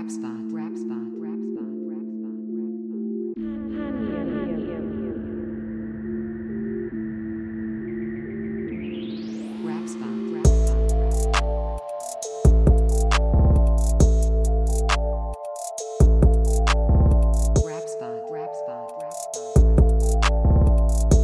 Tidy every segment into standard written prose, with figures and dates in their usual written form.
Rap spot, rap spot, rap spot, rap spot, rap spot. Rap spot, rap spot. Rap spot, rap spot, rap spot.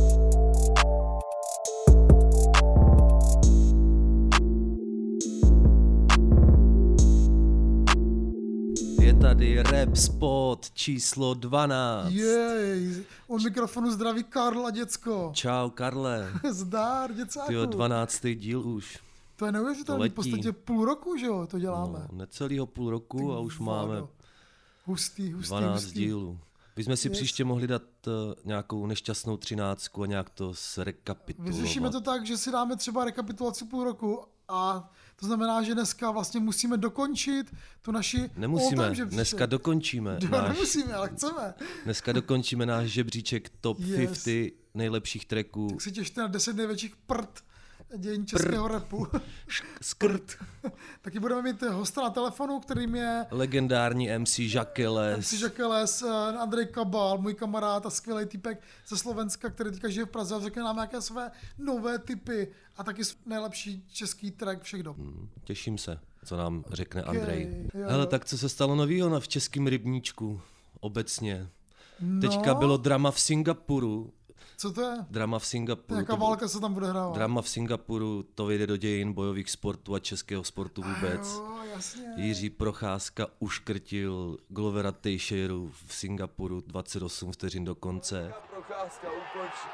Je tady Rap Spot číslo 12. Jej, od mikrofonu zdraví Karl a děcko. Čau, Karle. Zdár, děcáku. Tyjo, 12. díl už. To je neuvěřitelné, v podstatě půl roku, že jo, to děláme. No, necelýho půl roku a už máme hustý, 12 dílů. My jsme si příště mohli dát nějakou nešťastnou 13 a nějak to zrekapitulovat. Vyřešíme to tak, že si dáme třeba rekapitulaci půl roku a to znamená, že dneska vlastně musíme dokončit tu naši... Nemusíme, dneska dokončíme. Nemusíme, ale chceme. Dneska dokončíme náš žebříček top 50 nejlepších tracků. Tak si těšte na 10 největších dějin českého rapu. Skrt. Taky budeme mít hosta na telefonu, kterým je... Legendární MC Žakeles. MC Žakeles, Andrej Kabal, můj kamarád a skvělý týpek ze Slovenska, který teďka žije v Praze a řekne nám nějaké své nové tipy a taky nejlepší český track všech dob. Těším se, co nám řekne Andrej. Jo. Hele, tak co se stalo novýho v českém rybníčku obecně? Teďka bylo drama v Singapuru. Co to je? Drama v Singapuru. Jaká válka se tam bude hrávat? Drama v Singapuru, to vyjde do dějin bojových sportů a českého sportu vůbec. Jo, jasně. Jiří Procházka uškrtil Glovera Teixeiru v Singapuru 28 vteřin do konce. Procházka ukončí.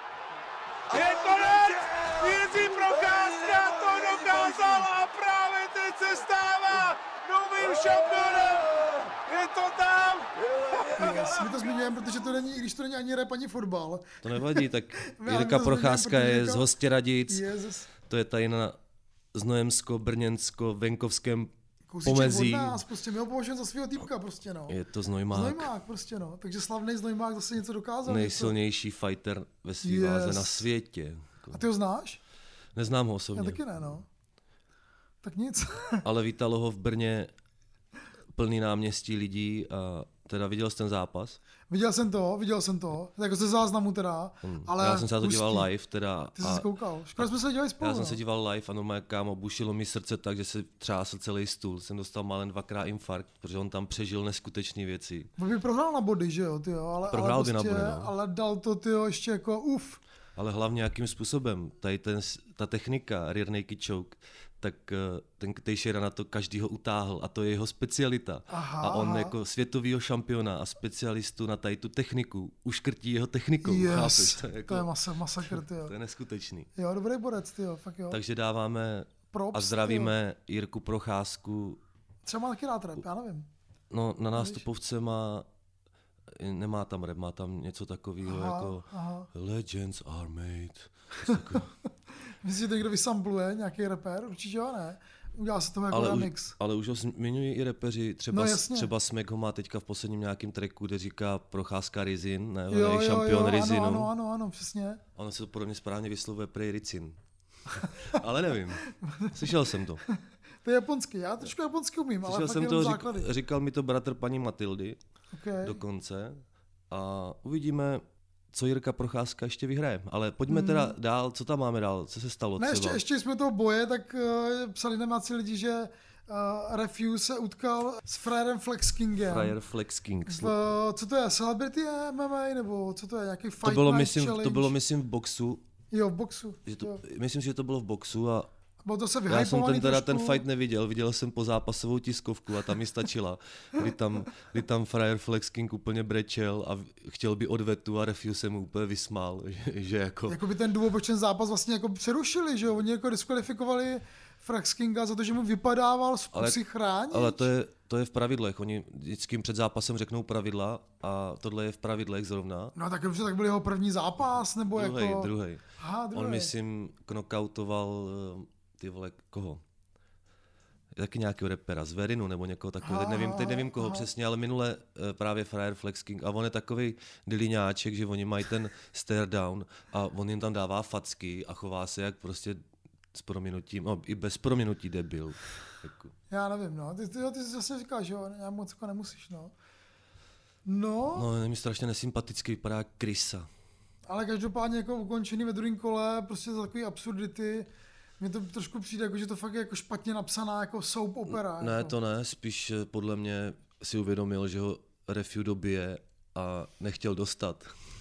Je konec! Jiří Procházka to dokázal a právě teď se stává novým šampionem! Je to tam! Yes, my to zmiňujeme, protože to není, i když to není ani rap, ani fotbal. To nevadí, tak My Jirka to Procházka zmiňujeme, je protože z Hostěradic, Jezus. to je tady na Znojemsko-Brněnsko-venkovském Kousíček pomezí. od nás, prostě my ho považujeme za svého týpka, prostě no. Je to Znojmák, Znojmák, prostě no. Takže slavný Znojmák zase něco dokázal. nejsilnější fighter ve svý váze na světě. A ty ho znáš? Neznám ho Já osobně, taky ne, no. Tak nic. ale vítalo ho v Brně plný náměstí lidí a teda viděl jsi ten zápas? Viděl jsem to. Jako ze záznamu teda, ale Já jsem se na to hustý. díval live teda. Ty jsi se koukal. Škoda, jsme se dívali spolu. Já jsem se díval live a normálně kámo, bušilo mi srdce tak, že se třásl celý stůl. Jsem dostal málem 2krát infarkt, protože on tam přežil neskutečné věci. On by prohrál na body, že jo, tyjo, Prohrál by na body, no. ale dal to, tyjo, ještě jako Ale hlavně jakým způsobem, tady ta technika, rear naked choke, tak ten Teixeira na to každýho utáhl a to je jeho specialita. A on jako světovýho šampiona a specialistu na tady tu techniku uškrtí jeho technikou. Yes, chápeš? to je masakr, tyjo. To je neskutečný. Jo, dobrý borec, tyjo, fakt jo. Takže dáváme Props, a zdravíme Jirku Procházku. Třeba má taky rád rap, já nevím. No, na nástupovce nemá tam rap, má tam něco takového jako Legends are made. Myslíš, že to někdo vysampluje, nějaký rapper? Určitě jo, ne? Udělá se toho jako remix. Ale už ho zmiňují i repeři, třeba Smek ho má teďka v posledním nějakým tracku, kde říká Procházka Rizin, ne? Jo, šampion Rizinu. Ano, přesně. Ono se to podle mě správně vyslovuje prej Rizin. Ale nevím, slyšel jsem to. To je japonský, já trošku japonsky umím, ale fakt jenom základy. Říkal mi to bratr paní Matildy dokonce a uvidíme, co Jirka Procházka ještě vyhraje. Ale pojďme teda dál, co tam máme dál, co se stalo třeba? Ještě jsme toho boje, tak psali nemáci lidi, že Refuse se utkal s Frérem Flex Kingem. Frere Flex King. Co to je, Celebrity MMA, nebo co to je, nějaký Fight Night Challenge? To bylo, myslím, v boxu. Jo, v boxu. Myslím, že to bylo v boxu a bylo to se já jsem ten fight neviděl, viděl jsem po zápasovou tiskovku a tam mi stačila, kdy tam Frere Flex King úplně brečel a chtěl by odvetu a Refuse se mu úplně vysmál, že jako... Jakoby ten důvobočný zápas vlastně jako přerušili, že jo, oni jako diskvalifikovali Flex Kinga za to, že mu vypadával z pusy chránit. Ale to je v pravidlech, oni vždycky před zápasem řeknou pravidla a tohle je v pravidlech zrovna. No tak dobře, tak byl jeho první zápas, nebo Druhý. Aha, druhý. On myslím knockoutoval, ty vole, koho? Taky nějakého rapera, Zverinu nebo někoho takového, teď nevím koho přesně, ale minule právě Frere Flex King a on je takovej dyliňáček, že oni mají ten stare down a on jim tam dává facky a chová se jak prostě s prominutím, no i bez prominutí debil. Jako. Já nevím, no. Ty jsi zase říkáš, že jo, já moc jako nemusíš, no. No, No, je mi strašně nesympatický, vypadá jak krysa. ale každopádně jako ukončený ve druhém kole, prostě za takový absurdity. Mně to trošku přijde, jako, že to fakt je jako špatně napsaná jako soap opera. Ne, jako. to ne, spíš podle mě si uvědomil, že ho refiu dobije a nechtěl dostat.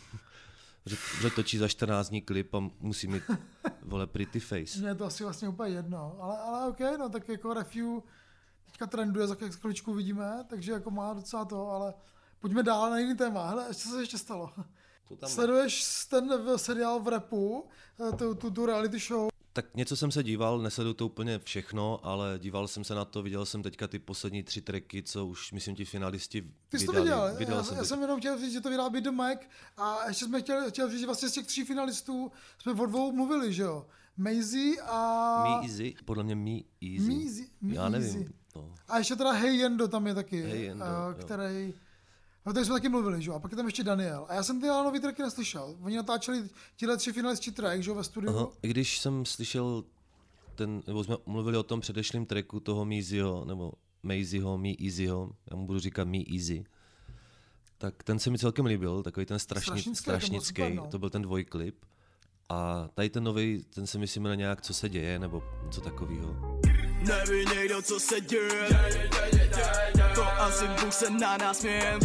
že točí za 14 dní klip a musí mít, vole, pretty face. Mně je to asi vlastně úplně jedno, ale OK, no tak jako Refiu teďka trenduje, za chviličku uvidíme, takže jako má docela to, ale pojďme dál na jiný téma. Hele, co se ještě stalo? Sleduješ ten seriál v rapu, tu reality show? Tak něco jsem se díval, nesleduju to úplně všechno, ale díval jsem se na to, viděl jsem teďka ty poslední 3 tracky, co už, myslím, ti finalisti Ty jsi vydali. to viděl? Já jsem jenom chtěl říct, že to vydal Beat the Mac a ještě jsme chtěl říct, že vlastně z těch 3 finalistů jsme o 2 mluvili, že jo? Maisie a... Me Easy, podle mě Me Easy. Já nevím. No. A ještě teda Hey Yendo tam je taky, Hey Yendo, který... No tady jsme taky mluvili, že jo? A pak je tam ještě Daniel. A já jsem ty nový tracky neslyšel. Oni natáčeli tihle 3 finalisti track, že jo, ve studiu. Aha, i když jsem slyšel nebo jsme mluvili o tom předešlým tracku toho Meezyho, nebo Maisieho, Me Easyho, já mu budu říkat Me Easy, tak ten se mi celkem líbil, takový ten strašnický, to byl ten dvojklip. A tady ten nový, ten se myslím na nějak, co se děje, nebo něco takového. Neví někdo, co se děje. To asi Bůh se na nás směje.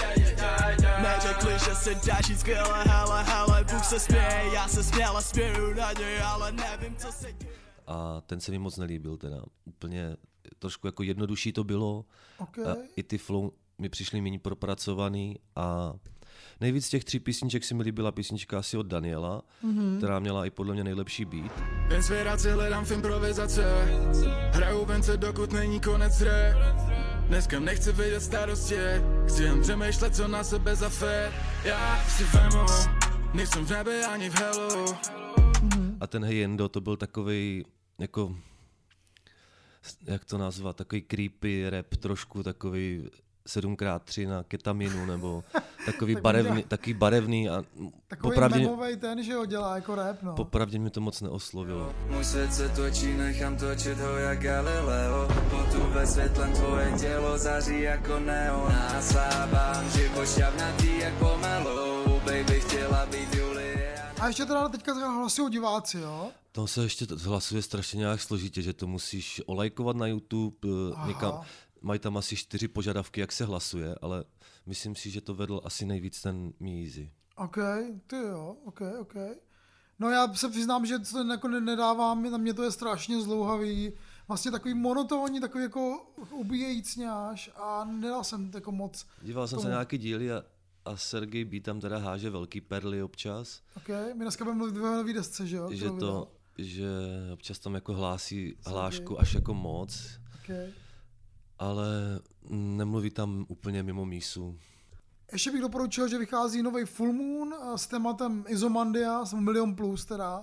Neřekli, že se dá žít skvěle, hele, Bůh se směje. Já se směl a směju naději, ale nevím, co se děje. A ten se mi moc nelíbil teda. Úplně trošku jako jednodušší to bylo. Okay. A i ty flow mi přišly méně propracovaný a nejvíc z těch 3 písniček si mi líbila písnička asi od Daniela, která měla i podle mě nejlepší beat. Inspiraci hledám v improvizaci. Hraju vence, dokud není konec hry. Dneska nechci vidět starosti. Chci jen přemýšlet, co na sebe za fér. Já si vemu, nejsem v nebi ani v helu. A ten Hey Yendo, to byl takovej, jako, jak to nazvat, takový creepy rap, trošku takový 7x3 na ketaminu, nebo takový barevný a takový memovej ten, že ho dělá jako rap, no. Popravdě mi to moc neoslovilo. Můj svět se točí, nechám točit ho jak Galileo. Potu ve světlem tvoje tělo zaří jako neon. Naslávám život šťavnatý jak pomelou. Baby chtěla být Julie. A ještě teda teďka hlasují diváci, jo? To se ještě hlasuje strašně nějak složitě, že to musíš olajkovat na YouTube, někam. Mají tam asi 4 požadavky, jak se hlasuje, ale myslím si, že to vedl asi nejvíc ten Meezy. OK, ty jo, OK. No já se přiznám, že to jako nedávám, na mě to je strašně zdlouhavý, vlastně takový monotónní, takový jako ubíjejícňáš a nedal jsem jako moc. Díval jsem se na nějaký díly a Sergej B tam teda háže velký perly občas. OK, my dneska budeme mluvit o nový desce, že jo? Že občas tam jako hlásí hlášku až jako moc. Okay. Ale nemluví tam úplně mimo mísu. Ještě bych doporučil, že vychází nový Full Moon s tématem Izomandias, Milion Plus teda.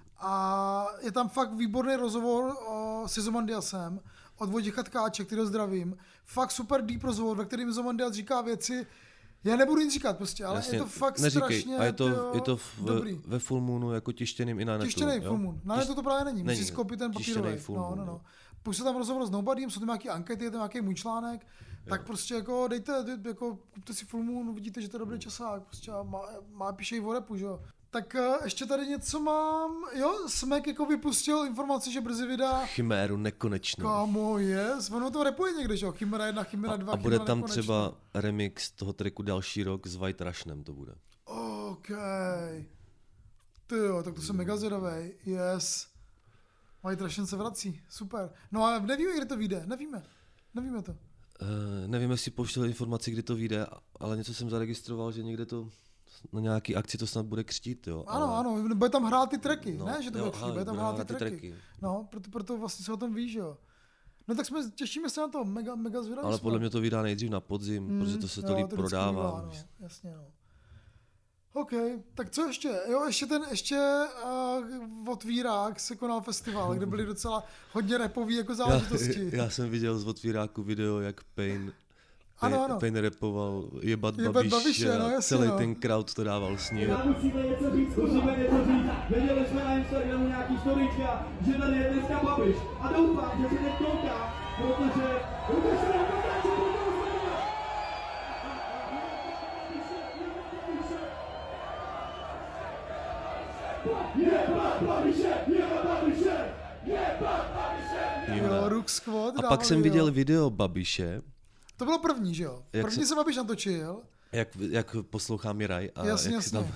A je tam fakt výborný rozhovor s Izomandiasem od Vojtěcha Tkáče, kterého zdravím. Fakt super deep rozhovor, ve kterém Izomandias říká věci, já nebudu nic říkat prostě, ale jasně, je to fakt neříkej. strašně a je to dobrý. Ve Full Moonu jako tištěným i na netu. Tištěný Full Moon. Na netu to právě není, musíš koupit ten papírový. No. Půjde tam rozhovor s Nobodym, jsou tam nějaké ankety, je tam nějaký můj článek, tak prostě jako kupte si Full Moon, uvidíte, že to je dobrý časák, prostě má píšej o rapu, že jo. Tak ještě tady něco mám, jo, Smek jako vypustil informaci, že brzy vydá Chiméru nekonečnou. Kámo, ono to rapuje někde, že jo, Chimera 1, Chimera 2, a bude tam nekonečnou. třeba remix toho tracku další rok s White Rushnem to bude. OK. Ty jo, tak to jsem mega zvědavej, yes. White Russian se vrací, super. No a nevíme, kdy to vyjde, nevíme to. Nevím, jestli pouštěl informaci, kdy to vyjde, ale něco jsem zaregistroval, že někde to na nějaký akci to snad bude křtít, jo. Ano, bude tam hrát ty tracky, no, ne, že to bude křtít, bude tam hrát ty tracky. No, proto vlastně se o tom víš, jo. No tak těšíme se na to, mega zvědaví. Ale podle mě to vydá nejdřív na podzim, protože to se to líp prodává. No, jasně, no. OK, tak co ještě? Jo, ještě Otvírák se konal festival, kde byly docela hodně rapový jako záležitosti. Já jsem viděl z Otvíráku video, jak Pain Ano. Pejn repoval jebat Jebat Babiše Babiše, no, a jasně, celý no. ten crowd to dával s ním. Musíme něco říct. Viděli jsme na Instagramu nějaký storyčka, že tady je dneska Babiš. A doufám, že se teď kouká, protože ukažte nám to Jo, Ruk Squad. A dával pak jsem viděl video Babiše, To bylo první, že jo? Jak První se- se Babiš natočil. jak poslouchá Miraj. A Jasně, jak si tam...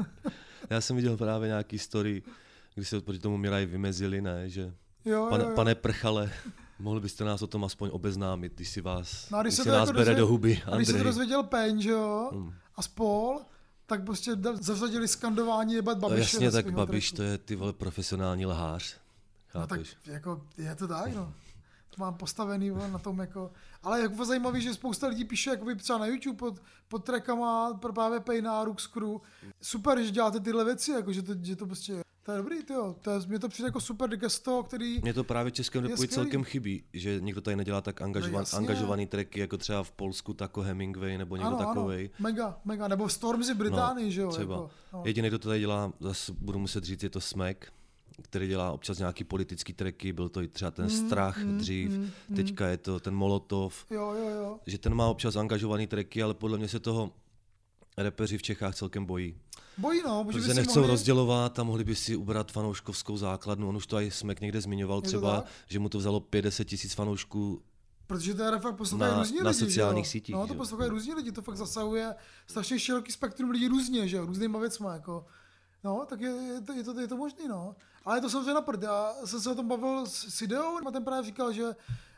Já jsem viděl právě nějaký story, kdy se proti tomu Miraj vymezili, ne, že Jo. pane Prchale, mohli byste nás o tom aspoň obeznámit, když si vás, No a když se si to nás jako bere do huby, a když se to Andrej. dozvěděl Peň, že jo, a spol, tak prostě zařadili skandování jebat Babiše. Jasně, do tak svýho Babiš tracku. to je ty vole profesionální lhář. No tak Chápeš? jako je to tak, no. To mám postavený vole, na tom jako, ale jako zajímavý, že spousta lidí píše jakoby třeba na YouTube pod trackama právě Pejna a Rux Crew. Super, že děláte tyhle věci, jako, že to prostě, to je dobrý, tyjo. Mně to přijde jako super gesto, který, Mně to právě v českém Je repu skvělý. celkem chybí, že někdo tady nedělá tak jasně. angažovaný tracky, jako třeba v Polsku Taco Hemingway nebo někdo takovej. mega, nebo Stormzy v Británii, že jo. Třeba. Jako, no. Jediný, kdo to tady dělá, zase budu muset říct, je to Smek, který dělá občas nějaký politický tracky, byl to i třeba ten Strach dřív, teďka je to ten Molotov, Jo. že ten má občas angažovaný tracky, ale podle mě se toho repeři v Čechách celkem bojí. Bojí, no, že by Protože si nechcou mohli... rozdělovat a mohli by si ubrat fanouškovskou základnu. On už to i Smek někde zmiňoval to třeba, tak? že mu to vzalo 50 000 fanoušků. Protože to je fakt poslouchají Na- různí na lidi, sociálních že jo? sítích, No, že to jo? poslouchají různí lidi, to fakt zasahuje strašně široký spektrum lidí různě, že jo, různýma věcma, jako. No, tak je to možný, no. Ale je to samozřejmě na prd. Já jsem se o tom bavil s Ideou a ten právě říkal, že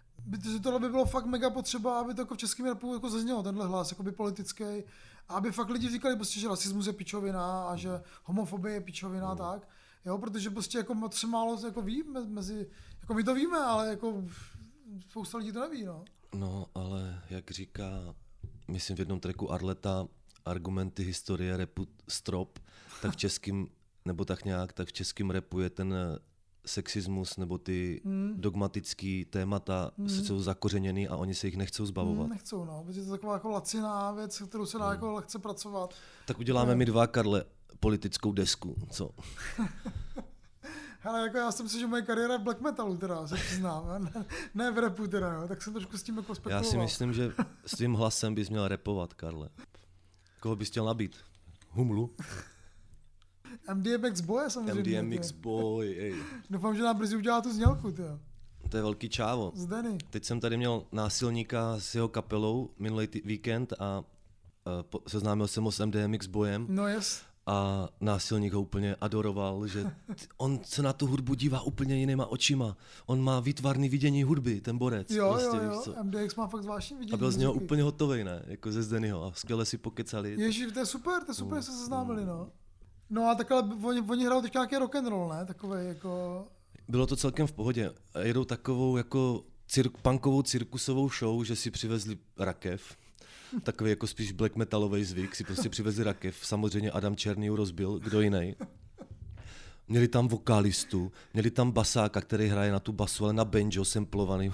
tohle by bylo fakt mega potřeba, aby to jako v českém rapu jako zaznělo, tenhle hlas, jakoby politický. A aby fakt lidi říkali prostě, že rasismus je pičovina a že homofobie je pičovina, tak. Jo, protože prostě jako moc se málo jako ví mezi, jako my to víme, ale jako spousta lidí to neví, no. No, ale jak říká, myslím v jednom tracku Arleta, argumenty historie repu strop, tak v českým, nebo tak nějak, tak v českým repu je ten sexismus nebo ty dogmatický témata jsou zakořeněný a oni se jich nechcou zbavovat. Nechcou, no, protože to je taková jako laciná věc, kterou se dá jako lehce pracovat. Tak uděláme my dva, Karle, politickou desku, co? Hele, jako já si myslím, že moje kariéra je v black metalu teda, se přiznám, ne v rapu teda, jo, tak jsem trošku s tím jako Já spekuloval. si myslím, že s tvým hlasem bys měl rapovat, Karle. Koho bys chtěl nabít? Humlu? MDMX Boy samozřejmě. MDMX tyjo. Boy, ej. Doufám, že nám brzy udělá tu znělku, tyjo. To je velký čávo. Z Denny. Teď jsem tady měl násilníka s jeho kapelou minulý víkend a seznámil jsem ho s MDMX Boyem No jest. a násilník ho úplně adoroval, že on se na tu hudbu dívá úplně jinýma očima. On má výtvarný vidění hudby, ten borec. Jo, prostě, víš jo, co. MDX má fakt zvláštní vidění. A byl z něho muziky. úplně hotovej, ne? Jako ze Zdenyho a skvěle si pokecali. Ježíš, to je super, že se seznámili, no. No a takhle, oni hrajou teď nějaký rock and roll, ne? Takovej jako... Bylo to celkem v pohodě. Jedou takovou jako punkovou cirkusovou show, že si přivezli rakev. Takový jako spíš black metalový zvyk, si prostě přivezli rakev. Samozřejmě Adam Černý rozbil, kdo jiný. Měli tam vokalistu, měli tam basáka, který hraje na tu basu, ale na banjo samplovaný.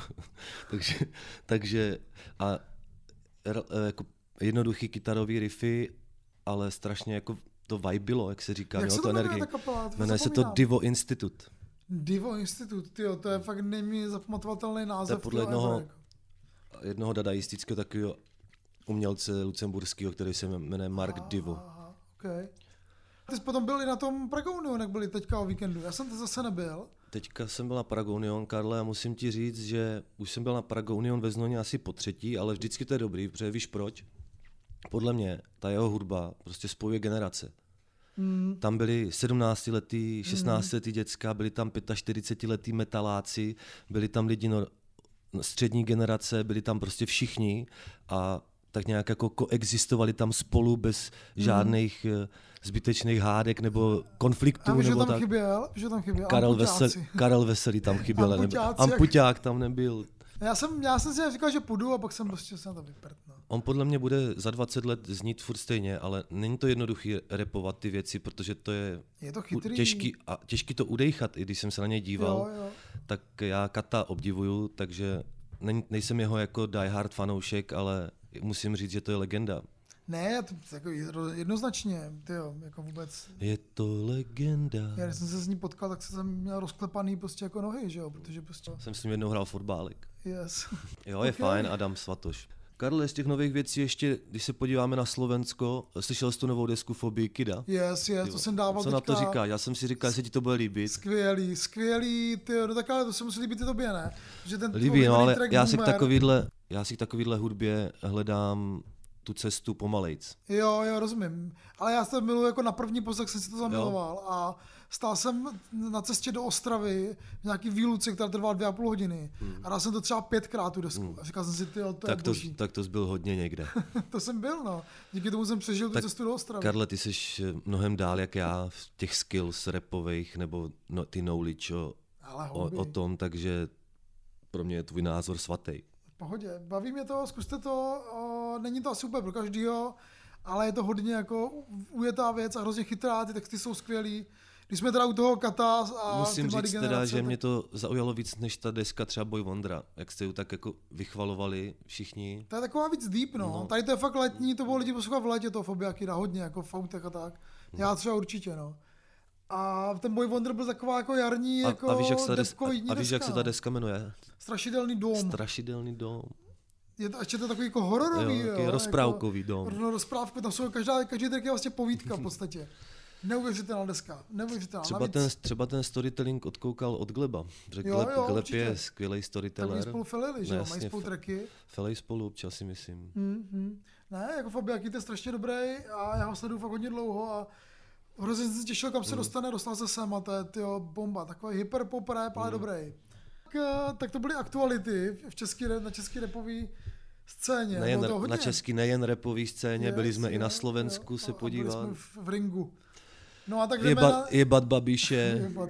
takže a jako jednoduchý kytarový riffy, ale strašně jako to vibe bylo, jak se říká, Jak mělo se to to jmenuje energii. ta kapela? To Jmenuje se to zapomínám. Divo Institute. Divo Institute, tyjo, to je fakt nejméně zapamatovatelný název. To je podle tyjo, ever, jako. jednoho dadaistického takového umělce lucemburského, který se jmenuje Mark Divo. Aha, okay. Ty jsi potom byl i na tom Pragounion, jak byli teďka o víkendu. Já jsem to zase nebyl. Teďka jsem byl na Pragounion, Karle, a musím ti říct, že už jsem byl na Pragounion ve Znojmě asi po třetí, ale vždycky to je dobrý, protože víš proč? Podle mě ta jeho hudba prostě spojuje generace. Tam byli 17letý, 16letý děcka, byli tam 45letý metaláci, byli tam lidi střední generace, byli tam prostě všichni a tak nějak jako koexistovali tam spolu bez žádných zbytečných hádek nebo konfliktů. A víš, že nebo tam tak. chyběl? Karel Veselý tam chyběl. Ampuťáci, Ampuťák tam nebyl. Já jsem si říkal, že půjdu a pak jsem prostě se na to vyprt. No. On podle mě bude za 20 let znít furt stejně, ale není to jednoduchý repovat ty věci, protože to je Je to chytrý. těžký, a těžký to udejchat, i když jsem se na něj díval, Jo. tak já Kata obdivuju, takže nejsem jeho jako die hard fanoušek, ale musím říct, že to je legenda. Ne, to jako jednoznačně, tyjo, jako vůbec. Je to legenda. Já když jsem se s ní potkal, tak jsem měl rozklepaný prostě jako nohy, že jo, protože prostě... Jsem s ním jednou hrál fotbálek. Yes. Jo, je fajn, Adam Svatoš. Karle, z těch nových věcí ještě, když se podíváme na Slovensko, slyšel jsi tu novou desku Fobii Kida? Yes, to jsem dával Co teďka. na to říkáš? Já jsem si říkal, že se ti to bude líbit. Skvělý, tyjo, no tak ale to se musí líbit i tobě, ne? Že ten Líbí, no, ale track já si Boomer, k takovýhle hudbě hledám tu cestu pomalejc. Jo, rozumím. Ale já to miluji jako na první poslech jsem si to zamiloval a stál jsem na cestě do Ostravy v nějaký výluce, která trvala 2,5 hodiny. A dal jsem to třeba 5krát tu desku. A říkal jsem si, tyjo, to je boží. Tak to jsi byl hodně někde. To jsem byl, no. Díky tomu jsem přežil tu cestu do Ostravy. Karle, ty jsi mnohem dál jak já v těch skills rapových nebo ty knowledge o tom, takže pro mě je tvůj názor svatý. V pohodě. Baví mě to, zkuste to. Není to asi úplně pro každýho, ale je to hodně jako ujetá věc a hrozně chytrá, ty texty jsou skvělý. Když jsme teda u toho Kata a musím ty mladý říct generace, teda, že tak... mě to zaujalo víc než ta deska třeba Boy Wondera, jak jste ji tak jako vychvalovali všichni. To je taková víc deep, no. Tady to je fakt letní, to bylo lidi poslouchat v létě, to Fobia Kida, hodně, jako v autech a tak. Já třeba určitě, no. A ten Boy Wonder byl taková jako jarní, jako depkový a víš, jak se ta deska jmenuje? Strašidelný dům. Strašidelný dům. Je to ještě to takový jako hororový, jo. Rozprávkový dům. No, rozprávku, tam jsou každý track je vlastně povídka v podstatě. Neuvěřitelná deska, neuvěřitelná. Třeba ten storytelling odkoukal od Gleba. Gleb je skvělej storyteller. Tak spolu felili, že jo, mají spolu tracky. Felej spolu občas, si myslím. Ne, jako Fobia Kid je strašně dobrý a já ho sleduju fakt hodně dlouho a hrozně jsem se těšil, kam se dostal se sem a to je tyjo, bomba, takový hyperpop rap, ale dobrý. Tak to byly aktuality na české rapové scéně. Nejen rapové scéně, byli jsme i na Slovensku se podívat. Byli jsme v ringu. No a tak jebat Babiše. Jebat.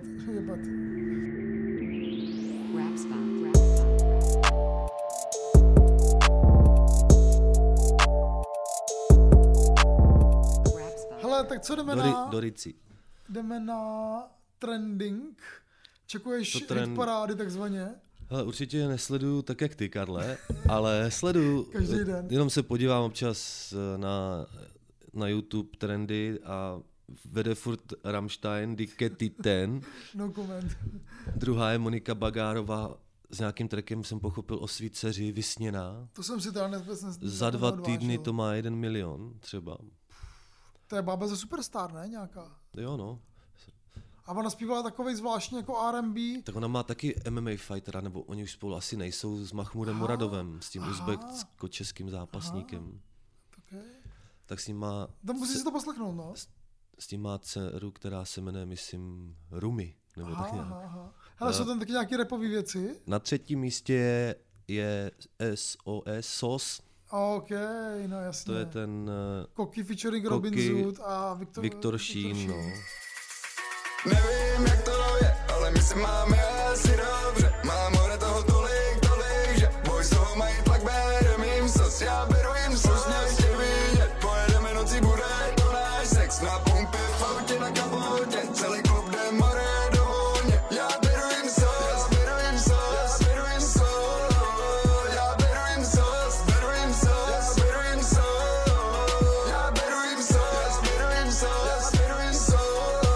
Rap spot. Hele, tak co jdeme na trending. Čekuješ hit parády takzvaně? Hele, určitě je nesleduju tak jak ty, Karle, ale sleduju. Každý den. Jenom se podívám občas na YouTube trendy a vede furt Rammstein, Die Ketiten. No comment. Druhá je Monika Bagárová s nějakým trackem, jsem pochopil, o svý dceři Vysněná. To jsem si teda Za 2 týdny to má 1 milion třeba. To je bába ze Superstar, ne? Nějaká. Jo, no. A ona zpívala takovej zvláštní jako R&B. Tak ona má taky MMA fightera, nebo oni už spolu asi nejsou, s Mahmudem Muradovem, s tím uzbeksko-českým zápasníkem. Okay. Tak s ním má... Tam musí si to poslechnout, no. S tím má dceru, která se jmenuje, myslím, Rumi. Nebo tak nějak. Hele, jsou tam taky nějaké rapové věci? Na 3. místě je SOS. OK, no jasně. To je ten... Koki featuring Robin Zoot a Viktor Šín, no. Nevím, jak to je, ale my se máme asi dobře. Mám hore toho tolik, že boj z toho mají tlak, bere mým sos, já beru jim sos, mě chtěj vidět. Pojedeme nocí, bude to náš sex, na pumpě, v autě, na kapotě, celý klub jde more do volně. Já beru jim sos, beru jim sos, beru jim sos, já beru jim sos, beru jim sos, beru jim sos, já beru jim sos, beru jim sos, beru jim sos.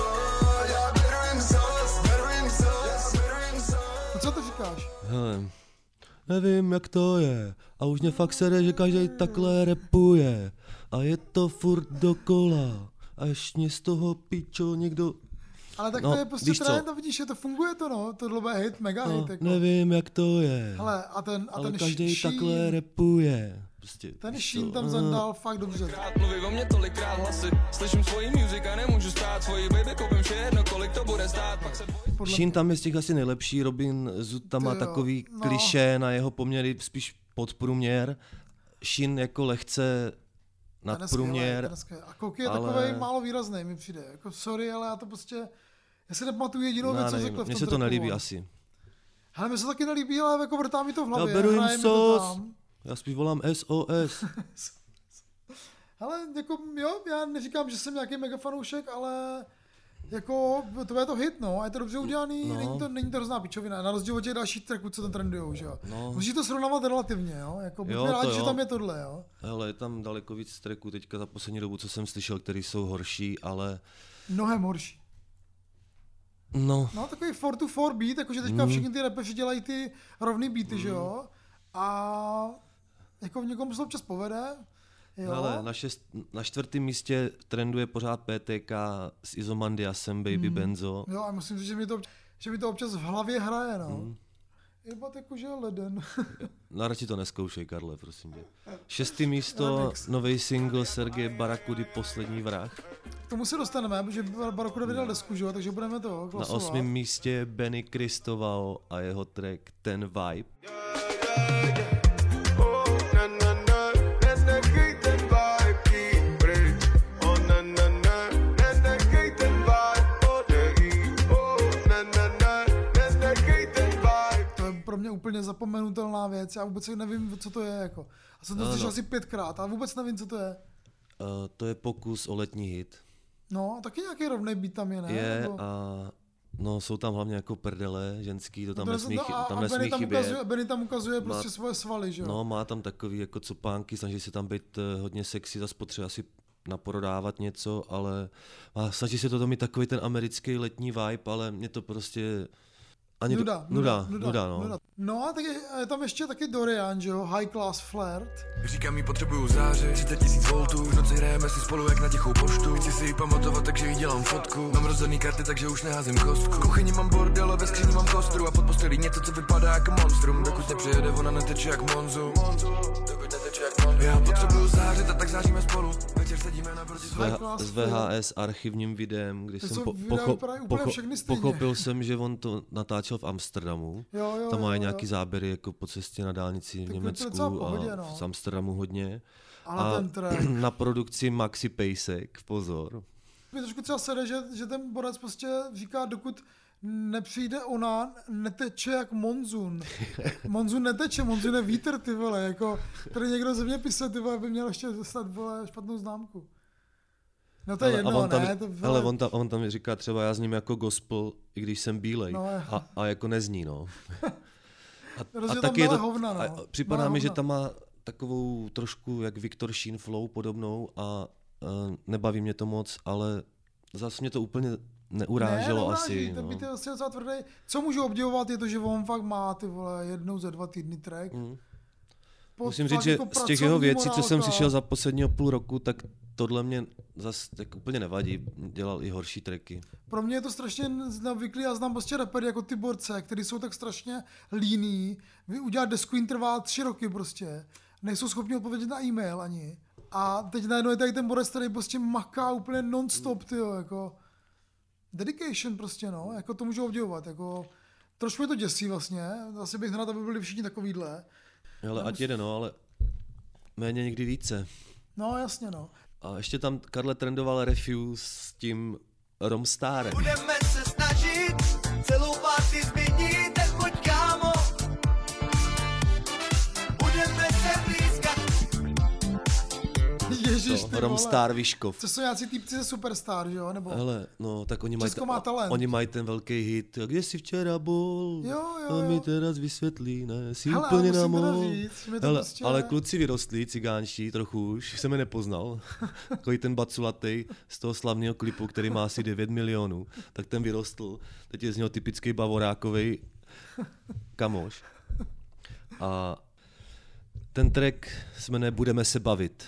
Co to říkáš? Hele, nevím, jak to je. A už mě fakt sere, že každý takhle rapuje. A je to furt dokola. A ještě z toho píčo někdo... Ale tak to je prostě trend, vidíš, že to funguje to, no. Tohle bude hit, mega hit. Jako. Nevím, jak to je. Hele, a ten každý Šín, takhle rapuje. Prostě, ten Šín tam zandal fakt dobře. Mluví o mě tolikrát hlasy, slyším svoji music a nemůžu stát, svoji baby koupím vše jedno, kolik to bude stát. Šín tam je z těch asi nejlepší, Robin Zoot tam má takový klišé na jeho poměry, spíš podprůměr. Šín jako lehce nadprůměr. A Koki je takovej málo výrazný, mi přijde. Jako sorry, ale já to prostě... Já si nepamatuju jedinou věc, co řekl v tom mně se to nelíbí asi. Hele, mi se taky nelíbí, ale jako vrtá mi to v hlavě. Já beru jim sos. Já spíš volám SOS. Hele, jako jo, já neříkám, že jsem nějaký mega fanoušek, ale jako, to je to hit, no, a je to dobře udělaný, není to hrozná pičovina, na rozdíl od těch dalších tracků, co tam trendujou, že jo. No. Musíš to srovnávat relativně, jo, jako buďme rádi, že tam je tohle, jo. Hele, je tam daleko víc tracků teďka za poslední dobu, co jsem slyšel, který jsou horší, ale... Mnohem horší. No. No, takový 4-to-4 beat, jakože teďka všichni ty rapeři dělají ty rovný beaty, že jo, a jako v někom se občas povede. Jo. Ale na 4. místě trenduje pořád PTK s Izomandiasem, Baby Benzo. Jo, a musím říct, že mi to občas v hlavě hraje, no. Jebat jakože leden. No, radši to neskoušej, Karle, prosím tě. 6. místo, nový single Sergeje Barakudy, Poslední vrah. K tomu se dostaneme, protože Barakuda vydal desku, že jo, takže budeme to klasovat. Na 8. místě je Benny Cristovao a jeho track Ten Vibe. Pro mě úplně zapomenutelná věc, já vůbec nevím, co to je, jako. A jsem to slyšel asi 5krát, ale vůbec nevím, co to je. To je pokus o letní hit. No, taky nějaký rovnej beat tam je, ne? Je nebo... a no, jsou tam hlavně jako prdele ženský, to tam nesmí Benny chybět. Benny tam ukazuje prostě svoje svaly, že jo? No, má tam takový jako copánky, snaží se tam být hodně sexy, zase potřeba asi naprodávat něco, ale snaží se to mít takový ten americký letní vibe, ale mě to prostě... Ani nuda, no. No a tak je tam ještě taky Dorian, že jo, High Class Flirt. Říkám jí potřebuju zářit, 30 000 voltů, v noci hrajeme si spolu jak na tichou poštu. Chci si ji pamatovat, takže jí dělám fotku. Mám rozhodný karty, takže už neházím kostku. V kuchyni mám bordel a ve skříni mám kostru a pod postelí něco, co vypadá jako monstrum. Dokud nepřijede, ona neteče jak Monzu. Já potřebuju zářit a tak záříme spolu. Večer sedíme naproti s VHS archivním videem, kdy jsem pochopil jsem, že on to natáčel v Amsterdamu. Tam má nějaký záběry jako po cestě na dálnici v Německu a v Amsterdamu hodně. A na produkci Maxi Pejsek, pozor. Mě trošku třeba sede, že ten borec prostě říká, dokud nepřijde ona, neteče jak Monzun. Monzun neteče, Monzun je vítr, ty vole, jako, tady někdo zeměpise, ty vole, by měl ještě dostat, vole, špatnou známku. No to je jedno, ne? Ale on tam říká třeba, já zním jako gospel, i když jsem bílej. No, a jako nezní, no. A taky je to, hovna, no. A připadá mi, že tam má takovou trošku jak Viktor Sheen flow podobnou a nebaví mě to moc, ale zase mě to úplně neuráželo asi. Ten beat je vlastně docela tvrdý. Co můžu obdivovat je to, že on fakt má ty vole jednou za 2 týdny track. Musím říct, že jako z těch jeho věcí, co jsem slyšel za posledního půl roku, tak tohle mě zase tak úplně nevadí. Dělal i horší tracky. Pro mě je to strašně navyklý, já znám prostě rapery jako ty borce, který jsou tak strašně líní. Udělat desku jim trvá 3 roky prostě. Nejsou schopni odpovědět na e-mail ani. A teď najednou je tady ten borec, který prostě maká úplně non-stop, tyjo, jako dedication prostě, no, jako to můžu obdivovat, jako trošku mě to děsí vlastně, asi bych rád, aby byli všichni takovýhle. Ale ať jede, no, ale méně někdy více. No, jasně, no. A ještě tam Karle trendoval Refuse s tím Romstarem. Budeme se snažit celou party změnit, tak pojď kámo. Budeme se blízkat. Ježiš, ty Romstar Vyškov. Co jsou nějací týpci ze Superstar, že jo? Nebo... Hele, no, tak oni mají ten velký hit. Kde jsi včera bol? Jo. A mi teraz vysvětlí, ne? Jsi úplně na mol. Hele, prostě... ale kluci vyrostli, cigánští, trochu už, jsem je nepoznal. Takový ten baculatej z toho slavného klipu, který má asi 9 milionů, tak ten vyrostl. Teď je z něho typický bavorákovej kamoš. A ten track se jmenuje Budeme se bavit.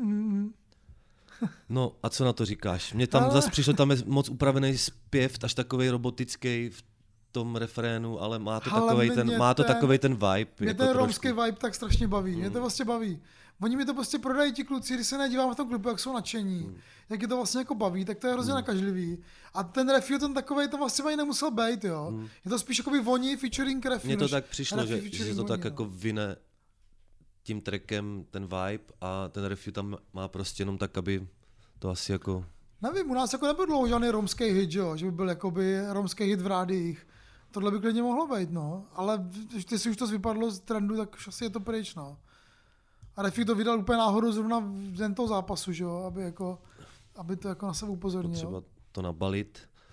No a co na to říkáš? Mně tam zase přišlo, tam je moc upravený zpěv, až takovej robotický v tom refrénu, ale má to takovej ten vibe. Mě jako ten romský vibe tak strašně baví, mě to vlastně baví. Oni mi to prostě prodají ti kluci, když se nedívám v tom klipu, jak jsou nadšení, jak je to vlastně jako baví, tak to je hrozně nakažlivý. A ten Refuse, ten takovej, to vlastně ani nemusel být, jo. Je to spíš jakoby Voni featuring Refuse. Mně to tak přišlo, že to tak jako vyne tím trackem ten vibe a ten Refuse tam má prostě jenom tak, aby to asi jako... Nevím, u nás jako nebyl dlouho žádný romský hit, že by byl jakoby romský hit v rádiích. Tohle by klidně mohlo být, no. Ale když si už to vypadlo z trendu, tak už asi je to pryč, no. A Refuse to vydal úplně náhodou zrovna v den toho zápasu, že jo, aby to jako na sebe upozornil. Potřeba to nabalit.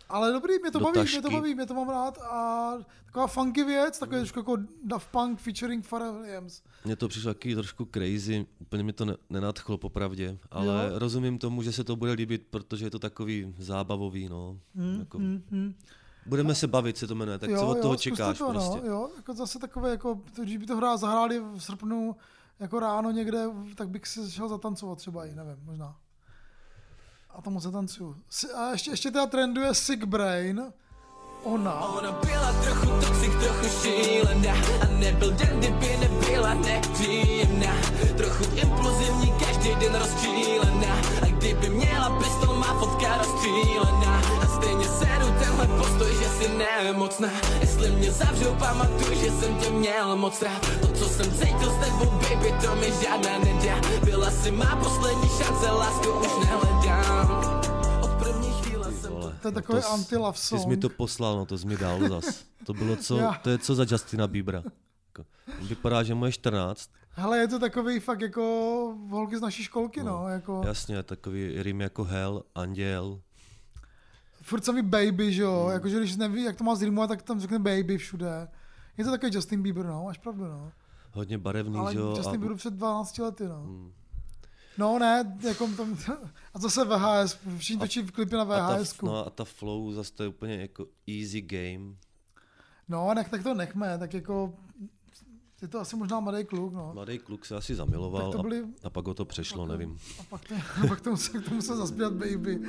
Ale dobrý, mě to do baví, tašky. mě to mám rád a taková funky věc, takový trošku jako Daft Punk featuring Pharrell Williams. Mně to přišlo taky trošku crazy, úplně mi to nenadchlo popravdě, ale rozumím tomu, že se to bude líbit, protože je to takový zábavový, no. Jako, budeme se bavit, se to jmenuje, tak co od toho čekáš to, prostě? No, jo, jako zase takové, jako, když by to zahráli v srpnu jako ráno někde, tak bych si šel zatancovat třeba i, nevím, možná. A tomu zatancuju. A ještě teda trenduje Sick Brain. Ona byla trochu toxic, trochu šílená a nebyl den, kdyby nebyla nepříjemná. Trochu impulzivní, každý den rozčílená a kdyby měla pistol, má fotka rozstřílená. A stejně sedu tenhle postoj, že si nemocná. Jestli mě zavřou, pamatuj, že jsem tě měl moc rád. To, co jsem cítil s tebou, baby, to mi žádná nedá. Byla si má poslední šance, lásku už nehledám. Od první chvíle jsem to je takový anti-love song. Ty jsi mi to poslal, no to jsi mi dal zas. To bylo to je co za Justina Biebera. Vypadá, že mu je 14. Hele, je to takový fakt jako holky z naší školky, no. Jako... Jasně, takový rým jako hell, anděl. Furt samý baby, že jo, jakože když neví, jak to má zrýmovat, tak tam řekne baby všude. Je to takový Justin Bieber, no, máš pravdu, no. Hodně barevný, ale že jo. Justin Bieber před 12 lety, no. No ne, jako tam, a zase VHS, všichni točí v klipy na VHS. A ta flow zase to je úplně jako easy game. No, tak to nechme, tak jako, je to asi možná mladý kluk, no. Mladý kluk se asi zamiloval a pak ho to přešlo, nevím. A pak k tomu se zaspívat baby.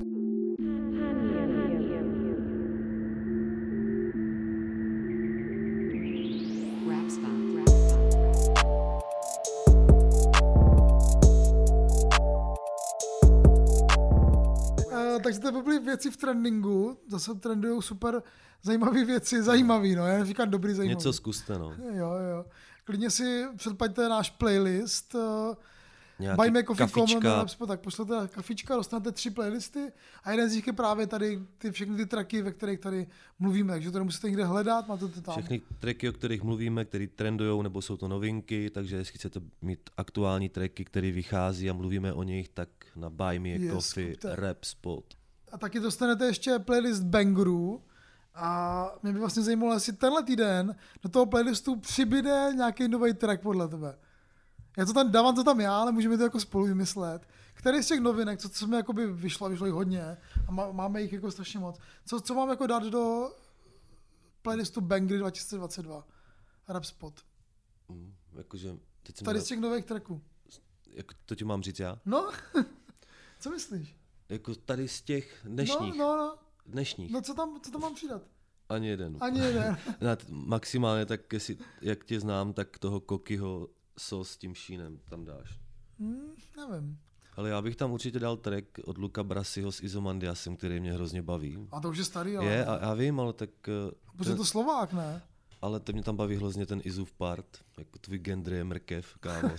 Takže to byly věci v trendingu, zase trendujou super zajímavé věci, no, já říkám dobrý zajímavý. Něco zkuste, no. Jo. Klidně si předplaťte náš playlist, Buy Me Coffee.com, tak pošlete kafička, dostanete 3 playlisty a jeden z nich je právě tady všechny ty tracky, ve kterých tady mluvíme, takže to nemusíte někde hledat, máte to tam. Všechny tracky, o kterých mluvíme, které trendujou, nebo jsou to novinky, takže jestli chcete mít aktuální tracky, které vychází a mluvíme o nich, tak na Buy Me Coffee Rap Spot. A taky dostanete ještě playlist bangerů a mě by vlastně zajímalo, jestli tenhle týden do toho playlistu přibyde nějaký nový track podle tebe. Já to tam dávám, to tam já, ale můžeme to jako spolu vymyslet. Který z těch novinek, co mi jakoby vyšlo jich hodně a máme jich jako strašně moc. Co mám jako dát do playlistu Bangry 2022? Rap Spot. Jakože, tady z těch nových tracků. Jak to ti mám říct já? No, co myslíš? Jako tady z těch dnešních. No. Dnešních. No co tam mám přidat? Ani jeden. Maximálně tak, jak tě znám, tak toho Kokyho s tím Sheenem tam dáš. Nevím. Ale já bych tam určitě dal track od Luka Brasiho s Izomandiasem, který mě hrozně baví. A to už je starý, ale... Je, a já vím, ale tak... Protože to Slovák, ne? Ale to mě tam baví hrozně ten Izův part, jako tvůj Gendry je mrkev, kámo,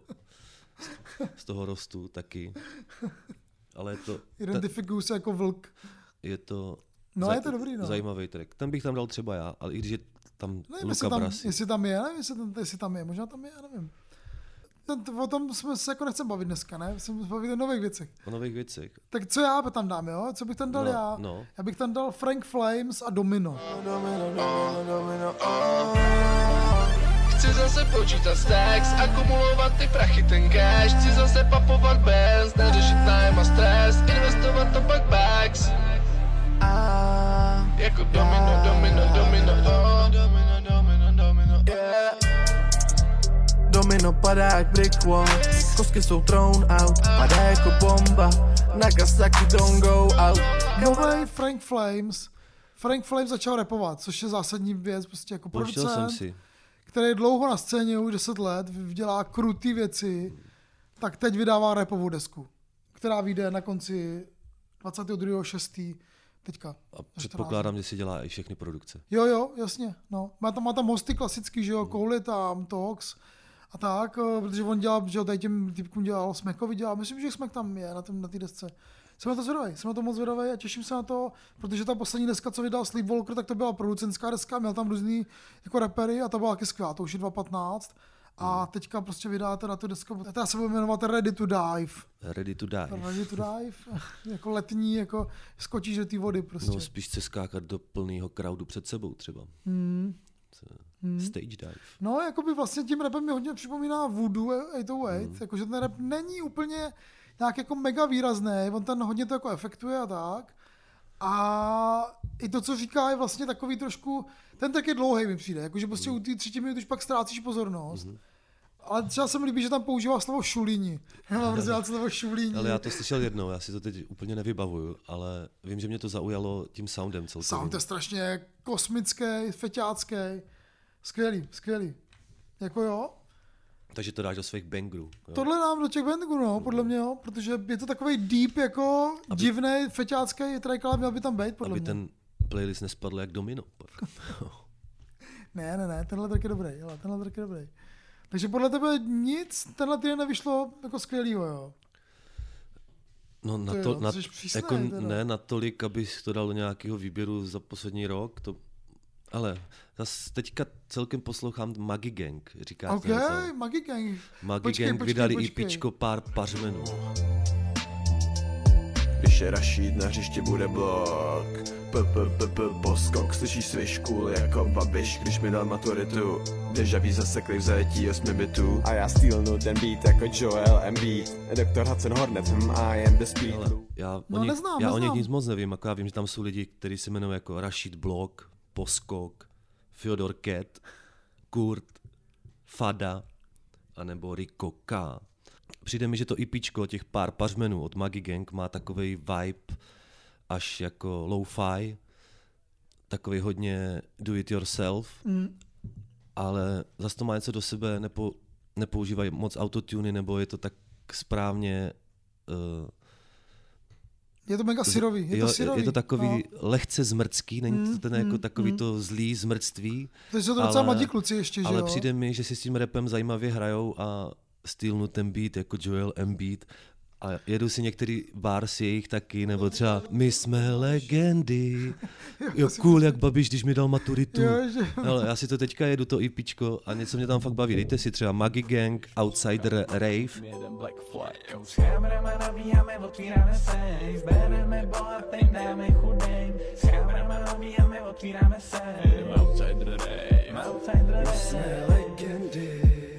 z toho rostu taky. Ale je to... Identifikuju se jako vlk. Je to... No je to dobrý, no. Zajímavý track. Ten bych tam dal třeba já, ale i když je tam nevím, Luka Brasi. Jestli tam je, možná tam je, já nevím. O tom jsme se jako nechcem bavit dneska, ne? Chceme bavit o nových věcech. O nových věcech. Tak co já tam dám, jo? Co bych tam dal já? No. Já bych tam dal Frank Flames a Domino. Chci zase počítat stacks, akumulovat ty prachy, ten cash. Chci zase papovat bands, neřešit nájem a stres, investovat to pak backs. Jako domino, yeah. Domino padá jak brickwork, kostky jsou thrown out, padá jako bomba, Nagasaki don't go out. Nový Frank Flames začal rapovat, což je zásadní věc, prostě jako producent, který je dlouho na scéně, už 10 let, dělá krutý věci, tak teď vydává rapovou desku, která vyjde na konci 22.6. teďka. A předpokládám, že si dělá i všechny produkce. Jo, jasně. No. Má tam hosty klasický, že jo, Kouli tam, Tox a tak, protože on dělal, že jo, tady těm typkům dělal, Smekovi dělal, myslím, že Smek tam je na té desce. Jsem na to moc zvědavý a těším se na to, protože ta poslední deska, co vydal Sleepwalker, tak to byla producentská deska, měl tam různý jako rapery a ta byla taky skvělá, to už je 2015 A teďka prostě vydá teda tu desku, ta se bude jmenovat Ready to Dive. Ready to dive. Ready to Dive, jako letní, jako skočíš do té vody prostě. No spíš chce skákat do plného crowdu před sebou třeba. Stage dive. No, jakoby vlastně tím rapem mi hodně připomíná Voodoo 808, jakože ten rap není úplně nějak jako mega výrazný, on ten hodně to jako efektuje a tak. A i to, co říká, je vlastně takový trošku, ten tak je dlouhý mi přijde, jakože prostě u té 3 minut už pak ztrácíš pozornost. Ale třeba se mi líbí, že tam používá slovo šulíni. Já mám rozdělat slovo šulíni. Ale já to slyšel jednou, já si to teď úplně nevybavuju, ale vím, že mě to zaujalo tím soundem celkovým. Sound je strašně kosmický, feťácký. Skvělý. Jako jo. Takže to dáš do svých bangerů. Jo? Tohle dám do těch bangů, no, podle mě, jo, protože je to takový deep, jako divnej, feťácký, trajkala měl by tam být, podle mě. Aby ten playlist nespadl jak domino. ne, tenhle track je dobrý, Takže podle tebe nic, tenhle týden nevyšlo jako skvělýho, jo? No ne natolik, abych to dal do nějakého výběru za poslední rok, ale zase teďka celkem poslouchám Maggie Gang, říkáte. OK, Maggie Gang. Maggie Gang vydali EPčko Pár pařmenů. Když je Rašíd, na hřišti bude blok. Poskok, slyšíš svišku jako Babiš, když mi dal maturitu. Deja vu zasekli v zajetí 8 bitů. A já stýlnu ten beat jako Joel Embiid. Doktor Hudson Hornet, I am the speed. Já neznám. o nich nic moc nevím, jako já vím, že tam jsou lidi, kteří se jmenují jako Rašíd Blok, Poskok, Fyodor Ket, Kurt, Fada, anebo Rico K. Přijde mi, že to EPčko těch Pár pařmenů od Maggie Gang má takovej vibe až jako lo-fi, takový hodně do it yourself, ale zase to má něco do sebe, nepoužívají moc autotuny, nebo je to tak správně... Je to mega syrový, je to takový lehce zmrcký, není to ten jako takový to zlý zmrctví. To jsou to docela mladí kluci ještě, že ale jo? přijde mi, že si s tím rapem zajímavě hrajou a stylnu ten beat jako Joel Embiid a jedu si některý bars jejich taky, nebo třeba my jsme legendy, jo cool jak Babiš, když mi dal maturitu. Ale já si to teďka jedu, to EPčko a něco mě tam fakt baví, dejte si třeba Maggie Gang, Outsider, Rave. S chámrama nabíjáme, otvíráme safe, bereme bohatým, dáme chudým, s chámrama nabíjáme, otvíráme safe, Outsider, Rave, Outsider, Rave. My jsme legendy,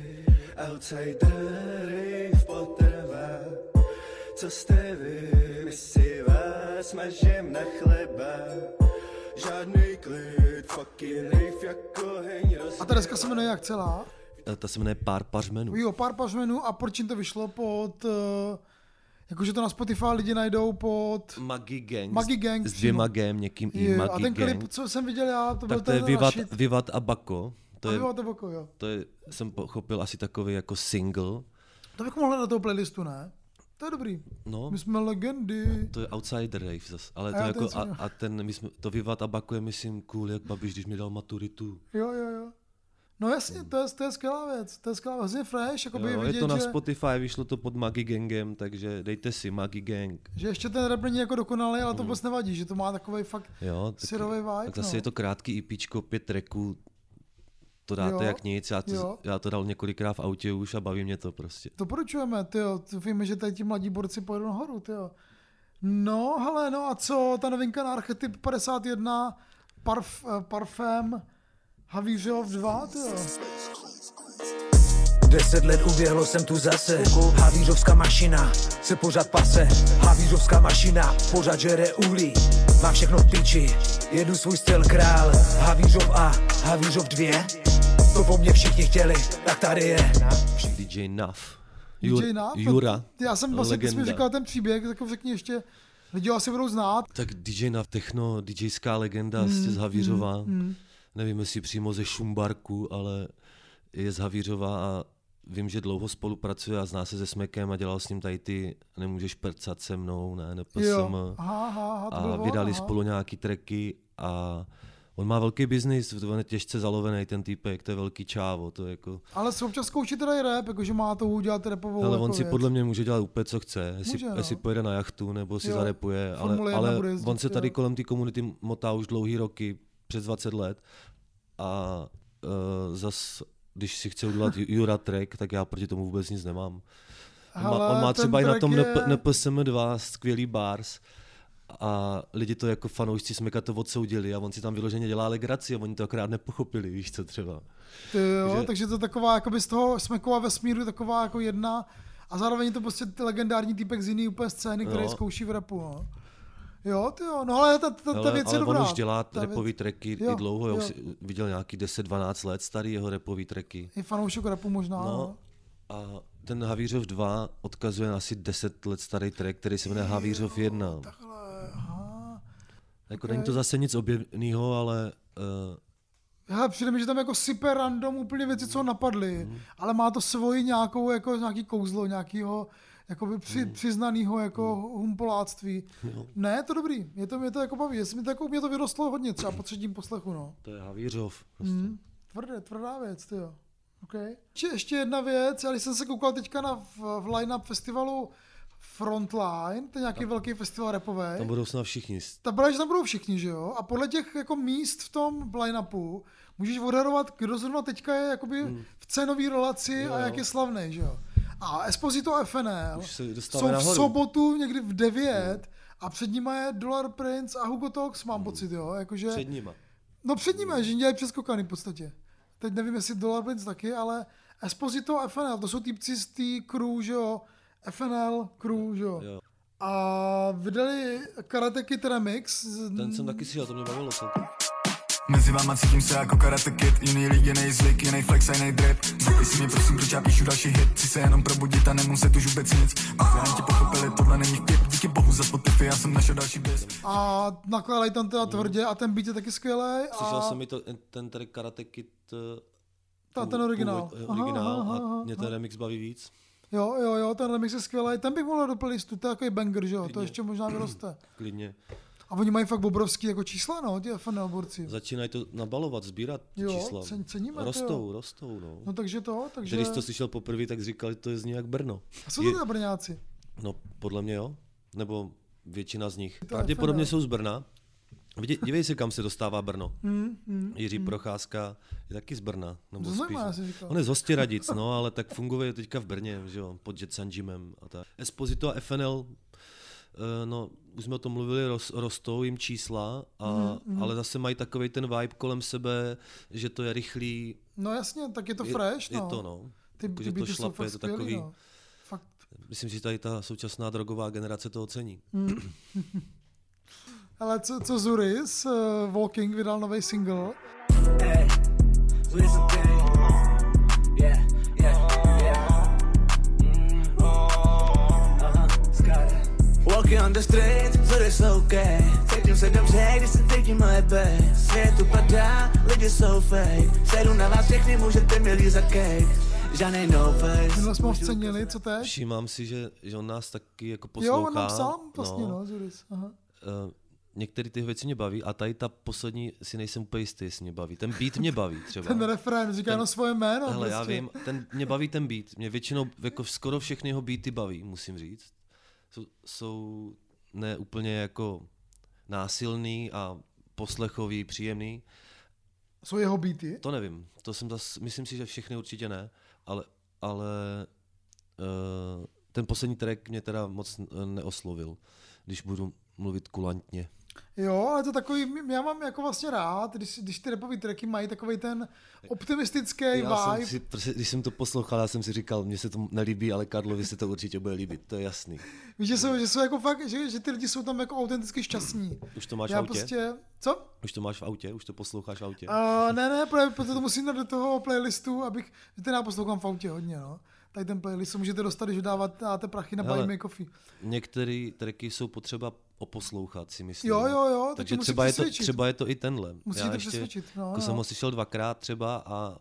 Outsidery v potrvá. Co jste vy, my si vás smažem na chleba. Žádnej klid, fucking rave jako heň rozdíl. A ta deska se jmenuje jak celá? Ta se jmenuje Pár pařmenů. Jo, Pár pařmenů a proč jim to vyšlo pod... Jakože to na Spotify lidi najdou pod... Maggie Gang. Maggie Gang. S 2 G, někým i Maggie Gang. A ten klip, co jsem viděl já, to byl tak to je Vivat a Bako. Vivat a Bako, jo. To je, jsem pochopil, asi takový jako single. To bych mohl na toho playlistu, ne? To je dobrý. No. My jsme legendy. To je Outsider Rave zase, ale to jako to Vivat a Bako je myslím cool jak Babiš, když mi dal maturitu. Jo. No jasně, to je skvělá věc, hrozně fresh, jakoby jo, vidět, je to na Spotify, vyšlo to pod Maggie Gangem, takže dejte si Maggie Gang. Že ještě ten rap není jako dokonalý, ale to vůbec nevadí, že to má takovej fakt syrový vibe. Tak zase je to krátký EPčko, 5 tracků, to dáte jak nic, já to dal několikrát v autě už a baví mě to prostě. Doporučujeme, tyjo, víme, že tady ti mladí borci pojedou nahoru, tyjo. No, hele, no a co, ta novinka na Archetyp 51, Parfém, Havířov 2, tyjo. 10 let uběhlo jsem tu zase, havířovská mašina se pořád pase, havířovská mašina pořád žere uhlí, má všechno v piči, jedu svůj styl král, Havířov a Havířov 2, to po mně všichni chtěli, tak tady je. DJ Nuff. Jura. Já jsem vlastně, když mi říkal ten příběh, tak řekni ještě, lidi asi budou znát. Tak DJ Nuff, techno, DJská legenda z Havířova, nevím jestli přímo ze Šumbarku, ale je z Havířova a vím, že dlouho spolupracuje a zná se se Smekem a dělal s ním tady ty Nemůžeš prcat se mnou, ne, NPSM. A vydali spolu nějaký tracky a on má velký biznis, on je těžce zalovený ten týpek, to je velký čávo, to je jako... Ale se občas zkouší teda i rap, jakože má to udělat rapovou. Ale jako on si podle mě může dělat úplně co chce, jestli pojede na jachtu nebo si zarepuje, ale on se tady kolem té komunity motá už dlouhý roky, přes 20 let a zas když si chce udělat Jura track, tak já proti tomu vůbec nic nemám. Hele, On má třeba i na tom je... NPSM 2 skvělý bars a lidi to jako fanoušci Smeka to odsoudili a on si tam vyloženě dělá legraci a oni to akorát nepochopili, víš co třeba. Takže to taková jakoby z toho Smekova vesmíru taková jako jedna a zároveň je to prostě legendární týpek z jiný úplně scény, který zkouší v rapu. No. Jo, no ale ta věc je dobrá. Ale on už dělá rapový tracky i dlouho, já už viděl nějaký 10-12 let starý jeho rapový tracky. Je fanoušek rapu možná. No. A ten Havířov 2 odkazuje na asi 10 let starý track, který se jmenuje Havířov 1. Takhle, aha. Jako není to zase nic objevného, ale... Hele, přijde mi, že tam jako sype random úplně věci, co ho napadly, ale má to svoji nějakou, jako nějaký kouzlo, nějakýho jakoby přiznanýho jako humpoláctví. Ne, je to dobrý, mě to jako baví, mě to vyrostlo hodně třeba po třetím poslechu, no. To je Havířov. Prostě. Tvrdá věc, tyjo. Okay. Ještě jedna věc, když jsem se koukal teďka v line-up festivalu Frontline, to je nějaký velký festival rapový. Tam budou snad všichni. Tam budou všichni, že jo? A podle těch jako míst v tom line-upu můžeš odhadovat, kdo zrovna teďka je jakoby v cenové relaci a jak je slavnej, že jo? A Esposito a FNL jsou v sobotu někdy v 9 a před nima je Dollar Prince a Hugo Talks, mám pocit, jo? Jakože, před nima. No před nima, že dělají přeskokany v podstatě. Teď nevím, jestli Dollar Prince taky, ale Esposito a FNL, to jsou týpci z té crew, že jo? FNL crew, že jo? A vydali Karate Kid remix. Ten jsem taky si, to mě bavilo. Mezi váma cítím se jako Karate Kid, jiný lidi, jiný zvyk, jiný flex a jiný drip. Řekli si mi prosím, proč já píšu další hit, chci se jenom probudit a nemuset už vůbec nic. A ti pochopili, tohle není vtip, díky bohu za Spotify, já jsem našel další bis. A nakládají tam teda tvrdě a ten beat je taky skvělej. Slyšel jsem mi ten tady Karate Kid, ten originál. A mě ten remix baví víc. Jo, ten remix je skvělej, ten bych mohl do playlistu, to je takový banger, že jo, to ještě možná vyroste. Klidně. A oni mají fakt obrovský jako čísla, no, ti FNL borci. Začínají to nabalovat, sbírat čísla. Ceníme Rostou, no. No takže. Když to slyšel poprvé, tak říkal, že to je zní jak Brno. A jsou to teda Brňáci? No, podle mě jo. Nebo většina z nich. Pravděpodobně jsou z Brna. Dívej se, kam se dostává Brno. Jiří Procházka je taky z Brna. Nebo spíš, on je z Hostěradic, no, ale tak funguje teďka v Brně, že jo, pod Jet Sanjimem a tak. Esposito a FNL, no, už jsme o tom mluvili, rostou jim čísla, ale zase mají takovej ten vibe kolem sebe, že to je rychlý. No jasně, tak je to fresh, no. Je to, no. Ty to šlape, je to takový, no. Fakt. Myslím, že tady ta současná drogová generace to ocení. Ale co Zuris, Walking vydal nový single. Hey, Walking on the street, Zuris okay. Cítím se dobře, když se cítím moje babe. Svět upadá, lidi jsou fake. Sedu na vás všechny, můžete mi lízat cake. Žádnej no face. Minule jsme ho vcenili, co teď? Všímám si, že on nás taky jako poslouchá. Jo, on nám psal vlastně, no Zuris. Aha. Některé ty věci mě baví a tady ta poslední si nejsem úplně jistý, jestli mě baví. Ten beat mě baví třeba. Ten refrén, říká jenom svoje jméno. Hele, prostě. já vím, mě baví ten beat. Mě většinou jako skoro všechny jeho beaty baví, musím říct. Jsou ne úplně jako násilný a poslechový, příjemný. Jsou jeho beaty? To nevím. To jsem myslím si, že všechny určitě ne, ale ten poslední track mě teda moc neoslovil, když budu mluvit kulantně. Jo, ale to takový, já mám jako vlastně rád, když ty rapový tracky mají takovej ten optimistický vibe. Když jsem to poslouchal, já jsem si říkal, mně se to nelíbí, ale Karlovi se to určitě bude líbit, to je jasný. Víš, že jsou jako fakt, že ty lidi jsou tam jako autenticky šťastní. Už to máš v autě? Prostě, co? Už to máš v autě? Už to posloucháš v autě? Ne, proto to musím dát do toho playlistu, že ten já poslouchám v autě hodně, no. Tady ten playlist můžete dostat, když dáte prachy na Buy Me Coffee. Některé tracky jsou potřeba oposlouchat, si myslím. Jo, takže třeba je to i tenhle. Musíte přesvědčit. No, jsem ho slyšel 2krát třeba a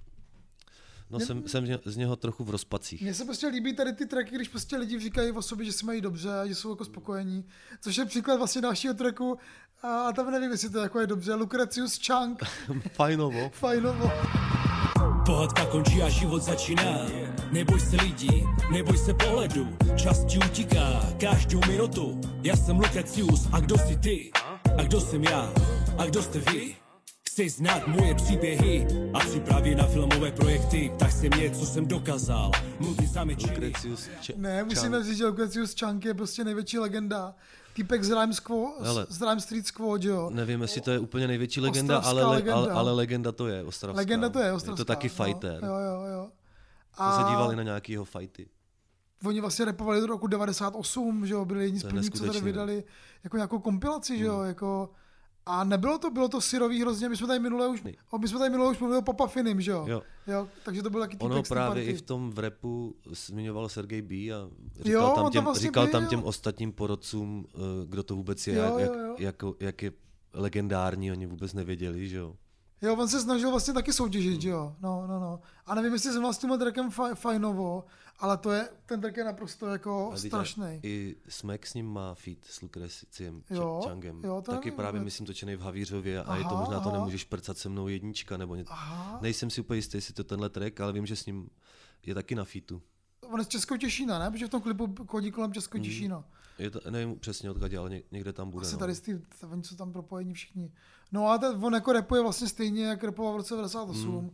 jsem z něho trochu v rozpacích. Mně se prostě líbí tady ty tracky, když prostě lidi říkají o sobě, že si mají dobře a že jsou jako spokojení. Což je příklad vlastně dalšího tracku a tam nevím, jestli to jako je dobře. Lucretius Chunk. Fajnovo. Pohádka končí a život začíná. Neboj se lidí, neboj se pohledu. Čas ti utíká, každou minutu. Já jsem Lucretius, a kdo jsi ty? A kdo jsem já? A kdo jste vy? Chceš znát moje příběhy a připravit na filmové projekty, tak se mě, co jsem dokázal. Mluví sami činy. Ne, musíme říct, že Lucretius Chunk je prostě největší legenda. Týpek z Rhyme Street Squad, jo. Nevím, jestli to je úplně největší legenda, ale legenda to je, ostravská. Legenda to je, ostravská. Je to taky fighter. Jo. A se dívali na nějakýho fighty. Oni vlastně rapovali do roku 98, že jo, byli jedni z prvních, co tady vydali jako nějakou kompilaci, že jo, jako. A bylo to syrový hrozně, my jsme tady minule už mluvili o Papa Finim, že jo? Jo, takže to byl taky týpek. Ono právě i v rapu zmiňoval Sergej B. a říkal tam těm ostatním porodcům, kdo to vůbec je, jak je legendární, oni vůbec nevěděli, že jo? Jo, on se snažil vlastně taky soutěžit, že jo? No. A nevím, jestli jsem vlastně tím trackem fajnovo, ale ten track je naprosto jako strašný. I Smek s ním má feat s Lucretiem Chungem. Taky právě myslím točený v Havířově a je to možná to nemůžeš prcat se mnou jednička nebo něco. Nejsem si úplně jistý, jestli to tenhle track, ale vím, že s ním je taky na featu. On je z Českého Těšína, ne? Protože v tom klipu chodí kolem Českého Těšína. Nevím přesně odkud, ale někde tam bude. Asi tady oni jsou tam propojení všichni. No a on jako rapuje vlastně stejně, jak rapoval v roce 98.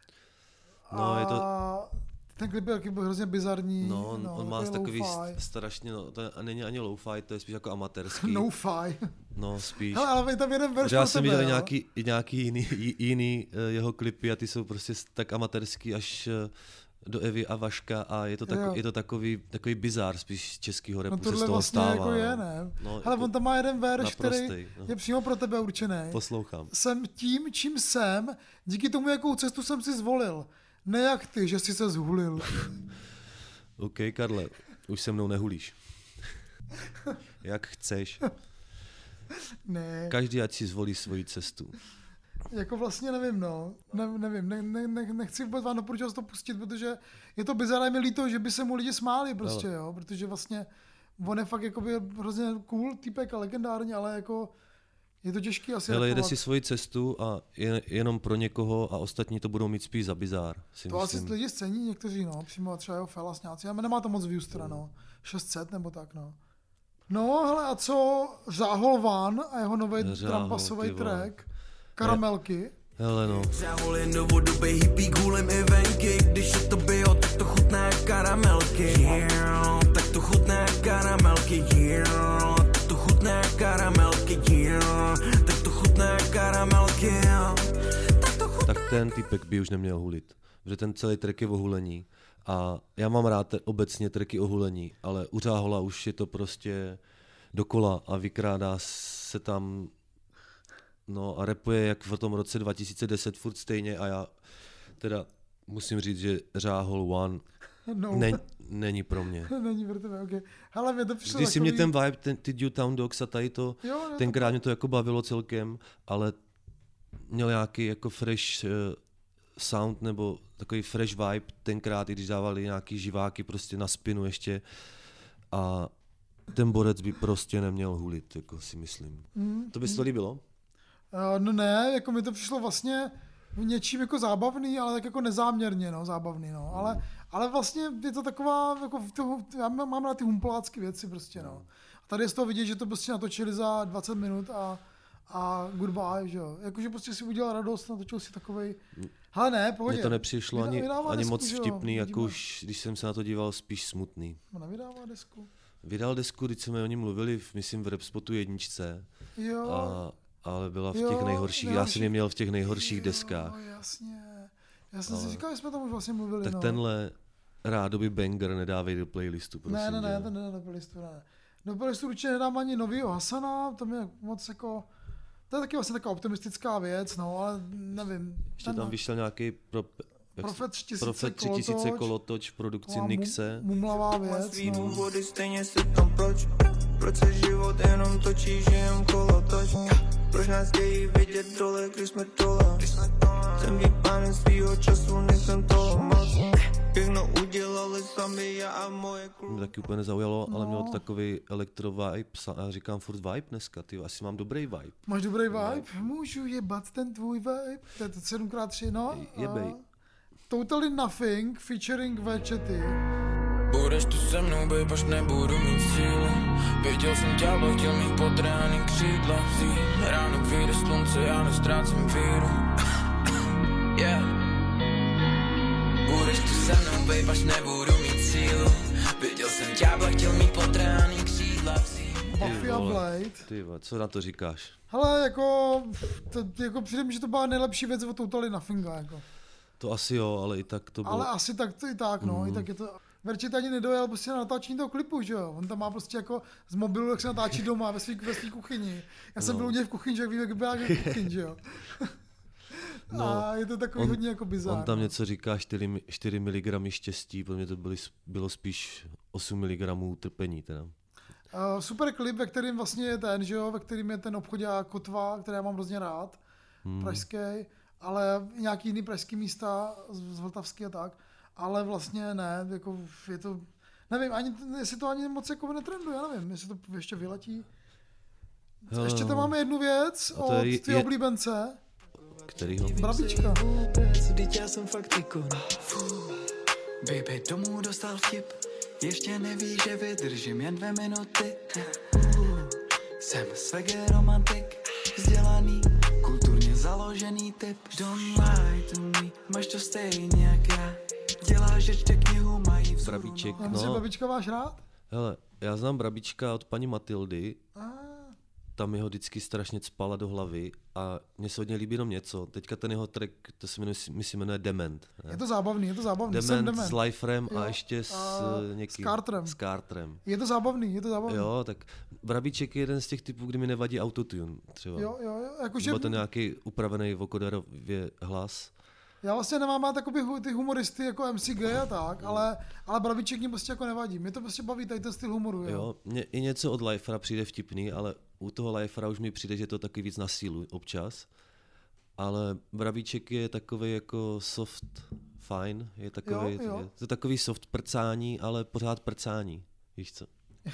No, je to... Ten klip je hrozně bizarní. No, on má takový strašně, to není ani lo-fi, to je spíš jako amatérský. No-fi. No, spíš. Hele, ale je tam jeden verš pro já jsem tebe, viděl nějaký jiný jeho klipy a ty jsou prostě tak amatérský až do Evy a Vaška a je to takový bizár spíš z českého rapu, se z toho vlastně stává. Jako je, ne? No, hele, on tam má jeden verš, který je přímo pro tebe určený. Poslouchám. Jsem tím, čím jsem, díky tomu, jakou cestu jsem si zvolil. Ne jak ty, že jsi se zhulil. OK, Karle, už se mnou nehulíš. Jak chceš. Ne. Každý ať si zvolí svoji cestu. Jako vlastně nevím, no. Nechci vůbec vám doporučovat to pustit, protože je to bizarní, je mi líto, že by se mu lidi smáli prostě, jo. Protože vlastně on je fakt jakoby hrozně cool týpek a legendární, ale jako je to těžký asi. Hele, jede si svoji cestu a jenom pro někoho a ostatní to budou mít spíš za bizár. To asi lidi scéní někteří, no. Přímo třeba jeho Felasňáci. Ale nemá to moc views teda, no. 600 nebo tak, no. No, hele, a co Řáhol Van a jeho nový trampasový track? Karamelky. Hele no. Řáhol jen do vodu, bej hippie, gůlem i venky. Když je to bio, tak to chutná jak karamelky. Tak to chutná jak karamelky. Tak to chutná jak karamelky. Tak to chutná jak karamelky. Tak ten týpek by už neměl hulit. Protože ten celý track je o hulení. A já mám rád obecně tracky o hulení, ale u Řáhola už je to prostě dokola a vykrádá se tam. No a rapuje jak v tom roce 2010 furt stejně a já teda musím říct, že Řáhol One není pro mě. Není pro tebe, okej. Hele, mě to přišlo když si mě ten vibe, ty Newtown Dogs a tady to, tenkrát mě to jako bavilo celkem, ale měl nějaký jako fresh sound nebo takový fresh vibe tenkrát, i když dávali nějaký živáky prostě na spinu ještě a ten borec by prostě neměl hulit, jako si myslím. To by se to líbilo? No ne, jako mi to přišlo vlastně něčím jako zábavný, ale tak jako nezáměrně, no, zábavný, no. Ale vlastně je to taková, jako já mám na ty humpolácké věci prostě, no. A tady je z toho vidět, že to prostě natočili za 20 minut a goodbye, že jo. Jakože prostě si udělal radost, natočil si takovej, hele ne, pohodě. Mně to nepřišlo ani moc vtipný, jako už, když jsem se na to díval, spíš smutný. Nevydává desku? Vydal desku, když jsme o ní mluvili, myslím v Rapspotu 1. Jo. Ale byla v těch nejhorších, já jsem je měl v těch nejhorších deskách. Jasně. Já jsem si říkal, že jsme tam už vlastně mluvili. Tak tenhle rádoby banger nedávej do playlistu, prosím. Ne, ten nedá do playlistu, ne. Do playlistu určitě nedám ani novýho Hasana, to mě moc jako, to je taky vlastně taková optimistická věc, no, ale nevím. Ještě tam vyšel nějaký Profet 3000 kolotoč v produkci Nixe. Mumlavá věc, no. Důvody stejně se tam proč se život jenom točí, žijem kolotoč. Proč nás dějí vidět dole, když jsme dole. Jsem pánem svýho času, nejsem toho moc. Všechno udělali sami, já a moje kluby. Mě taky úplně nezaujalo, ale mělo to takový elektro vibe a říkám furt vibe dneska, ty asi mám dobrý vibe. Máš dobrý vibe? Můžu jebat ten tvůj vibe? To je 7x3, no. Jebej. Totally Nothing featuring Večety. Budeš tu se mnou, babe, až nebudu mít síly. Viděl jsem ďábla, chtěl mít podrány křídla. Ráno vyjde slunce, já nestrácím víru. Yeah. Budeš tu se mnou, babe, až nebudu mít sílu. Viděl jsem ďábla, chtěl mít podrány křídla. Mafia Blade. Ty vole, co na to říkáš? Hele, jako přijde mi, že to byla nejlepší věc od Totally Nothinga, jako. To asi jo, ale i tak to bylo... Ale asi tak to i tak, no, i tak je to... Verčit ani nedojel prostě na natáčení toho klipu, že jo? On tam má prostě jako z mobilu, jak se natáčí doma ve svý kuchyni. Já jsem byl u něj v kuchyni, že jak vím, jak byla kuchyň, že jo? A je to takový hodně jako bizár. On tam něco říká 4 mg štěstí, pro mě to bylo spíš 8 mg utrpení teda. Super klip, ve kterým vlastně je ten, že jo, ve kterým je ten obchodák Kotva, který já mám hrozně rád, pražský, ale i nějaký jiný pražský místa z Vltavský a tak, ale vlastně ne, jako je to, nevím, jestli to ani moc jako netrenduje, já nevím, jestli to ještě vyletí. Ještě tam máme jednu věc od tvého oblíbence. Kterýho? Brabička. Vždyť já jsem fakt ikon. Baby, domů dostal vtip. Ještě neví, že vydržím jen 2 minuty. Jsem swagger romantik, vzdělaný, kulturně založený typ. Don't lie to me, máš to stejně jak já. Děláš, že čte knihu, mají vzor. Brabíček, Já myslím, Brabička máš rád? Hele, já znám Brabička od paní Matildy. Tam jeho vždycky strašně cpala do hlavy a mně se hodně líbí jenom něco. Teďka ten jeho track, to se jmenuje Dement. Ne? Je to zábavný. Dement s Liferem a ještě s někým. S Carterem. Je to zábavný. Jo, tak Brabiček je jeden z těch typů, kdy mi nevadí autotune třeba. Jo, jakože... Nebo ten nějaký upravený vokoderově hlas. Já vlastně nemám rád ty humoristy jako MCG a tak, ale Brabiček mě prostě jako nevadí. Mě to prostě baví tady ten styl humoru. Jo, mě i něco od Lifera přijde vtipný, ale u toho Lifera už mi přijde, že to taky víc na sílu občas. Ale Brabiček je takový jako soft fine, je takový, jo. Je to takový soft prcání, ale pořád prcání, víš co?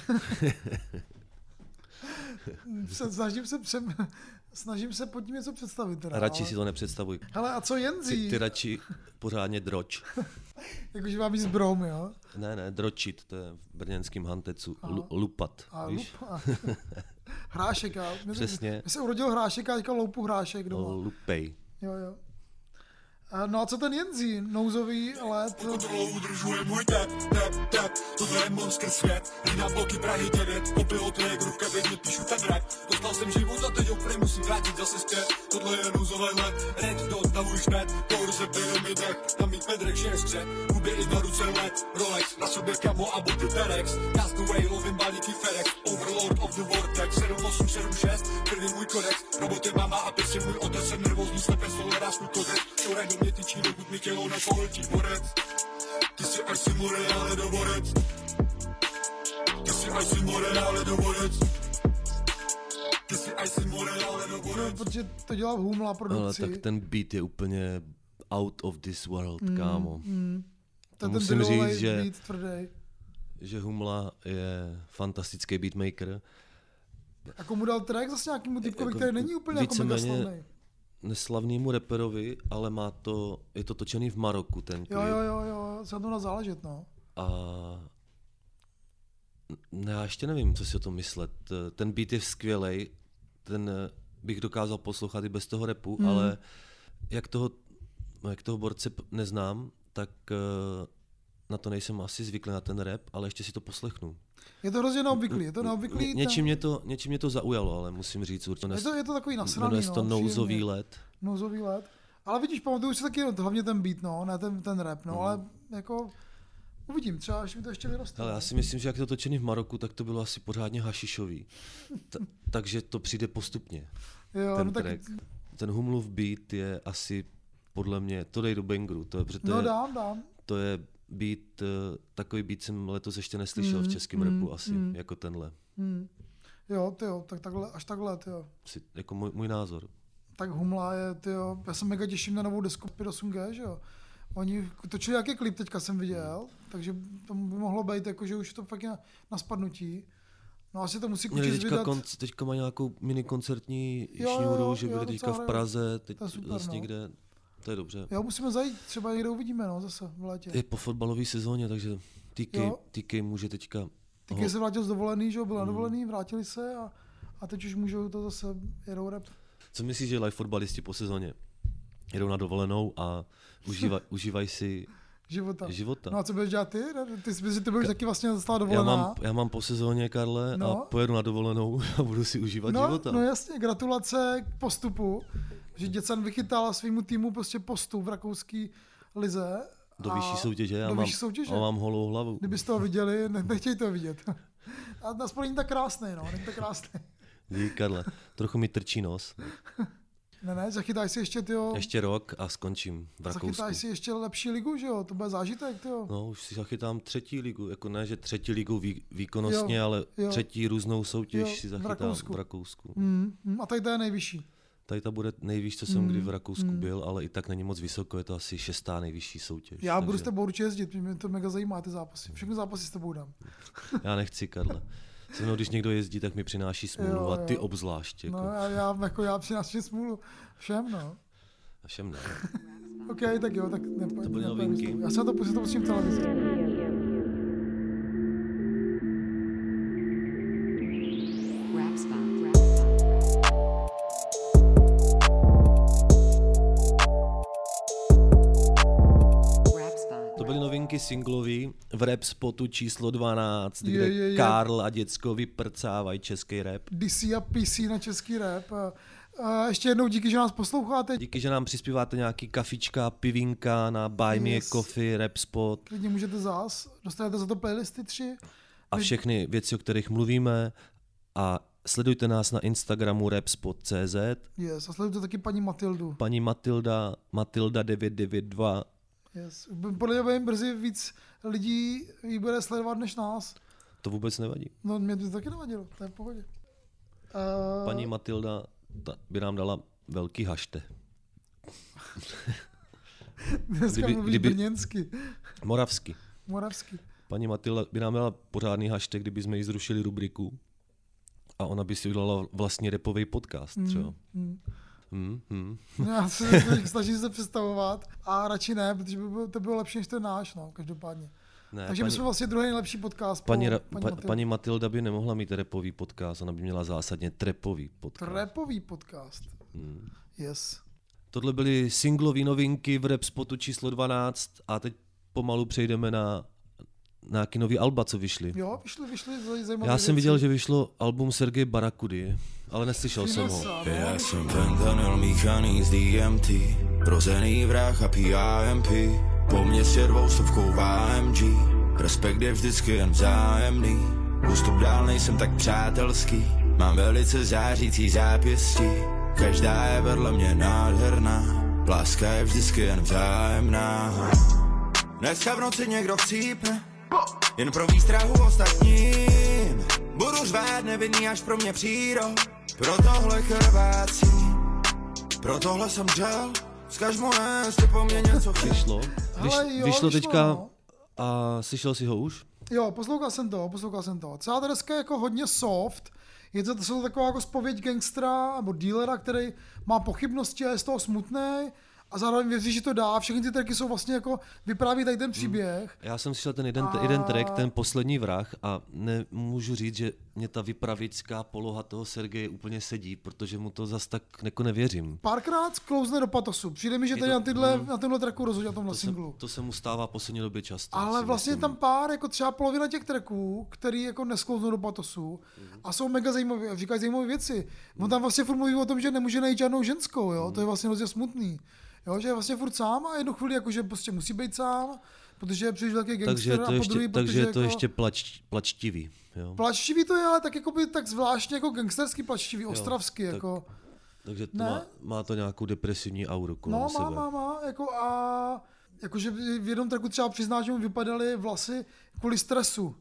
Snažím se pod tím něco představit. Teda, radši si to nepředstavuj. Hele, a co Jenzí? Ty radši pořádně droč. Jakože mám jíst brom, jo? Ne, dročit, to je v brněnském Hantecu. Lupat, víš? Hrášek, já. Přesně. Mě se urodil Hrášek a teďka loupu Hrášek doma. Lupej. Jo. No a co ten Jenzí? Nouzový let? Kontrolou udržuje můj tep. Tohle je monster svět. Líná bloky Prahy 9. Popil track, ruka vědět, píšu ten rap. Dostal jsem život a teď ho musím vrátit zase zpět. Tohle je nouzové let. Red dot, tavuj špet. Kourze bere mi dech. Tam mít Pedrek, že je skřet. Hubě i na ruce let. Rolex, na sobě kamo a boty Terex. Cast away, lovím balíky Fedex. Overlord of the Vortex. 7876, první můj kodex. Roboty mama a pes je můj otec. Jsem nervózní, slepé solera, svůj kodex. Čoraj do mě tyčí, dokud mi tělo nepohltí borec. Ty si až si moreále do borec. Ty si až si moreále do borec. Ty si až si moreále do borec. Protože to dělá v Humla produkci. Ale tak ten beat je úplně out of this world, kámo. Musím říct, že Humla je fantastický beatmaker. A komu dal track zase nějakému typkovi, který není úplně jako mega slavný? Neslavnému reperovi, ale je to točený v Maroku, ten klip. Jo, se to na záležet, no. A já ještě nevím, co si o tom myslet. Ten beat je skvělej, ten bych dokázal poslouchat i bez toho rapu, ale jak toho borce neznám, tak na to nejsem asi zvyklý na ten rap, ale ještě si to poslechnu. Je to hrozně neobvyklý, Něčím mě to zaujalo, ale musím říct určitě. Je to takový nasraný, jmenuje to Nouzový let. Nouzový let. Ale vidíš, pamatuju si taky hlavně ten beat, no, ne ten rap, no, ale jako uvidím, třeba až mi to ještě vyroste. Ale já si myslím, že jak to točený v Maroku, tak to bylo asi pořádně hašišový. Takže to přijde postupně. Jo, ten track. Ten Humlův beat je asi podle mě, to dej do bangru, dám. To je beat, takový beat jsem letos ještě neslyšel v českém rapu asi, jako tenhle. Jo, tak takhle, až takhle, tyjo. Jako můj názor. Tak Humla je, tyjo, já se mega těším na novou desku 8G, že jo. Oni točili nějaký klip, teďka jsem viděl, takže to by mohlo být, jako, že už to fakt je na spadnutí. No asi to musí Kučis vydat. Teďka má nějakou mini koncertní šňůru, že bude teďka v Praze, teď zase někde. To je dobře. Jo, musíme zajít, třeba někde uvidíme, no, zase v létě. Je po fotbalové sezóně, takže TK může teďka... TK se vrátil z dovolený, že jo, byl na dovolený, vrátili se a teď už můžou to zase jedou rap. Co myslíš, že live fotbalisti po sezóně jedou na dovolenou a užívají si života? No a co budeš dělat ty? Ty si myslíš, že ty budeš taky vlastně zastala dovolená? Já mám po sezóně, Karle, a pojedu na dovolenou a budu si užívat života. No jasně, gratulace k postupu, že Děcan vychytal svýmu týmu prostě postup v rakouský lize. Do vyšší soutěže, a mám holou hlavu. Kdybyste to viděli, nechtějí to vidět. A aspoň není tak krásný, není tak krásný. Díky, Karle, trochu mi trčí nos. Ne, zachytáš si ještě, tyjo. Ještě rok a skončím v Rakousku. Zachytáš si ještě lepší ligu, že jo? To bude zážitek, tyjo. No, už si zachytám 3. ligu, jako ne, že 3. ligu výkonnostně, ale 3. různou soutěž si zachytám v Rakousku. A tady to je nejvyšší. Tady to bude nejvíc, co jsem kdy v Rakousku byl, ale i tak není moc vysoko, je to asi 6. nejvyšší soutěž. Já budu s tebou určitě jezdit, mě to mega zajímá ty zápasy. Všechny zápasy s tebou dám. Já nechci, Karle. Se mnou, když někdo jezdí, tak mi přináší smůlu a ty obzvlášť. Jako. No, já přináším smůlu všem, no. A všem ne. OK, tak jo, tak to byly novinky. Já se to pustím v televizi. Singlový v rap spotu číslo 12, kde Karl a Děcko vyprcávají český rap. DC a PC na český rap. A ještě jednou díky, že nás posloucháte. Díky, že nám přispíváte nějaký kafička, pivinka na Buy Me a Coffee, rap spot. Klidně můžete dostanete za to playlisty 3. A všechny věci, o kterých mluvíme. A sledujte nás na Instagramu rapspot.cz. Yes, a sledujte taky paní Matildu. Paní Matilda 992. Yes. Podle mě brzy víc lidí jí bude sledovat než nás. To vůbec nevadí. No mě to taky nevadilo, to je v pohodě. Paní Matilda by nám dala velký hašte. Dneska mluvíš brněnsky. Moravsky. Paní Matilda by nám dala pořádný hašte, kdyby jsme jí zrušili rubriku a ona by si udělala vlastní rapový podcast třeba. Já se snažím se představovat a radši ne, protože to bylo lepší než ten náš, no, každopádně. Ne, takže my jsme vlastně druhý nejlepší podcast. Paní Matilda by nemohla mít rapový podcast, ona by měla zásadně trapový podcast. Trapový podcast. Yes. Tohle byly singlové novinky v rap spotu číslo 12 a teď pomalu přejdeme na nějaký nový alba, co vyšly. Jo, vyšly zajímavé Já jsem viděl, že vyšlo album Sergeje Barakudy, ale neslyšel jsem ho. Já jsem fentanyl míchaný z DMT, rozený vrah a PIMP, po městě 200 v AMG, respekt je vždycky jen vzájemný, ústup dál nejsem tak přátelský, mám velice zářící zápěstí, každá je vedle mě nádherná, láska je vždycky jen vzájemná. Dneska v noci někdo chcípne, jen pro výstrahu ostatním, budu řvát nevinný, až pro mě přijdou, pro tohle krvácím, pro tohle jsem dřel, vzkaž mu ne, jestli po mně něco chtěš. Vyšlo teďka a slyšel si ho už? Jo, poslouchal jsem to. Celá ta deska je jako hodně soft, to jsou taková jako zpověď gangstera nebo dealera, který má pochybnosti a je z toho smutný. A zároveň věří, že to dá. Všechny ty tracky jsou vlastně jako vypráví tady ten příběh. Já jsem slyšel ten jeden track, ten Poslední vrah a nemůžu říct, že mě ta vypravěčská poloha toho Sergeje úplně sedí, protože mu to zas tak jako nevěřím. Párkrát sklouzne do patosu. Přijde mi, že tady na tomhle tracku rozhodně na tomhle singlu. To se mu stává poslední době často. Ale vlastně tam pár, jako třeba polovina těch tracků, který jako nesklouznou do patosu a jsou mega zajímavé, říkají zajímavé věci. On tam vlastně furt mluví o tom, že nemůže najít žádnou ženskou, jo? To je vlastně hrozně smutný. Jo, že je vlastně furt sám a jednu chvíli jakože prostě musí být sám, protože je příliš velký gangster a po druhý, takže je to jako, ještě plačtivý. Jo. Plačtivý to je, ale tak, jakoby, tak zvláštně jako gangsterský plačtivý, ostravský. Tak, jako. Takže to má to nějakou depresivní auru kolem sebe. Má. Jako a jakože v jednom tracku třeba přizná, že mu vypadaly vlasy kvůli stresu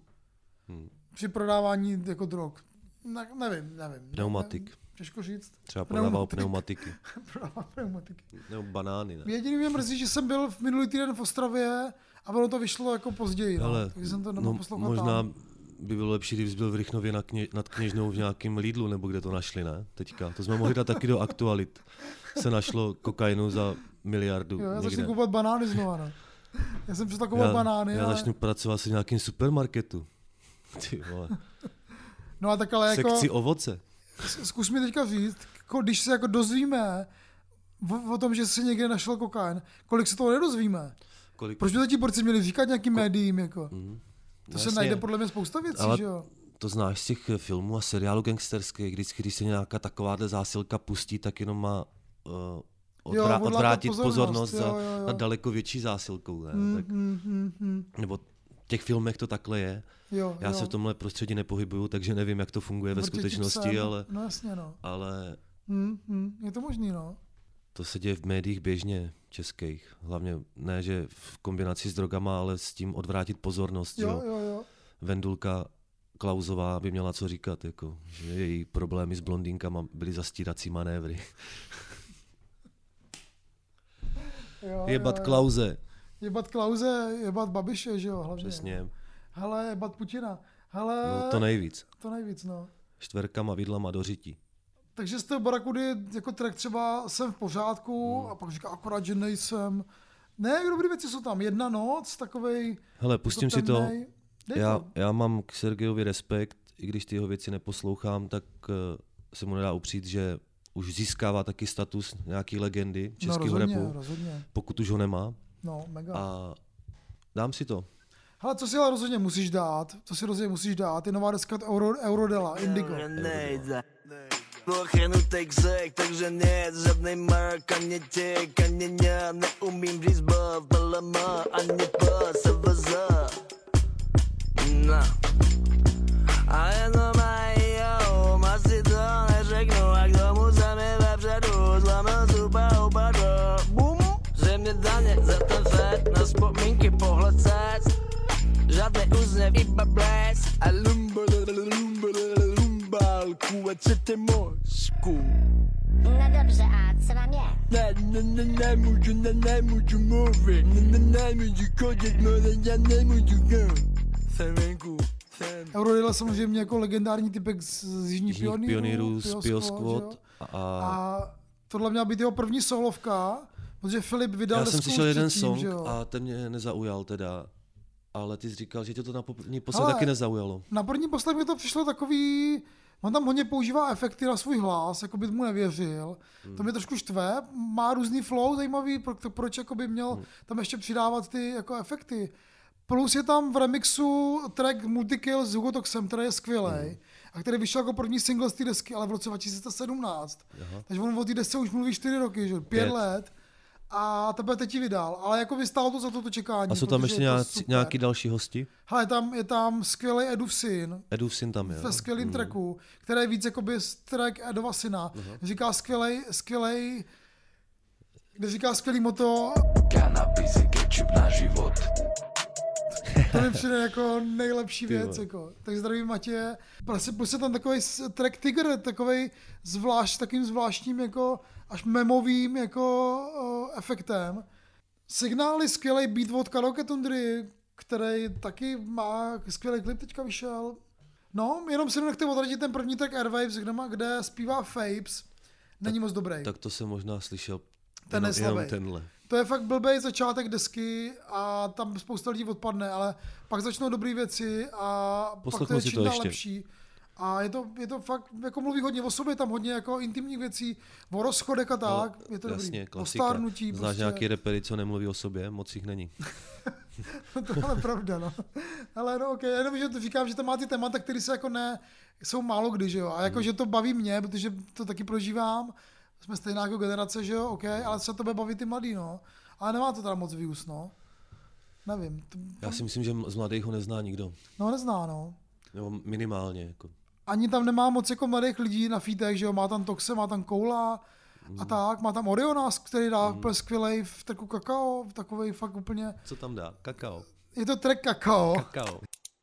při prodávání jako drog. Nevím. Pneumatik. Těžko říct. Třeba prodával pneumatiky. Pneumatiky. Nebo banány, ne? Jediný mě mrzí, že jsem byl v minulý týden v Ostravě a ono to vyšlo jako později. Ale, takže jsem to nemohl poslouchat možná by bylo lepší, kdybys byl v Rychnově nad Kněžnou v nějakém Lidlu, nebo kde to našli, ne? Teďka. To jsme mohli dát taky do aktualit. Se našlo kokainu za miliardu. Jo, já někde. začnu kupovat banány znova, ne? Já jsem přetakoval banány. Já začnu pracovat v nějakým supermarketu. Ty vole. No a tak ale jako... Sekci ovoce. Zkus mi teďka říct, když se jako dozvíme o tom, že se někde našel kokain, kolik se toho nedozvíme? Proč by to ti borci měli říkat nějakým médiím? Jako? To se najde podle mě spousta věcí, ale že jo? To znáš z těch filmů a seriálů gangsterských, vždycky, když se nějaká takováhle zásilka pustí, tak jenom má odvrátit pozornost na daleko větší zásilkou. Ne? Tak, nebo v těch filmech to takhle je. Já se v tomhle prostředí nepohybuju, takže nevím, jak to funguje ve skutečnosti, ale... No jasně, no. Ale... Je to možný, no. To se děje v médiích běžně českých. Hlavně ne, že v kombinaci s drogama, ale s tím odvrátit pozornost. Jo. Vendulka Klausová by měla co říkat, jako, že její problémy s blondýnkama byly zastírací manévry. Jebat Klause. Jebat Klause, jebat Babiše, že jo, hlavně. Přesně. Hele, jebat Putina. Hele, no, to nejvíc. To nejvíc, no. Štverkama, vidlama do řití. Takže z toho Barakudy jako track třeba Jsem v pořádku a pak říká akorát, že nejsem. Ne, dobrý věci jsou tam. Jedna noc, takovej... Hele, pustím si to. Já mám k Sergejovi respekt, i když ty jeho věci neposlouchám, tak se mu nedá upřít, že už získává taky status nějaký legendy českého rapu, pokud už ho nemá. No, mega. A dám si to. Hele, co si ale rozhodně musíš dát, je nová deska od Eurodela, Indigo. Pochenutej ksek, takže nic, žádnej mark, ani těk, ani ně, neumím říct bav, balama, ani pas, SVZ. No. A jenom jo, asi to neřeknu, a k tomu se mi vepředu, zlomil zuba upadl, bum, země daně za ten fet, na vzpomínky pohled cest, žádný úzněv, iba blesk, a lumbal, chcete mozku. No dobře, a co vám je? Nemůžu mluvit, nemůžu chodit, já nemůžu jsem venku. Eurodela samozřejmě jako legendární typek z Jižních pionýrů, z Pio Squad. A tohle měla být jeho první solovka, protože Filip vydal já jsem slyšel jeden song že a ten mě nezaujal teda. Ale ty jsi říkal, že tě to na první poslech taky nezaujalo. Na první poslech mi to přišlo takový... On tam hodně používá efekty na svůj hlas, jako by mu nevěřil. To mě trošku štve. Má různý flow zajímavý, proč jako by měl tam ještě přidávat ty jako efekty. Plus je tam v remixu track Multikill s Hugo Toxem, který je skvělej. A který vyšel jako první single z té desky, ale v roce 2017. Aha. Takže on o té desce už mluví 4 roky, že? 5 let. A tebe teď vydal, ale jako by stálo to za toto čekání. A jsou tam ještě nějaký další hosti? Hele, je tam skvělý Edův syn. Edův syn tam je. Ve skvělým tracku, který je víc jakoby track Edova syna. Říká skvělej, kde říká skvělý moto. Kanabis je ketchup na život. To mi přijde jako nejlepší věc. Jako. Tak zdravím Matěje. Plus je tam takový track Tiger, takový takovým zvláštním jako až memovým jako efektem. Signály, skvělý beat od Karaoke Tundry, který taky má skvělý klip, teďka vyšel. No, jenom si nechte odradit ten první track Airwaves, kde zpívá Fapes. Není moc dobrý. Tak to jsem možná slyšel. Ten je slabý. Tenhle. To je fakt blbej začátek desky a tam spousta lidí odpadne, ale pak začnou dobré věci a pak to je čím dál lepší. A je to fakt, jako mluví hodně o sobě, tam hodně jako intimních věcí, o rozchodech a tak, je to jasně, dobrý. Klasika. O stárnutí. Znáš nějaký repery, co nemluví o sobě? Moc jich není. To je ale pravda, no. Ale no okej, jenom, že to říkám, že tam má ty témata, které se jako jsou málo kdy, že jo. A jako, že to baví mě, protože to taky prožívám. Jsme stejná jako generace, že jo, okej, ale třeba tebe baví ty mladý, no. Ale nemá to teda moc views, no. Nevím. Já si myslím, že z mladých ho nezná nikdo. No, nezná, no. Nebo minimálně, jako. Ani tam nemá moc jako mladých lidí na featech, že jo, má tam Toxe, má tam Koula a tak, má tam Oriona, který dá úplně skvělej v tracku Kakao, takovej fakt úplně... Co tam dá? Kakao. Je to track Kakao. Kakao.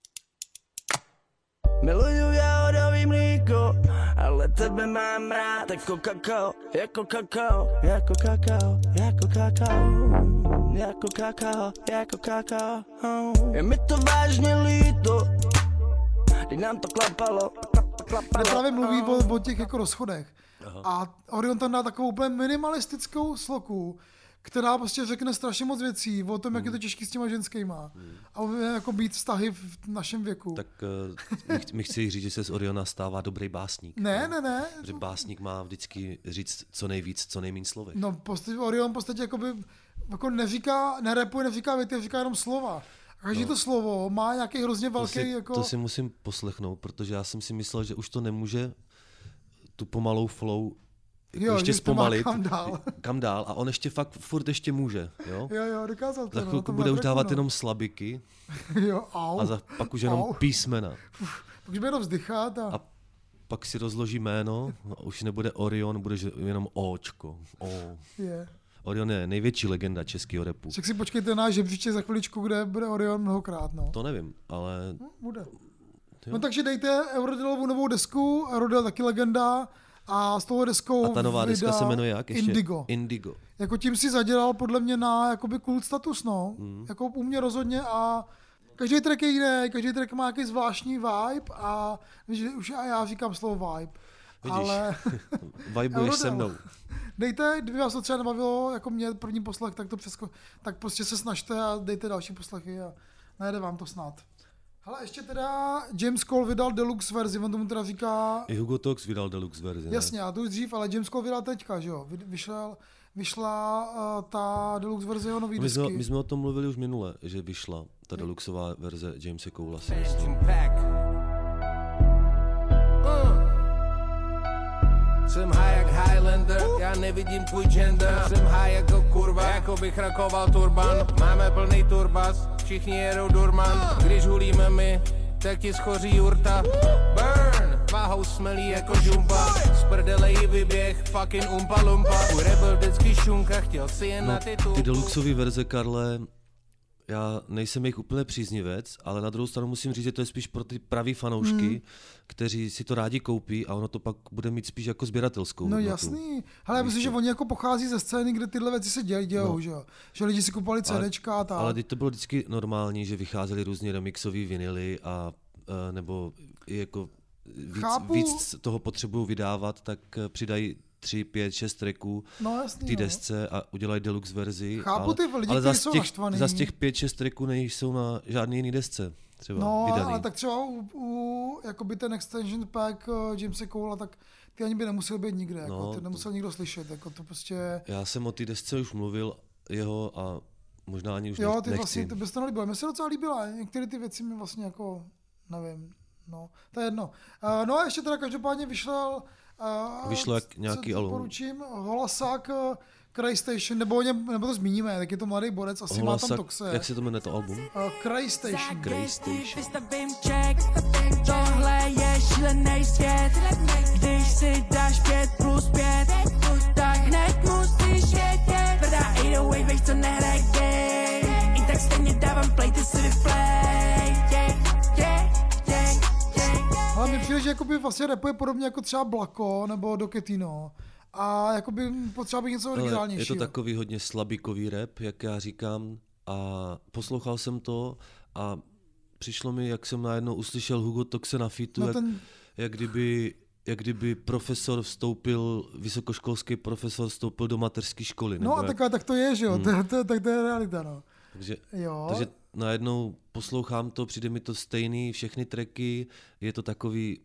Miluju jahodový mlíko, ale tebe mám rád jako kakao, jako kakao, jako kakao, jako kakao, jako kakao, jako kakao. Je mi to vážně líto, když nám to klapalo. Kde právě mluví o těch jako rozchodech. Aha. A Orion tam dá takovou úplně minimalistickou sloku, která prostě řekne strašně moc věcí o tom, jak je to těžký s těma ženskýma. A jako být vztahy v našem věku. Tak mi chci říct, že se z Oriona stává dobrý básník. Ne. Že básník má vždycky říct co nejvíc, co nejméně slovy. No, Orion v podstatě jako nerepuje, neříká věty, říká jenom slova. A každý to slovo má nějaký hrozně velký To si musím poslechnout, protože já jsem si myslel, že už to nemůže tu pomalou flow ještě zpomalit. Kam dál. A on ještě furt ještě může. Jo, dokázal to. Za chvilku bude už dávat jenom slabiky. A pak už jenom písmena. Pak už bude jenom vzdychat. A pak si rozloží jméno, už nebude Orion, bude jenom Očko. Orion je největší legenda českého rapu. Tak si počkejte na žebříček za chviličku, kde bude Orion mnohokrát. No. To nevím, ale... Bude. No takže dejte Eurodealovu novou desku, Eurodel taky legenda, a s tou deskou a ta nová deska se jmenuje jak ještě? Indigo. Jako tím si zadělal podle mě na jakoby kult status, no. Jako u mě rozhodně a každý track je jiný, každý track má nějaký zvláštní vibe a už já říkám slovo vibe. Vidíš, ale vibuješ se mnou. Dejte, kdyby vás to třeba nebavilo, jako mě první poslech, tak prostě se snažte a dejte další poslechy a najde vám to snad. Hele, ještě teda James Cole vydal deluxe verzi, on tomu teda říká... I Hugo Tox vydal deluxe verzi. Jasně, a to už dřív, ale James Cole vydal teďka, že jo? Vyšla ta deluxe verze jeho nový desky. My jsme o tom mluvili už minule, že vyšla ta deluxová verze Jamese Colea. Jsem high jak Highlander, já nevidím tvůj gender. Jsem high jako kurva, jako bych rakoval turban. Máme plný turbas, všichni jedou durman. Když hulíme my, tak ti schoří jurta. Burn, váhou smelí jako žumpa. Z prdele jí vyběh, fucking umpa lumpa. U rebel vždycky šunka, chtěl si jen na titul. Ty deluxové verze, Karle, já nejsem jejich úplně příznivec, ale na druhou stranu musím říct, že to je spíš pro ty pravý fanoušky, kteří si to rádi koupí a ono to pak bude mít spíš jako sběratelskou hodnotu. No jasný, ale já myslím, že oni jako pochází ze scény, kde tyhle věci se dějou, že jo? Že lidi si kupovali CDčka a tak. Ale teď to bylo vždycky normální, že vycházely různě remixové vinily a nebo jako víc toho potřebují vydávat, tak přidají 3, 5, 6 tracků k té desce a udělají deluxe verzi. Chápu ty lidi, ale kteří jsou naštvaný. Zas těch 5, 6 tracků nejsou na žádný jiný desce. Třeba vydaný. Ale tak třeba u jakoby ten extension pack Jamese Colea, tak ty ani by nemusel být nikde. Jako, ty nemusel nikdo slyšet. Jako to prostě... Já jsem o té desce už mluvil jeho a možná ani už ty vlastně, ty bys to nelíbila. Mně se docela líbila. Některé ty věci mi vlastně jako, nevím, no, to je jedno. No a ještě teda každopádně vyšlo jak nějaký album. Doporučím Holasák Cry Station, nebo to zmíníme, tak je to mladý borec, asi Holasák, má tam Toxe. Jak se to jmenuje to album? Cry Station. Vystavím check, tohle je šílený svět. Když si dáš 5+5, tak hned musíš vědět. Tvrdá 808, víš co nehraj game. I tak stejně dávám play, ty si vyplay. Ale mi přijde, že jakoby vlastně rapuje podobně jako třeba Blako nebo Doketino. A jakoby potřeba bych něco originálnějšího. Je to takový hodně slabikový rap, jak já říkám. A poslouchal jsem to a přišlo mi, jak jsem najednou uslyšel Hugo Toxe na featu, jak kdyby vysokoškolský profesor vstoupil do mateřské školy. No a tak to je, že jo, tak to je realita, no. Takže najednou poslouchám to, přijde mi to stejný, všechny tracky, je to takový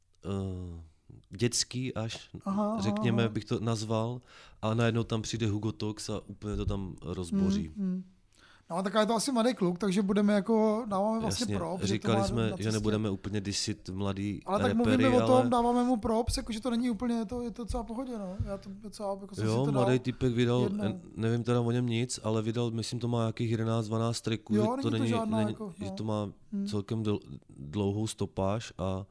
dětský až, řekněme, bych to nazval, a najednou tam přijde Hugo Tox a úplně to tam rozboří. No tak je to asi mladý kluk, takže dáváme vlastně props. Říkali jsme, že nebudeme úplně disit mladý ale tak repery, mluvíme o tom, dáváme mu props, jakože to není úplně, je to docela pohodě, no. Já to docela, jako jsem si to dal. Mladý typek vydal, nevím teda o něm nic, ale vydal, myslím, to má nějakých 11-12 tracků, že to má celkem dlouhou stopáž a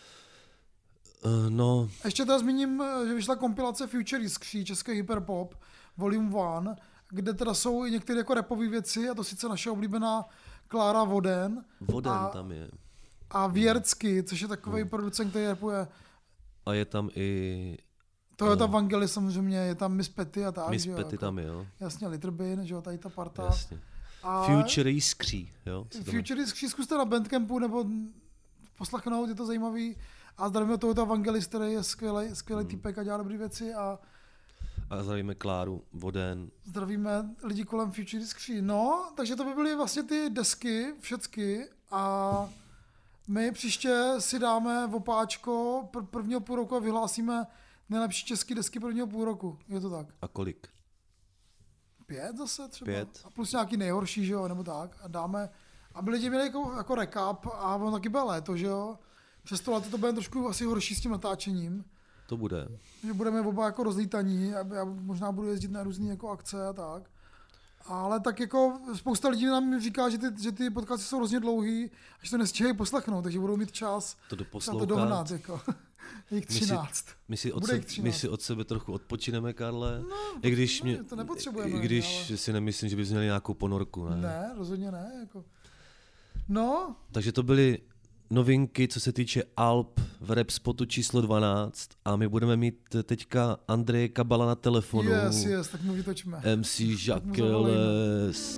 no. Ještě teda zmíním, že vyšla kompilace Future Iskří, český hyperpop, Volume 1, kde teda jsou i některé jako rapové věci, a to sice naše oblíbená Klára Voden. Tam je. A Věrcky, což je takový producent, který rapuje. A je tam i... Toyota Vangeli samozřejmě, je tam Miss Petty a tak. Miss Petty tam je, jo. Jasně, Little Bin, že jo, tady ta parta. Jasně. Future Iskří, jo. Future Iskří zkuste na Bandcampu nebo poslechnout, je to zajímavý. A zdravíme Toyota Vangelis, který je skvělý týpek a dělá dobré věci. A zdravíme Kláru, Voden. Zdravíme lidi kolem Future Disc Free. No, takže to by byly vlastně ty desky, všecky. A my příště si dáme opáčko prvního půl roku a vyhlásíme nejlepší české desky prvního půl roku. Je to tak? A kolik? 5 zase třeba? 5. A plus nějaký nejhorší, že jo, nebo tak. A dáme, aby lidi měli jako recap a on taky bude léto, že jo. Přes to léto to bude trošku asi horší s tím natáčením. To bude. Že budeme oba jako rozlítaní, já možná budu jezdit na různé jako akce a tak. Ale tak jako spousta lidí nám říká, že ty podcasty jsou hrozně dlouhý a že to nestíhají poslechnout, takže budou mít čas to to dohnat. Jako. Jich 13. My si od sebe trochu odpočineme, Karle. No, to nepotřebujeme. I když ale... si nemyslím, že bys měli nějakou ponorku, ne? Ne, rozhodně ne. Jako. No. Takže to byly novinky, co se týče alb v Rap Spotu číslo 12 a my budeme mít teďka Andreje Kabala na telefonu. Yes, tak mu vytočíme. MC Jacques.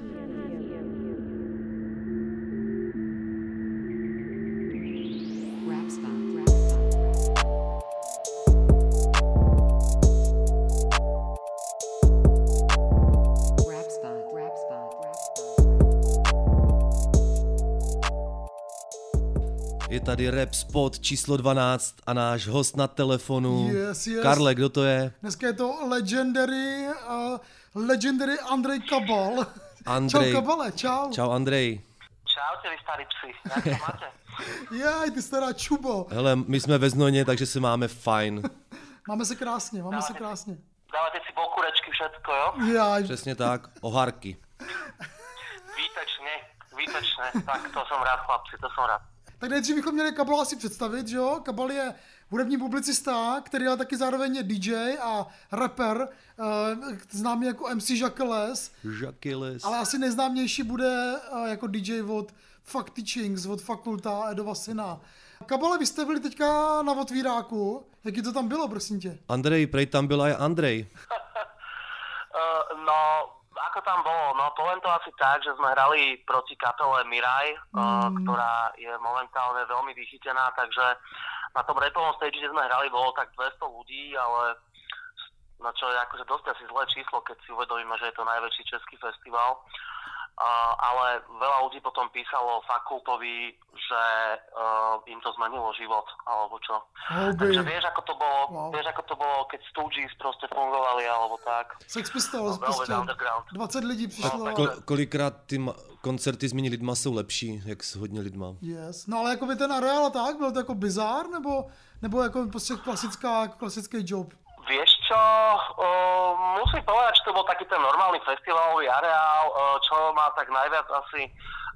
Je tady Rap Spot číslo 12 a náš host na telefonu. Yes. Karle, kdo to je? Dneska je to legendary Andrej Kabal. Andrej. Čau Kabale, čau. Čau Andrej. Čaute vy starí psi, jak to máte? Jaj, ty stará čubo. Hele, my jsme ve Znoně, takže se máme fajn. Máme se krásně. Dávate si bokurečky, všetko, jo? Jaj. Přesně tak, ohárky. Výtečné, tak to som rád, chlapci, to som rád. Tak nejdřív bychom měli Kabala asi představit, že jo? Kabal je hudební publicista, který je taky zároveň je DJ a rapper, známý jako MC Jacques. Ale asi nejznámější bude jako DJ od Fuck Teachings, od Fakulta Edova syna. Kabale, vy jste byli teďka na otvíráku. Jaký to tam bylo, prosím tě? Andrej, prej tam byl aj Andrej. No, ako tam bolo? No, poviem to asi tak, že sme hrali proti kapele Miraj, ktorá je momentálne veľmi vychytená, takže na tom rapovom stage, kde sme hrali, bolo tak 200 ľudí, ale no čo je akože dosť asi zlé číslo, keď si uvedomíme, že je to najväčší český festival. Ale veľa ľudí potom písalo Fakultovi, že im to zmenilo život, alebo čo. Takže vieš, ako to bolo, keď Stooges proste fungovali, alebo tak. Sex Pistols, prostě 20 lidí přišlo. Kolikrát ty koncerty s méně lidma jsou lepší, jak s hodně lidma. Yes. No ale jako by ten areál tak, byl to jako bizár, nebo jako prostě klasický job? Vieš čo, musím povedať, že to bol taký ten normálny festivalový areál, čo ma tak najviac asi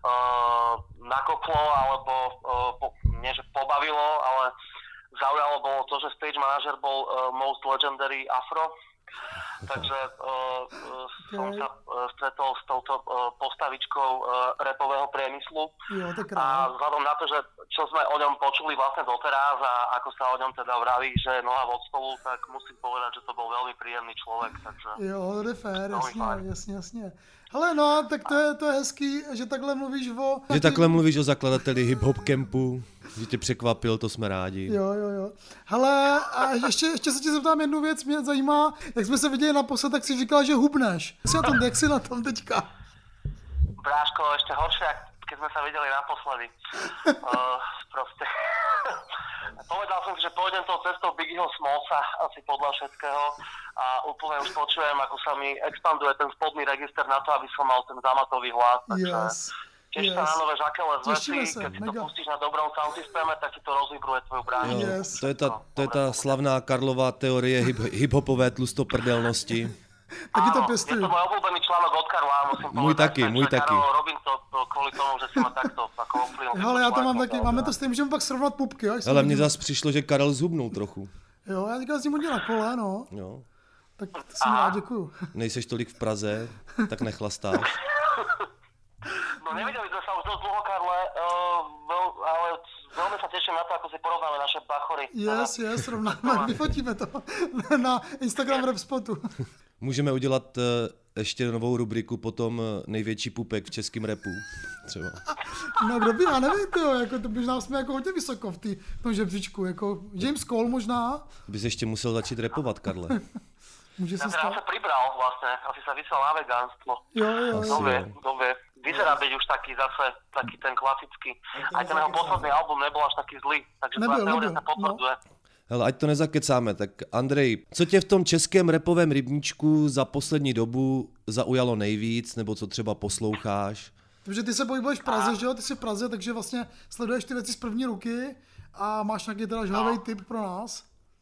nakoplo, alebo nie že pobavilo, ale zaujalo bolo to, že stage manažer bol Most Legendary Afro. Takže som sa stretol s touto postavičkou rapového priemyslu. A vzhľadom na to, že čo sme o ňom počuli vlastne doteraz a ako sa o ňom teda vraví, že je noha od stolu, tak musím povedať, že to bol veľmi príjemný človek. Takže jo, to je fér, jasně. Hele, no, tak to je hezký, že takhle mluvíš o zakladateli hip-hop campu, že tě překvapil, to jsme rádi. Jo. Hele, a ještě se tě zeptám jednu věc, mě zajímá, jak jsme se viděli naposled, tak si říkal, že hubneš. Jak jsi na tom teďka? Bráško, ešte horšie, keď sme sa videli naposledy. Proste. Povedal som si, že pôjdem tou cestou Biggieho Smallsa, asi podľa všetkého. A úplne už počujem, ako sa mi expanduje ten spodný register na to, aby som mal ten zamatový hlas. Takže tiež sa na nové Jacques veci, keď si to pustíš na dobrom sound systéme, tak ti to rozvibruje tvoju bránu. To je ta slavná Karlová teorie hip-hopové tlustoprdelnosti. Taky to pěstuju. Je to môj obľúbený článok od Karla, musím povedať. Můj taky. Karol, robím to kvôli tomu, že si ma takto ovplyvnil. Hele, já to mám taky, máme to s tím, můžeme pak srovnat pupky. Ale mně zase přišlo, že Karel zhubnul trochu. Jo, já teďka s ním hodně na kole, no. Jo. Tak to si rád děkuju. Nejseš tolik v Praze, tak nechlastáš. No nevideli sme sa už dosť dlho, Karle, ale veľmi sa teším na to, ako si porovnáme naše bachory. Yes, rovnáme, vyfotíme to na Instagram Rap Spotu. Můžeme udělat ještě novou rubriku potom největší pupek v českém rapu, třeba. No kdo by, já nevím, tyjo, jako to možná jsme jako hodně vysoko v tom žebříčku, jako James Cole možná. Bys ještě musel začít rapovat, Karle. Může se stát. Ja sa pribral vlastne, asi sa vyslal na vegánstvo. Jo. Kto vie. Vyzerá byť už taký zase, taký ten klasický. Aj ten jeho posledný album nebol až taký zlý, takže tá teória sa potvrdzuje. Hele, ať to nezakecáme, tak Andrej, co tě v tom českém rapovém rybníčku za poslední dobu zaujalo nejvíc, nebo co třeba posloucháš? Takže ty se pohybuješ v Praze, že jo? Ty jsi v Praze, takže vlastně sleduješ ty věci z první ruky a máš nějaký teda žhavej tip pro nás?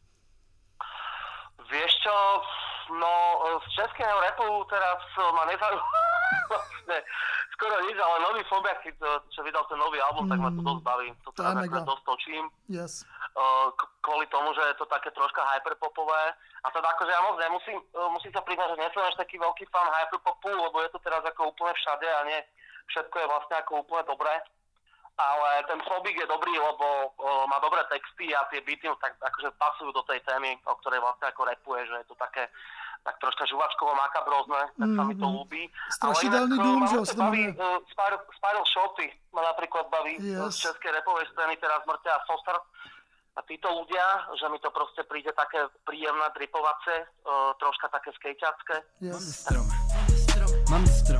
Vieš čo, no z českého rapu teraz ma nezaujíma vlastne skoro nič, ale nový Fobiak, čo vydal ten nový album, tak ma to dosť baví. To teraz akorát dosť točím. Yes. Kvôli tomu, že je to také troška hyperpopové. A teda akože ja moc musím sa priznať, že nesom až taký veľký fan hyperpopu, lebo je to teraz ako úplne všade a nie všetko je vlastne ako úplne dobré. Ale ten Fobik je dobrý, lebo má dobré texty a tie beaty tak akože pasujú do tej témy, o ktorej vlastne ako rapuje, že je to také tak troška žuvačkovo makabrozne, tak sa mi to ľúbi. Strašidelný dům, že ho se to jmenuje. Spiral Shotty ma napríklad baví z českej rapovej scény, teraz Mŕťa a Sosr. A títo ľudia, že mi to proste príde také príjemné, dripovace, troška také skejťacké. Yes. Mám strom.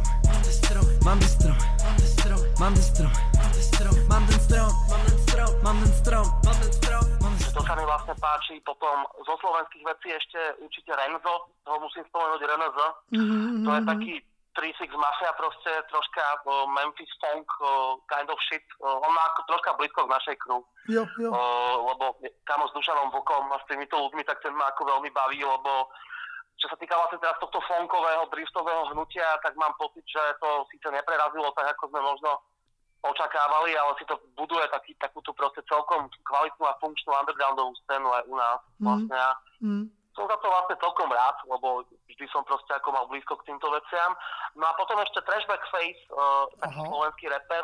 To sa mi vlastne páči. Potom zo slovenských vecí ešte určite Renzo, toho musím spomenúť Renzo. To je taký 3-6 Mafia proste, troška Memphis Funk kind of shit. On má troška blízko k našej crew. Jo. Lebo kamo s Dušanom Vlkom a s týmito ľuďmi, tak ten ma ako veľmi baví, lebo čo sa týka vlastne teraz tohto funkového, driftového hnutia, tak mám pocit, že to síce neprerazilo tak, ako sme možno očakávali, ale si to buduje takúto proste celkom kvalitnú a funkčnú undergroundovú scénu aj u nás. Vlastne som za to vlastne celkom rád, lebo vždy som proste ako mal blízko k týmto veciam. No a potom ešte Trashback Face, taký slovenský rapper.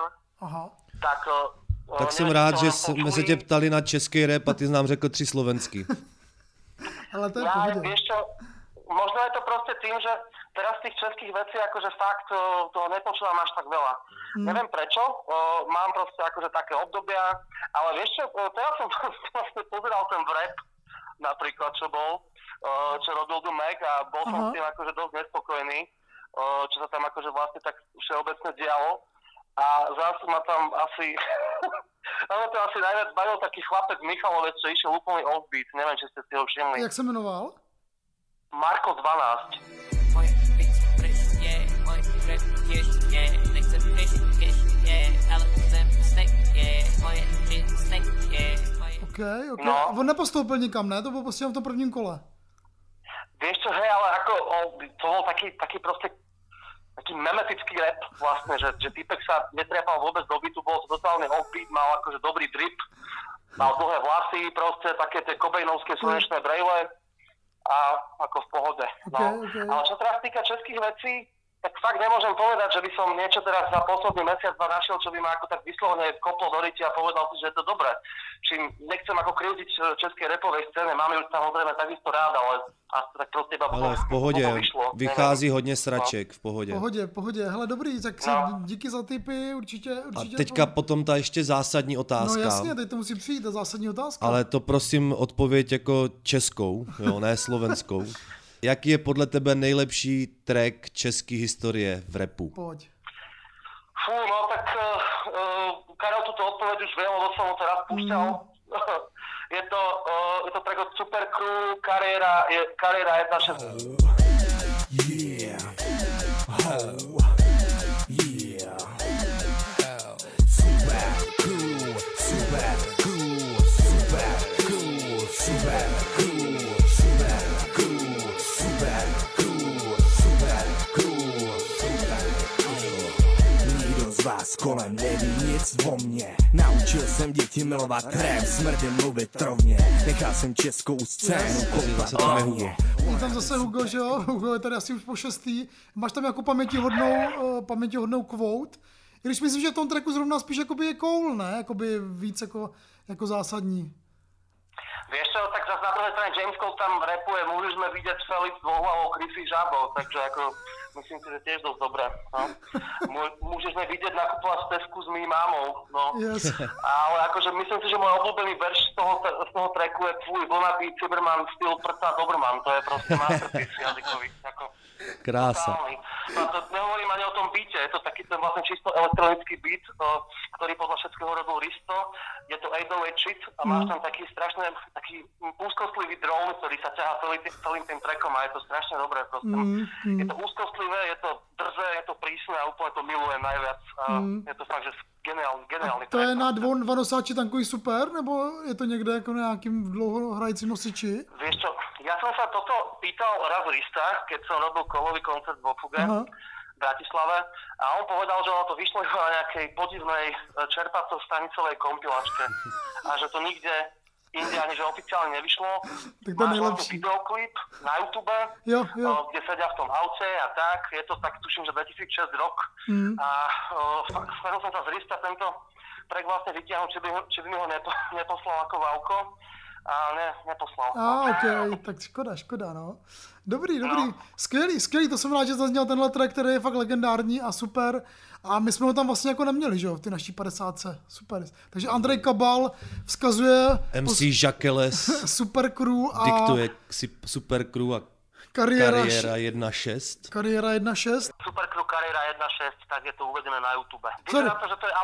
Tak jsem rád, že jsme se tě ptali na český rap a ty jsi nám řekl 3 slovenský. Ale to je v pohodě. Vieš čo, možno je to proste tým, že teraz tých českých vecí akože fakt toho nepočúvam až tak veľa. Neviem prečo, mám proste akože také obdobia, ale vieš čo, teraz som vlastne pozeral ten rap, napríklad, čo robil The Mac a bol som s tým akože dosť nespokojný, čo sa tam akože vlastne tak všeobecne dialo. A zase ma tam asi najviac bavil taký chlapec Michalovec, čo išiel úplný offbeat, neviem, či ste si ho všimli. Jak se jmenoval? Marko 12. Okay. No. On nepostoupil nikam, ne? To bylo prostě v tom prvním kole. Vieš čo, hej, ale ako to bol taký proste taký memetický rap vlastne, že týpek sa netriapal vôbec do beatu, bol to totálne offbeat, mal akože dobrý drip, mal dlhé vlasy, proste také tie kobejnovské slnečné brejle a ako v pohode. Okay. Ale čo teraz týka českých vecí, tak fakt nemôžem povedať, že by som niečo teraz za posledný mesiac našiel, čo by ma ako tak vyslovene koplo do ryti a povedal si, že je to dobré. Čím nechcem ako krivdiť českej rapovej scéne, máme ju samozrejme takisto rád, ale tak proste iba ale v pohodě, vychází hodně sraček, v pohodě. V pohodě, hele dobrý, tak díky za tipy, určitě. A teďka potom ta ještě zásadní otázka. No jasně, teď to musí přijít, ta zásadní otázka. Ale to prosím odpověď jako českou, jo, ne slovenskou. Jaký je podle tebe nejlepší track české historie v rapu? Pojď. Fú, no tak Karel túto odpoveď už viem, lebo som ho teraz púšťal. Je to track od Super Crew, Kariéra 1.6. Yeah. Yeah. Super Crew, Super Crew, Super Crew, Super Crew. Vás kolem neví nic o mně. Naučil jsem děti milovat rap, smrdy mluvit rovně. Nechal jsem českou scénu kopat hlavně. Je tam zase Hugo, že jo? Hugo je tady asi už po 6. Máš tam jako pamětihodnou quote. I když myslím, že v tom tracku zrovna spíš jakoby je cool, ne? Jakoby víc jako zásadní. Vieš čo, tak zase na druhej strane James Cole tam rapuje, mohli sme vidieť Felix dvohlavou krysí žabou, takže ako myslím si, že tiež dosť dobré. No. Môžeš mi vidieť nakupovať v Tesku s mým mámou, no. Yes. Ale akože myslím si, že môj obľúbený verš z toho tracku je tvůj vlnatý Cyberman styl prca Doberman, to je proste masterpiece jazykový. Ako, Krása. no, to nehovorím ani o tom beate, je to taký ten vlastne čisto elektronický beat, ktorý podľa všetkého robil Risto. Je to 808 shit a máš tam taký strašne, taký úzkostlivý drone, ktorý sa ťahá celým tým trackom a je to strašne dobré proste. Je to úzkostlivé, je to drze, je to prísne a úplne to milujem najviac. Je to fakt, že geniálny to je na dva nosáči tankový super, nebo je to někde jako na nějakým dlouhohrajícím nosiči? Vieš čo, ja som sa toto pýtal raz Rista, keď som robil kolový koncert v Ofuge v Bratislave a on povedal, že ono to vyšlo iba na nejakej podivnej čerpaco-stanicovej kompilačke a že to nikde inde ani že oficiálne nevyšlo. Tak to je nejlepší. Máš videoklip na YouTube, kde sedia v tom aute a tak, je to tak tuším, že 2006 rok a snažil som sa z Rista tento track vlastne vytiahnuť, či by mi ho neposlal ako Vauko. A neposlal. Ok, tak škoda, no. Dobrý. Skvělý, to jsem rád, že zazněl tenhle track, který je fakt legendární a super. A my jsme ho tam vlastně jako neměli, že jo, v ty naší 50. Super. Takže Andrej Kabal vzkazuje MC Jacques Super Crew a diktuje Super Crew a Kariéra 1.6. Kariéra 1.6. Super Crew Kariéra 1.6, tak je to uvedené na YouTube. Vyzerá to, že to je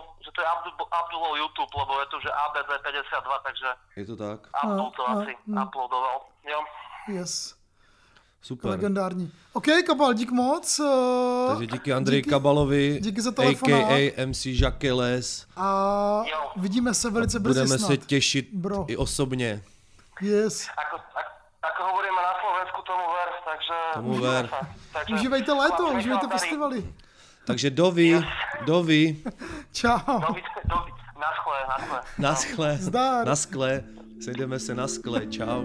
Abdulov YouTube, lebo je tu, že ABB 52, takže je to tak. Abdul to asi uploadoval. Jo. Yes. Super. Legendární. OK, Kabal, dík moc. Takže díky Andreji Kabalovi, díky za telefonát. a.k.a. MC Jacques. A vidíme se velice brzy budeme snad. se těšit i osobně. Yes. Ako hovoríme na Slovensku, tomu ver, takže... Tomu ver. Užívejte léto, užívejte festivaly. Takže dovi. Čau. Naschle. Zdar. Naschle. Sejdeme se na skle. Čau.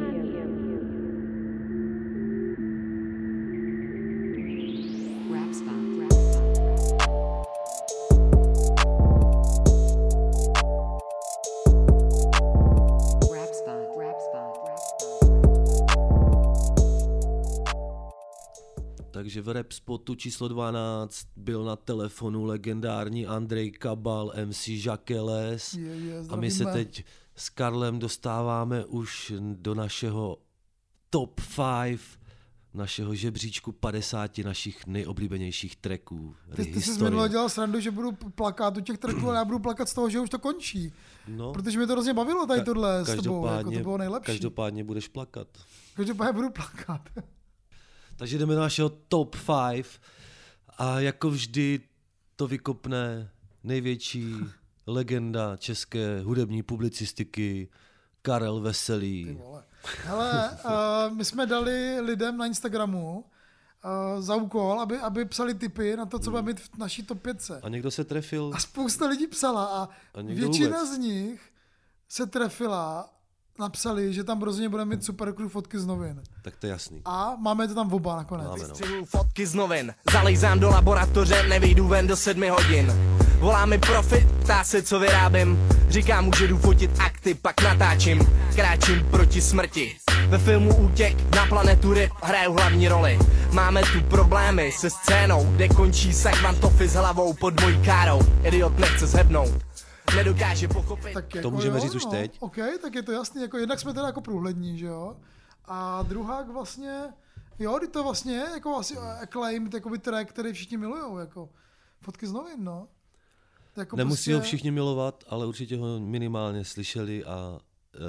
Takže v Rap Spotu číslo 12 byl na telefonu legendární Andrej Kabal, MC Jacques a my se teď s Karlem dostáváme už do našeho top 5, našeho žebříčku 50 našich nejoblíbenějších tracků. Ty jsi minule dělal srandu, že budu plakat u těch tracků, ale já budu plakat z toho, že už to končí. No, protože mě to hrozně bavilo tady tohle s tebou, jako to bylo nejlepší. Každopádně budeš plakat. Každopádně budu plakat. Takže jdeme do našeho top 5 a jako vždy to vykopne největší legenda české hudební publicistiky Karel Veselý. Hele, my jsme dali lidem na Instagramu za úkol, aby psali tipy na to, co bude mít v naší top 5. A někdo se trefil. A spousta lidí psala a většina z nich se trefila. Napsali, že tam rozhodně budeme mít Super Crew fotky z novin. Tak to je jasný. A máme to tam oba nakonec. Vystřeluju fotky z novin, zalejzám do laboratoře, nevyjdu ven do 7 hodin. Volá mi profit, ptá se, co vyrábím. Říkám mu, že jdu fotit akty, pak natáčím, kráčím proti smrti. Ve filmu Útěk na planetu ryb hraju hlavní roli. Máme tu problémy se scénou, kde končí Sagvantofy s hlavou pod mojí károu. Idiot nechce zhebnout. Nedokáže pochopit. Tak jako to můžeme říct už teď. OK, tak je to jasný, jako jednak jsme teda jako průhlední, že jo? A druhák vlastně, jo, to vlastně je jako asi acclaimed, jakoby track, který všichni milujou, jako fotky z novin, no. Jako nemusí ho všichni milovat, ale určitě ho minimálně slyšeli a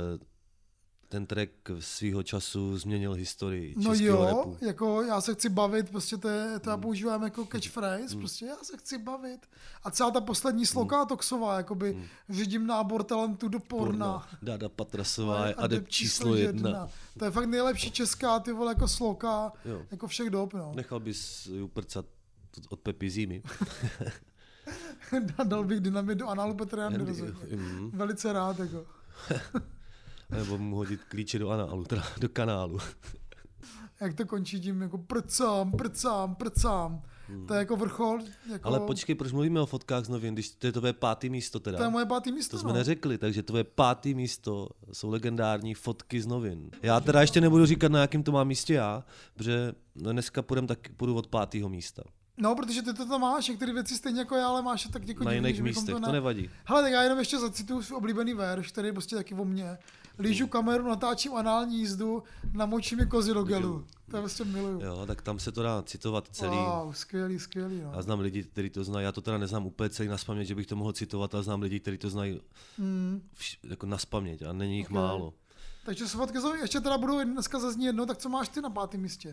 ten track svýho času změnil historii českého rapu. Jako já se chci bavit, prostě to já používám jako catchphrase, prostě já se chci bavit. A celá ta poslední sloka Toxová, jakoby řídím nábor talentů do porna. Dada Patrasová je adept číslo 1. To je fakt nejlepší česká, ty vole, jako sloka, jako všech dob, no. Nechal bys ji uprcat od Pepi Zimy. Dal bych dynamit do análu Petra Jandy, rozhodně. Velice rád, jako. Nebo mu hodit klíče do análu, teda do kanálu. Jak to končí tím jako prcám. To je jako vrchol. Jako... Ale počkej, proč mluvíme o fotkách z novin, když to je tvoje 5. místo teda? To je moje 5. místo, To jsme neřekli, takže tvoje 5. místo jsou legendární fotky z novin. Já teda ještě nebudu říkat, na jakým to mám místě já, protože dneska půjdu od 5. místa. No, protože ty to tam máš, některé věci stejně jako já, ale máš je tak jako na divný, jiných místech, to nevadí. Hele, tak já jenom ještě zacituju svůj oblíbený verš, který je prostě taky o mně. Lížu kameru, natáčím anální jízdu, namočím je kozy do gelu. To prostě miluju. Jo, tak tam se to dá citovat celý. Wow, skvělý, no. Já znám lidi, kteří to znají, já to teda neznám úplně celý naspaměť, že bych to mohl citovat, ale znám lidi, kteří to znají jako naspaměť a není jich málo. Takže svatky ještě teda budou dneska zazní jedno, tak co máš ty na 5. místě?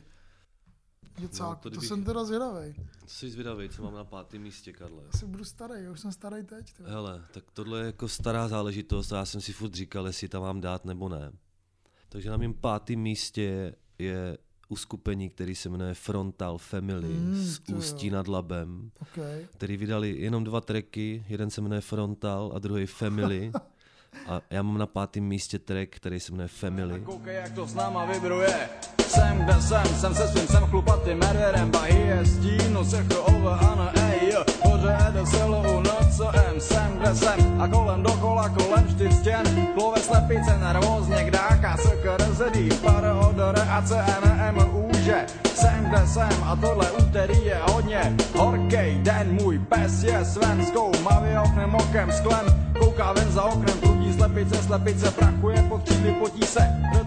Děcáku, to jsem teda zvědavej. To jsi zvědavej, co mám na 5. místě, Karle. Asi budu starý, já už jsem starý teď. Tyhle. Hele, tak tohle je jako stará záležitost a já jsem si furt říkal, jestli tam mám dát nebo ne. Takže na mém 5. místě je uskupení, který se jmenuje Frontal Family z Ústí nad Labem, který vydali jenom 2 tracky, jeden se jmenuje Frontal a druhý Family. A já mám na 5. místě track, který se jmenuje Family. Koukej, jak to s náma vibruje. Jsem kde jsem se svým chlupatým murderem. Bahie stínu se over a ne ej. Hoře jede celou noc, co jsem kde jsem. A kolem dokola, kolem 4 stěn. Plove slepice nervózně, kdáka SKRZD. Parodore a CNM úže. Jsem kde jsem a tohle úterý je hodně horkej den. Můj pes je Sven, zkoumavě oknem okem sklem. Kouká ven za oknem, prudí slepice prachuje pod křídly, potí se.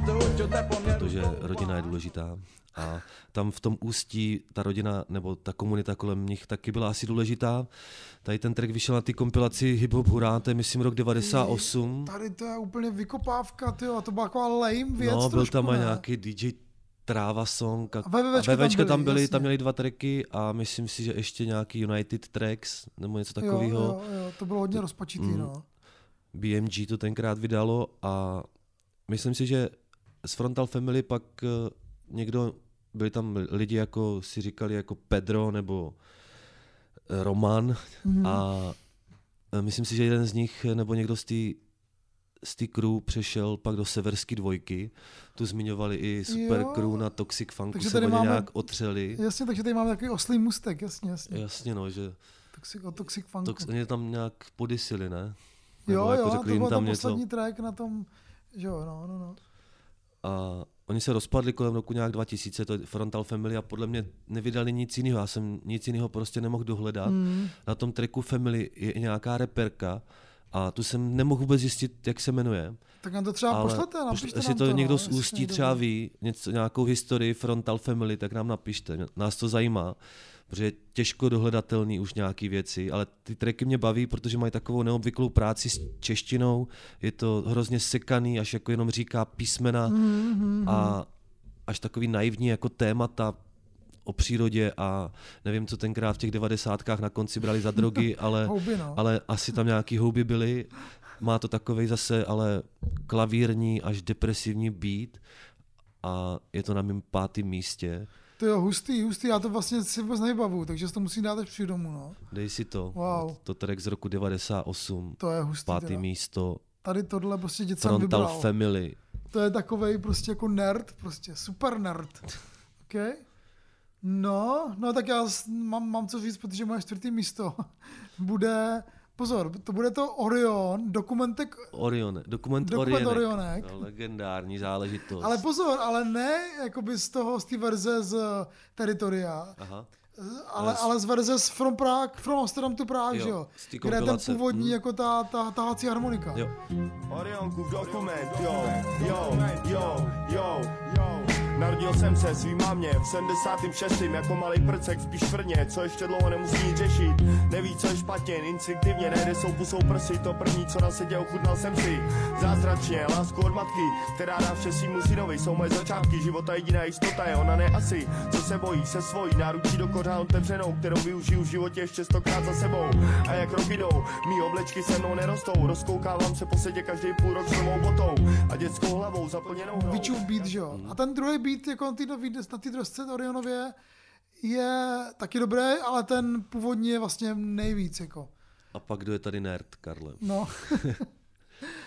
Protože rodina je důležitá a tam v tom Ústí ta rodina nebo ta komunita kolem nich taky byla asi důležitá. Tady ten track vyšel na té kompilaci Hip Hop Hurá, to je myslím rok 98. Tady to je úplně vykopávka, tyjo, to byla taková lame věc. No, byl trošku, tam ne? nějaký DJ Tráva song a VVčka tam byly, tam měli 2 tracky a myslím si, že ještě nějaký United Tracks nebo něco takového. Jo, to bylo hodně rozpačitý, no. BMG to tenkrát vydalo a myslím si, že z Frontal Family pak byli tam lidi, jako si říkali, jako Pedro nebo Roman a myslím si, že jeden z nich nebo někdo z té crew přešel pak do Severský 2. Tu zmiňovali i Super Crew na Toxic Funku, se oni nějak otřeli. Jasně, takže tady máme takový oslý můstek, jasně. Jasně, no, že Toxic Funku. Oni tam nějak podisili, ne? Jo, jako to byl tam něco. poslední track na tom, že jo, no. A oni se rozpadli kolem roku nějak 2000, to je Frontal Family a podle mě nevydali nic jiného, já jsem nic jiného prostě nemohl dohledat. Na tom tracku Family je i nějaká reperka a tu jsem nemohl vůbec zjistit, jak se jmenuje. Tak nám to třeba pošlete, napište jestli nám to to. někdo z Ústí třeba ví, nějakou historii Frontal Family, tak nám napište, nás to zajímá. Protože je těžko dohledatelný už nějaký věci, ale ty tracky mě baví, protože mají takovou neobvyklou práci s češtinou, je to hrozně sekaný, až jako jenom říká písmena a až takový naivní jako témata o přírodě a nevím, co tenkrát v těch 90kách na konci brali za drogy, ale asi tam nějaký houby byly. Má to takovej zase ale klavírní až depresivní beat a je to na mém 5. místě. To je hustý, já to vlastně si vůbec nevybavuju, takže si to musím dát až přijdu domů, no. Dej si to. Wow. To track z roku 98. To je hustý 5. teda. místo. Tady tohle prostě děcám vybral. Frontal Family. To je takovej prostě jako nerd, prostě super nerd. OK? No, tak já mám co říct, protože moje 4. místo bude... Pozor, to bude to Orion, dokument Orionek. No, legendární záležitost. Ale pozor, ale ne jakoby z té verze z Teritoria. Aha. Ale z verze z From Amsterdam to Prague, že jo? Kde je ten původní jako ta tahací harmonika. Jo. Orionkův dokument, jo. Narodil jsem se svý mámě v 76. jako malej prcek, spíš tvrdně, co ještě dlouho nemusí nic řešit. Neví, co je špatně, instinktivně nejde jsou pusou prsy, to první, co na sedě ochutnal jsem si. Zázračně, lásku od matky, která dá vše svýmu synovi, jsou moje začátky, života jediná jistota je ona ne asi. Co se bojí, se svojí, náručí do kořán otevřenou, kterou využiju v životě ještě 100krát za sebou. A jak roky jdou, mý oblečky se mnou nerostou, rozkoukávám se po sedě každý půl rok s novou botou a dětskou hlavou zaplněnou hrou. Vyčův beat, že jo? A ten druhý beat jako na té drosce Orionově je taky dobrý, ale ten původní je vlastně nejvíc jako. A pak kdo je tady nerd, Karle? No.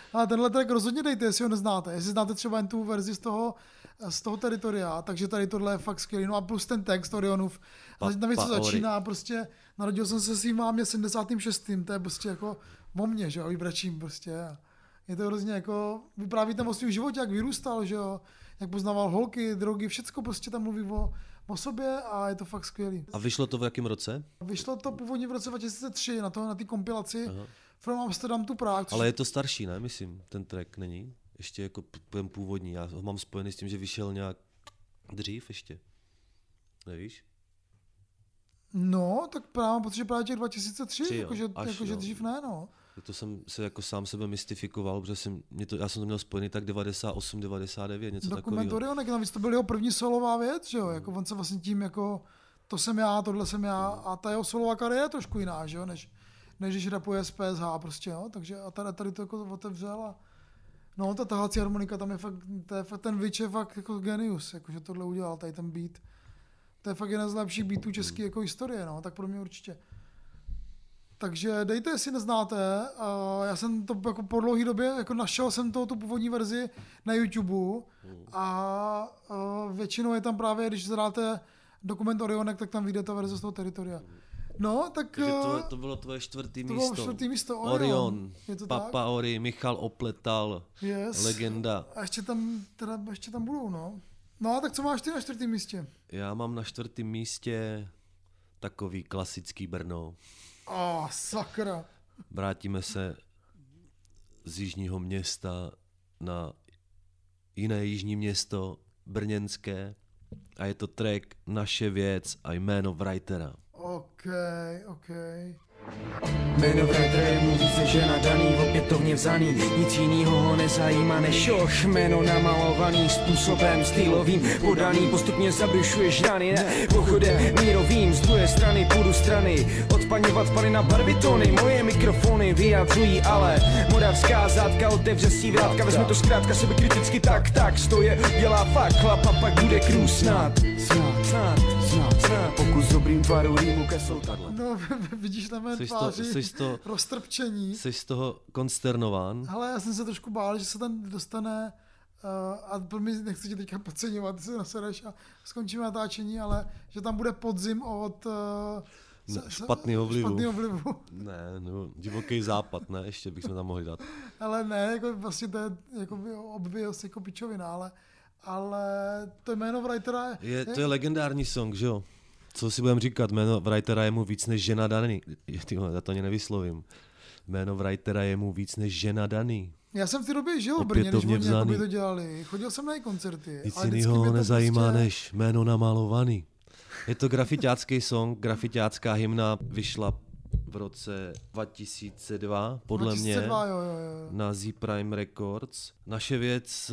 A tenhle track rozhodně dejte, jestli ho neznáte. Jestli znáte třeba jen tu verzi z toho teritoria, takže tady tohle je fakt skvělý. No a plus ten text Orionův. Navíc to začíná prostě, narodil jsem se svým mámě 76. To je prostě jako o mně, že jo, vybračím prostě. Je to hrozně jako, vypráví tam o svém životě, jak vyrůstal, že jo, jak poznával holky, drogy, všecko prostě tam mluví o sobě a je to fakt skvělý. A vyšlo to v jakém roce? Vyšlo to původně v roce 2003 na té kompilaci From Amsterdam to Prague. Ale je to starší, ne? Myslím, ten track není? Ještě jako ten původní. Já ho mám spojený s tím, že vyšel nějak dřív ještě. Nevíš? No, tak právě, protože právě těch 2003, jakože jo. dřív ne, no. To jsem se jako sám sebe mystifikoval, protože já jsem to měl spojený tak 98, 99, něco takového. Dokument Orionek, navíc to byl jeho první solová věc, že jo, jako on se vlastně tím jako, to jsem já, tohle jsem já a ta jeho solová kariéra je trošku jiná, že jo, než když rapuje z PSH prostě, jo, takže a tady to jako otevřel a no, ta tahací harmonika tam je fakt, ten Witch je fakt jako genius, jakože tohle udělal, tady ten beat. To je fakt jeden z lepších beatů české jako historie, no, tak pro mě určitě. Takže dejte, jestli neznáte, já jsem to jako po dlouhé době, jako našel jsem tu původní verzi na YouTube a většinou je tam právě, když zadáte dokument Orionek, tak tam vyjde ta verze z toho teritoria. No, tak... To bylo tvoje čtvrtý místo. To bylo čtvrtý místo, Orion, Papa tak? Ori, Michal Opletal, legenda. A ještě tam budou, no. No a tak co máš ty na čtvrtém místě? Já mám na čtvrtém místě takový klasický Brno. Sakra. Vrátíme se z jižního města na jiné jižní město, brněnské, a je to track Naše věc a jméno writera. OK. Jméno writera je mu více žena daný, opětovně vzaný, nic jinýho ho nezajímá než šoš. Jméno namalovaný způsobem stylovým, podaný, postupně zabyšuješ rany, ne pochodem mírovým, z druhé strany půjdu strany, odpaňovat pany na barvitony, moje mikrofony vyjadřují, ale moravská zátka otevře si vrátka, vezme to zkrátka sebe kriticky, tak, stoje, dělá fakt, chlapa pak bude krůz snad, pokus dobrým tvaru rýmu kesou takhle. No, vidíš na mé tváři roztrpčení. Jsi z toho konsternován? Hele, já jsem se trošku bál, že se ten dostane a nechci tě teďka podceňovat, ty se nasereš a skončíme natáčení, ale že tam bude podzim od špatného vlivu. Ne, no, divoký západ, ne, ještě bychom tam mohli dát. Ale ne, jako vlastně to je jako pičovina, ale to jméno writera to je legendární song, že jo? Co si budeme říkat, jméno writera je mu víc než žena daný. Já to ani nevyslovím. Jméno writera je mu víc než žena daný. Já jsem v té době žil v Brně, když oni to dělali. Chodil jsem na jejich koncerty. Nic jiného nezajímá než jméno namalovaný. Je to grafiťácký song, grafiťácká hymna vyšla v roce 2002, podle mě, na Z Prime Records. Naše věc,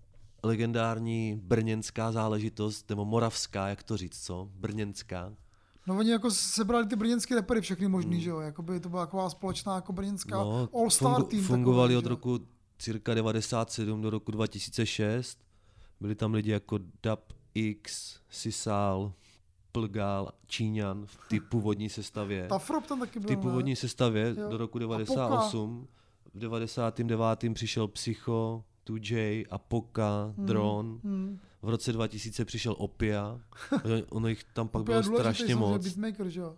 legendární brněnská záležitost, nebo moravská, jak to říct, co? Brněnská. No oni jako sebrali ty brněnské rapery všechny možný, že jo? Jakoby to byla taková společná jako brněnská all-star team. Fungovali takový, od roku cirka 97 do roku 2006. Byli tam lidi jako Dub X, Sisal, Plgal, Číňan v té původní sestavě. Tafrop tam taky byl, v té původní sestavě do roku 98. V 99. přišel Psycho, 2J, Apoka, Dron. V roce 2000 přišel Opia. Ono jich tam pak bylo strašně moc. Beatmaker, že jo?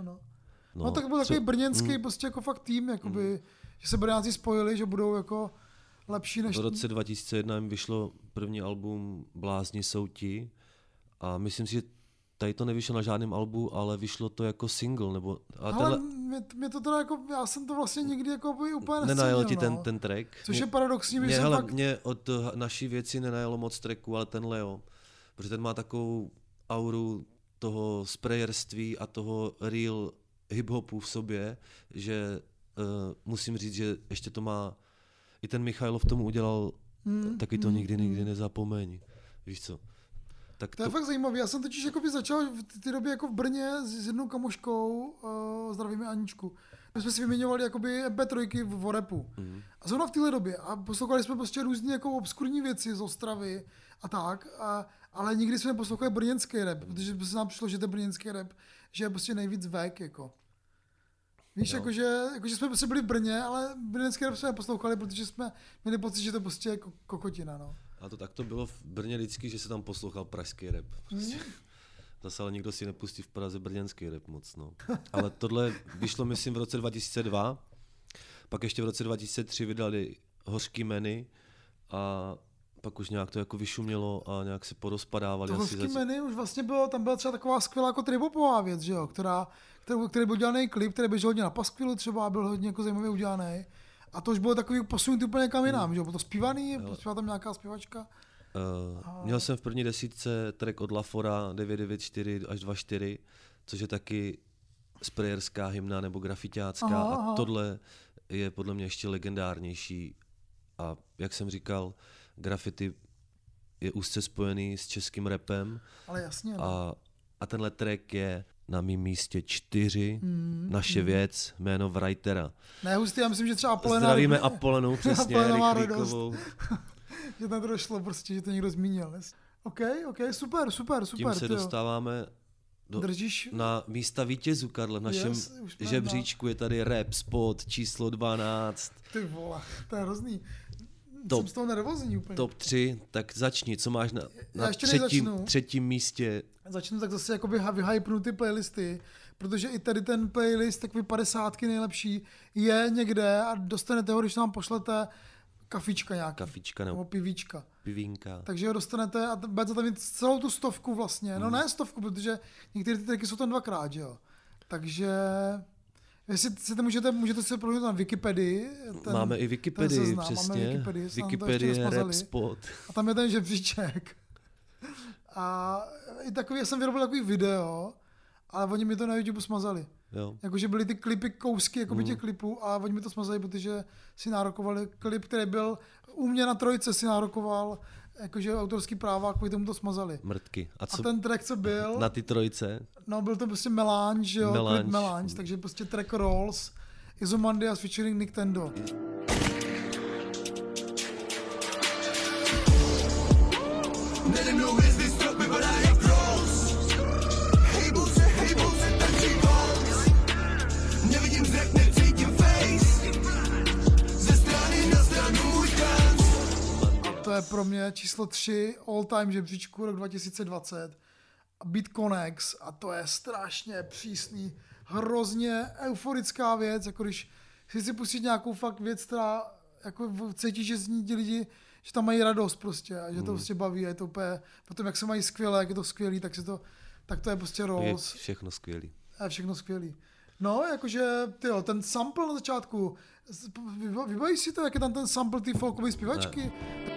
No tak byl takový brněnský prostě jako fakt tým, jakoby, že se Brňáci spojili, že budou jako lepší než... V roce 2001 jim vyšlo první album Blázni jsou ti a myslím si, že tady to nevyšlo na žádném albu, ale vyšlo to jako single, nebo... Ale mě to teda jako, já jsem to vlastně nikdy jako úplně nenajel ti ten track? Což je paradoxní, mě od Naší věci nenajelo moc tracku, ale ten Leo, protože ten má takovou auru toho sprayerství a toho real hip-hopu v sobě, že musím říct, že ještě to má, i ten Michailov tomu udělal, taky to nikdy nezapomeň, víš co. To je fakt zajímavé. Já jsem totiž začal v té době jako v Brně s jednou kamoškou, zdravíme Aničku. My jsme si vyměňovali MP3 v rapu. A zrovna v téhle době. A poslouchali jsme prostě různé jako obskurní věci z Ostravy a tak. Ale nikdy jsme neposlouchali brněnský rap, protože se nám přišlo, že ten brněnský rap, že je prostě nejvíc vek, jako. Víš, jakože jsme prostě byli v Brně, ale brněnský rap jsme neposlouchali, protože jsme měli pocit, že to prostě je kokotina, no. A to tak to bylo v Brně vždycky, že se tam poslouchal pražský rap. Prostě. Zase ale nikdo si nepustí v Praze brněnský rap moc, no. Ale tohle vyšlo, myslím, v roce 2002, pak ještě v roce 2003 vydali Hořký meny a pak už nějak to jako vyšumělo a nějak se porozpadávali. To Hořký meny už vlastně bylo, tam byla třeba taková skvělá jako tribopová věc, že jo, který byl udělaný klip, který běžel hodně na Paskvilu třeba, byl hodně jako zajímavě udělaný. A to už bylo takový posunutý úplně kam jinam, že jo, bylo to zpívaný, zpívala tam nějaká zpěvačka. Měl jsem v první desítce track od Lafora 994 až 24, což je taky sprejerská hymna nebo grafiťácká a tohle je podle mě ještě legendárnější. A jak jsem říkal, graffiti je úzce spojený s českým rapem. Ale jasně. No. A tenhle track je na mým místě 4, naše věc, jméno writera. Ne, hustý, já myslím, že třeba Apolena... Zdravíme Apolenu, přesně, Rychlíkovou. Že tam to došlo prostě, že to někdo zmínil. OK, super. Tím se dostáváme na místa vítězů, Karle. V našem žebříčku je tady Rap Spot číslo 12. Ty vole, to je hrozný. Jsem z toho nervózní úplně. Top 3, tak začni, co máš na třetím místě? Začnu tak zase jakoby vyhypnu ty playlisty, protože i tady ten playlist, takový 50 nejlepší, je někde a dostanete ho, když nám pošlete kafička nějaký. Kafička nebo pivíčka. Pivínka. Takže ho dostanete a budete tam mít celou tu 100 vlastně. No ne 100, protože některé ty tracky jsou tam 2krát, že jo. Takže jestli si můžete se prohlédnout na Wikipedii. Máme i Wikipedii, přesně. Wikipedie Rap Spot. A tam je ten žebříček. A i takový, já jsem vyrobil takový video, ale oni mi to na YouTube smazali. Jakože byly ty klipy, kousky jakoby těch klipů a oni mi to smazali, protože si nárokovali klip, který byl u mě na 3, si nárokoval jakože autorský práva, a kvůli tomu to smazali. Mrtky. A ten track, co byl... Na ty 3? No, byl to prostě Melange, jo, klip Melange, takže prostě track Rolls, Izomandias featuring Nintendo. Nede mnou hvězdy stropy padá jak Rolls. Hejbou se, tačí Rolls. Nevidím zrak, necítím face. Ze strany na stranu můj tanc. A to je pro mě číslo 3 all time žebříčku rok 2020. Beat Connex a to je strašně přísný, hrozně euforická věc, jako když si pustit nějakou fakt věc, která jako cítí, že z ní ti lidi, že tam mají radost prostě a že to prostě baví a je to úplně, potom jak se mají skvěle, jak je to skvělý, tak to je prostě Rolls. Je všechno skvělý. Je všechno skvělý. No, jakože, tyjo, ten sample na začátku, vybavíš si to, jak je tam ten sample ty folkové zpěvačky? Ne.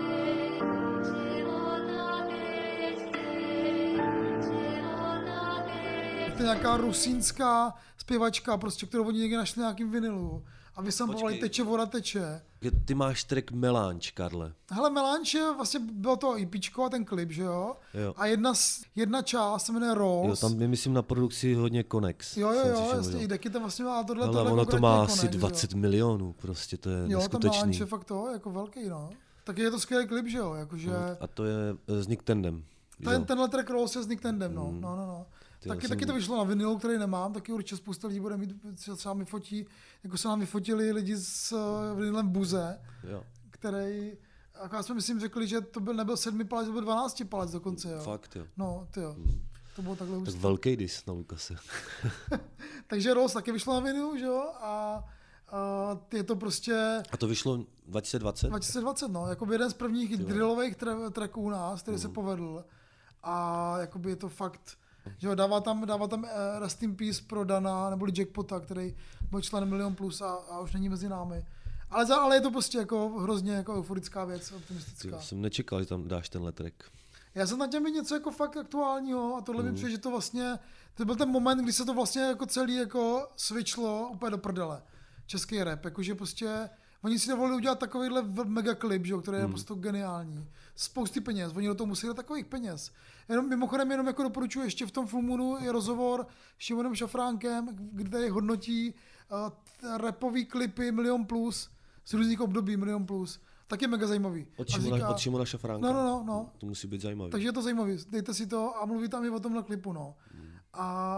To je nějaká rusínská zpěvačka, prostě, kterou oni někde našli na nějakým vinilu. A vysampovali Teče, voda teče. Ty máš track Melange, Karle. Hele, Melange je vlastně, bylo to EPčko a ten klip, že jo? A jedna část se jmenuje Rolls. Jo, tam je, myslím, na produkci hodně Connex. Jo, jasně, i Deky to vlastně má tohle. Ale ono to má asi 20 milionů, prostě to je neskutečný. Jo, tam Melange je fakt to, jako velký, no. Tak je to skvělý klip, že jo? Jakože... A to je s Nintendem. Tenhle track Rolls je s Nintendem, no. Taky to vyšlo na vinilu, který nemám, taky určitě spousta lidí bude mít, třeba mi fotí, jako se nám vyfotili lidi s vinilem Buze, který, jako jsme myslím řekli, že to nebyl 7 palec, to byl 12 palec dokonce, jo. Fakt, jo. No, ty jo. To bylo takhle hustý. Tak velký dis na Lukase. Takže Rolls taky vyšlo na vinilu, že jo, a je to prostě... A to vyšlo 2020? 2020, no, jako jeden z prvních drillových tracků u nás, který se povedl a jakoby je to fakt... Že dává tam Rest in Peace pro Dana, neboli Jackpota, který byl členem Milion Plus a už není mezi námi. Ale je to prostě jako hrozně jako euforická věc, optimistická. Já jsem nečekal, že tam dáš tenhle track. Já jsem na těm něco jako fakt aktuálního a tohle mi přijde, že to vlastně, to byl ten moment, kdy se to vlastně jako celý jako switchlo úplně do prdele. Český rap, jakože prostě oni si dovolili udělat takovýhle megaklip, že, který je prostě geniální. Spousty peněz, oni do toho musí dát takových peněz. Mimochodem jenom jako doporučuji, ještě v tom Full Moonu je rozhovor s Šimonem Šafránkem, kde tady hodnotí rapový klipy Milion Plus z různých období Milion Plus. Tak je mega zajímavý. Od Šimona Šafránka? No. To musí být zajímavý. Takže je to zajímavý, dejte si to a mluví tam i o tomhle klipu, no. A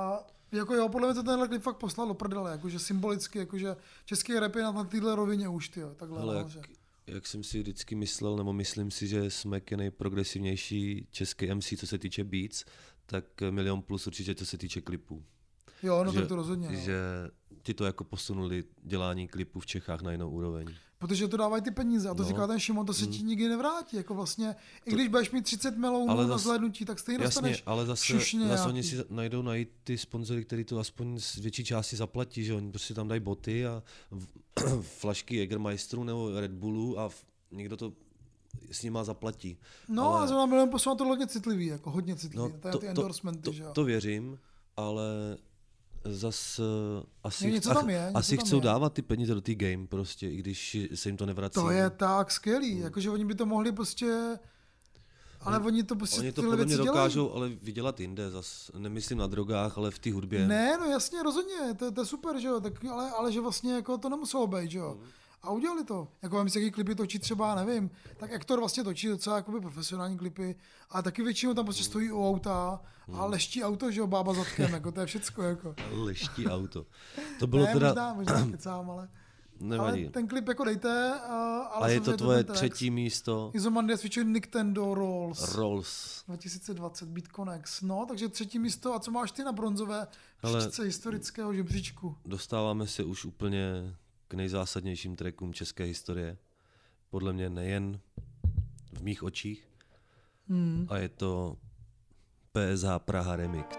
Jako jo, podle mě to tenhle klip fakt poslal do prdele, jakože symbolicky, jakože český rap je na téhle rovině už, tyjo, takhle. Hele, jak jsem si vždycky myslel, nebo myslím si, že Smek je nejprogresivnější český MC, co se týče beats, tak 1 Milion Plus určitě, co se týče klipů. Jo, no tak to rozhodně. Že ti to jako posunuli dělání klipů v Čechách na jinou úroveň. Protože to dávají ty peníze a to říká ten Šimon, to se ti nikdy nevrátí, jako vlastně, i když budeš mít 30 melounů na zhlédnutí, tak stejně dostaneš jasně, ale zase oni si najdou najít ty sponzory, který to aspoň z větší části zaplatí, že oni prostě tam dají boty a flašky Jägermeisteru nebo Red Bullu a někdo to s nima zaplatí. No ale... a zrovna Milion Plus to hodně citlivý, jako hodně citlivý, ty endorsementy, že jo. To věřím, ale zas asi chcou dávat ty peníze do té game prostě, i když se jim to nevrací. To je tak skvělý, jakože oni by to mohli prostě, ale oni to prostě oni to podle mě dokážou ale vydělat jinde, zas nemyslím na drogách, ale v té hudbě. Ne, no jasně, rozhodně, to je super, že jo, tak, ale že vlastně jako to nemuselo být, že jo. A udělali to. Jako vám si jaký klipy točí třeba, nevím, tak Ektor vlastně točí docela jakoby profesionální klipy, ale taky většinou tam prostě stojí u auta a leští auto, že jo, bába zadkem, jako to je všecko, jako. Leští auto. To bylo ne, teda... možná kecám, ale ten klip jako dejte. Ale a je to tvoje třetí místo? Izomandias featuring Nintendo Rolls. 2020, BeatConnex. No, takže třetí místo. A co máš ty na bronzové příčce historického žebříčku? Dostáváme se už úplně k nejzásadnějším trackům české historie. Podle mě nejen v mých očích. A je to PSH Praha Remix.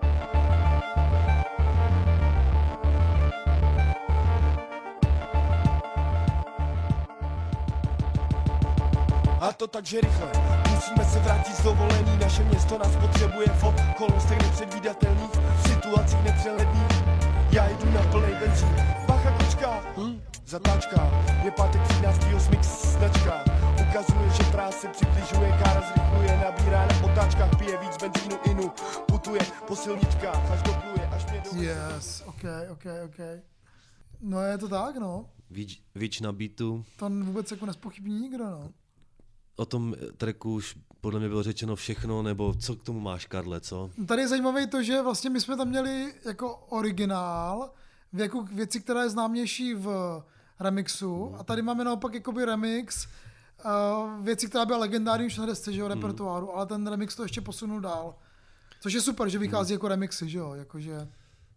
A to takže rychle, musíme se vrátit z dovolení. Naše město nás potřebuje v okolnostech nepředvídatelných, v situacích nepřehledných. Já jdu na plnej benzín, bacha kočka, zatáčka. Je pátek 13. Mix značka. Ukazuje, že Praha se přibližuje, kára zrychluje, nabírá na otáčkách, pije víc benzínu inu, putuje po silničkách, až dopluje, až mě do... Yes, ok. No je to tak, no. Víč na beatu. To vůbec jako nespochybní nikdo, no. O tom tracku už podle mě bylo řečeno všechno, nebo co k tomu máš, Karle, co? Tady je zajímavé to, že vlastně my jsme tam měli jako originál, jako věci, která je známější v remixu, a tady máme naopak jakoby remix, věci, která byla legendární už na desce, že jo, repertoáru, ale ten remix to ještě posunul dál. Což je super, že vychází jako remixy, že jo, jakože...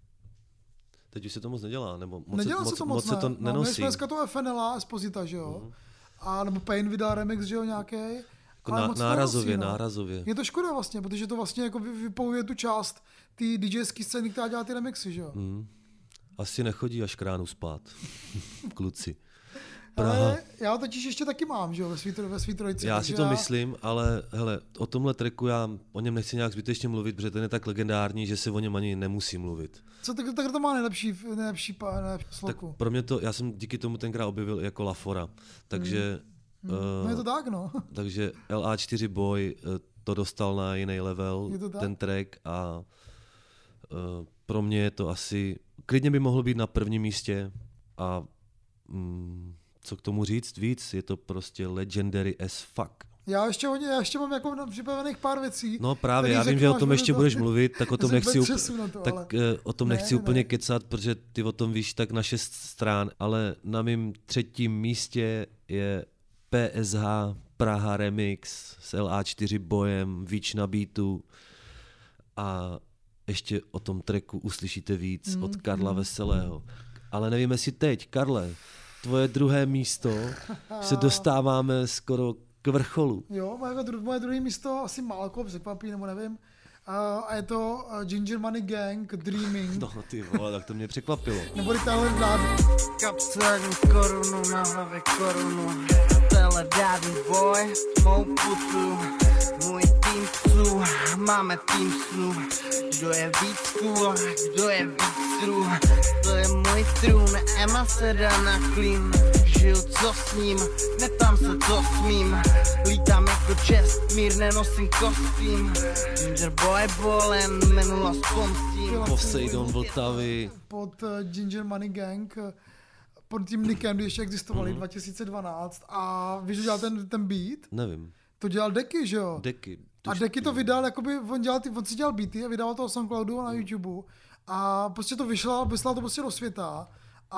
Teď už se to moc nedělá, nebo moc se to nenosí. My jsme dneska to FNLA, Esposita, že jo, a nebo Pain vydal remix, že jo, nějaký. Jako nárazově. Je to škoda vlastně, protože to vlastně jako vypouje tu část ty DJské scény, která dělá ty remixy, že jo. Asi nechodí až k ránu spát, kluci. Ale já totiž ještě taky mám, že jo, ve svý trojici. Já si to myslím, ale hele, o tomhle tracku já o něm nechci nějak zbytečně mluvit, protože ten je tak legendární, že se o něm ani nemusí mluvit. Co tak to má nejlepší sloku? Tak pro mě to, já jsem díky tomu tenkrát objevil jako Lafora, takže... No je to tak, no. Takže LA4 Boy to dostal na jiný level, ten track, a pro mě je to asi, klidně by mohlo být na prvním místě a co k tomu říct víc, je to prostě legendary as fuck. Já ještě mám jako připravených pár věcí. No právě, já vím, že o tom ještě budeš mluvit, tak o tom nechci úplně kecat, protože ty o tom víš tak na 6 strán, ale na mém třetím místě je PSH Praha Remix s LA4 Boyem, víč na beatu, a ještě o tom tracku uslyšíte víc od Karla Veselého. Ale nevím, jestli teď, Karle, tvoje druhé místo, se dostáváme skoro k vrcholu. Jo, moje druhé místo asi málo koho překvapí, nebo nevím. A je to Ginger Money Gang, Dreaming. No ty vole, tak to mě překvapilo. Nebo tahle vládu. Kapslední korunu, na hlavě korunu. Tele daddy boy, mou putu. Můj tým psů, máme tým snů. Kdo je víc cool, kdo je víc true. To je můj trůn, Emma se dá na klín. Žiju co s ním, neptám se co smím. Lítám jako čest, mír nenosím kostým. Ginger boy bolen, minulost pomstím. Poseidon Vltavy. Pod Ginger Money Gang, pod tím nickem, když ještě existovali 2012, a víš, že dělal ten beat? Nevím. To dělal Deky, že jo? Deky. A Deky to vydal, jakoby on si dělal beaty a vydával to SoundCloudu na YouTube. A prostě to vyslal to prostě do světa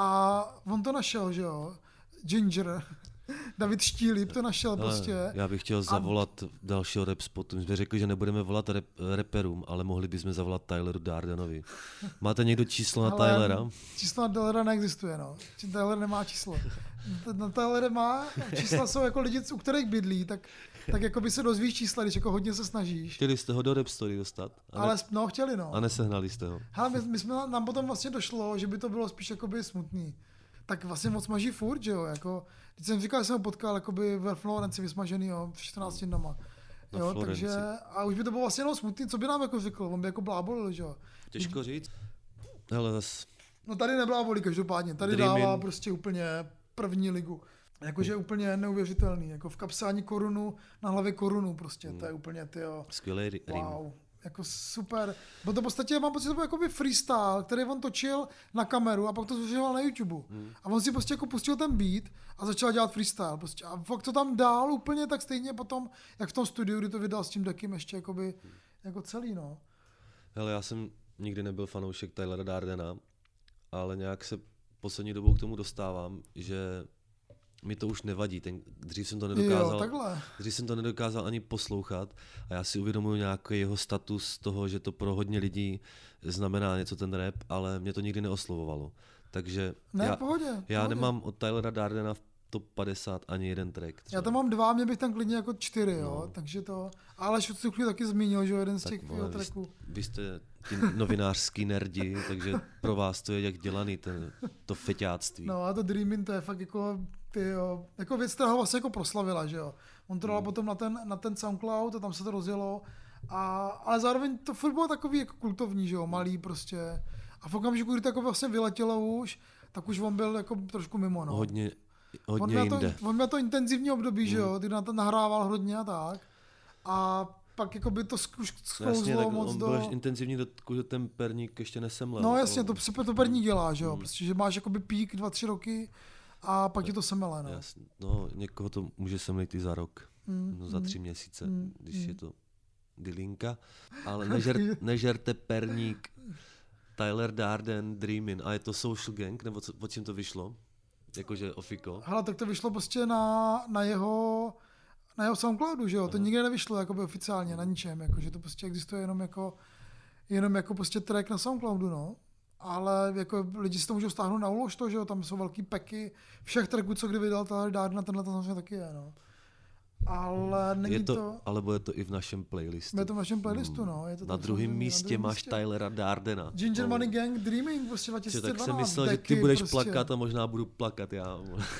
a on to našel, že jo, Ginger, David Štílíp to našel prostě. Já bych chtěl zavolat dalšího rap spotu. My jsme řekli, že nebudeme volat raperům, ale mohli bychom zavolat Tyleru Dardenovi. Máte někdo číslo na Tylera? Číslo na Tylera neexistuje, no. Tyler nemá číslo. Na Tyler má, čísla jsou jako lidi, u kterých bydlí, tak jako by se dozvíš čísla, když jako hodně se snažíš. Chtěli jste ho do Rap Story dostat? Chtěli, no. A nesehnali jste ho. Hele, nám potom vlastně došlo, že by to bylo spíš jakoby smutný. Tak vlastně moc smaží furt, že jo, jako, když jsem říkal, že jsem ho potkal jakoby ve Florenci vysmaženýho před 14 dnama. Jo, takže, a už by to bylo vlastně jenom smutný, co by nám jako řekl, on by jako blábolil, že jo. Těžko říct. Hele, no tady neblábolí každopádně, tady dává prostě úplně první ligu. Jakože úplně neuvěřitelný, jako v kapse ani korunu, na hlavě korunu prostě, to je úplně, tyjo. Skvělý rým. Wow. Jako super. Bo to v podstatě mám pocit, že to byl jakoby freestyle, který on točil na kameru a pak to zveřejňoval na YouTube. A on si prostě jako pustil ten beat a začal dělat freestyle. Prostě. A fakt to tam dál úplně tak stejně potom, jak v tom studiu, kdy to vydal s tím Dekim ještě jakoby, jako celý, no. Hele, já jsem nikdy nebyl fanoušek Tylera Dardena, ale nějak se poslední dobou k tomu dostávám, že mi to už nevadí. Dřív jsem to nedokázal ani poslouchat a já si uvědomuji nějaký jeho status toho, že to pro hodně lidí znamená něco ten rap, ale mě to nikdy neoslovovalo. Takže já nemám od Tylera Dardena v top 50 ani jeden track. Třeba. Já tam mám 2, mě bych tam klidně jako 4, jo, takže to... Ale Šucukli taky zmínil, že jeden z těch tracků. Vy jste ty novinářský nerdi, takže pro vás to je jak dělaný, to feťáctví. No a to Dreamin' to je fakt jako... jako věc, která ho vlastně jako proslavila, že jo. On to dal potom na ten SoundCloud a tam se to rozjelo. Ale zároveň to furt bylo takový jako kultovní, že jo, malý prostě. A v okamžiku, kdy to jako vlastně vyletělo už, tak už on byl jako trošku mimo, no. Hodně jinde. On měl to intenzivní období, že jo, kdy na to nahrával hodně a tak. A pak jako by to už sklouzlo moc do... On byl intenzivní, že ten perník ještě nesemlel. No jasně, to perník dělá, že jo, prostě, že máš jakoby pík 2-3 roky, a pak ti to semele, no. Jasně. No, někoho to může semlit i za rok, za 3 měsíce, když je to dylinka. Ale nežerte perník. Tyler Darden, Dreamin'. A je to Social Gang, nebo o čem to vyšlo? Jakože ofiko. Hele, tak to vyšlo prostě na jeho SoundCloudu, že jo? To nikde nevyšlo jakoby oficiálně, na ničem, jakože to prostě existuje jenom jako prostě track na SoundCloudu, no. Ale jako lidi si to můžou stáhnout na ulož to, že jo, tam jsou velký peky všech tracků, co kdy vydal Tyler Darden, tenhle to samozřejmě taky je, no. Ale není to... Ale bude to i v našem playlistu. Je to v našem playlistu, no. Je to na druhém místě máš Tylera Dardena. Ginger Money Gang, Dreaming, prostě 2012. Tak jsem myslel, že ty budeš plakat a možná budu plakat já.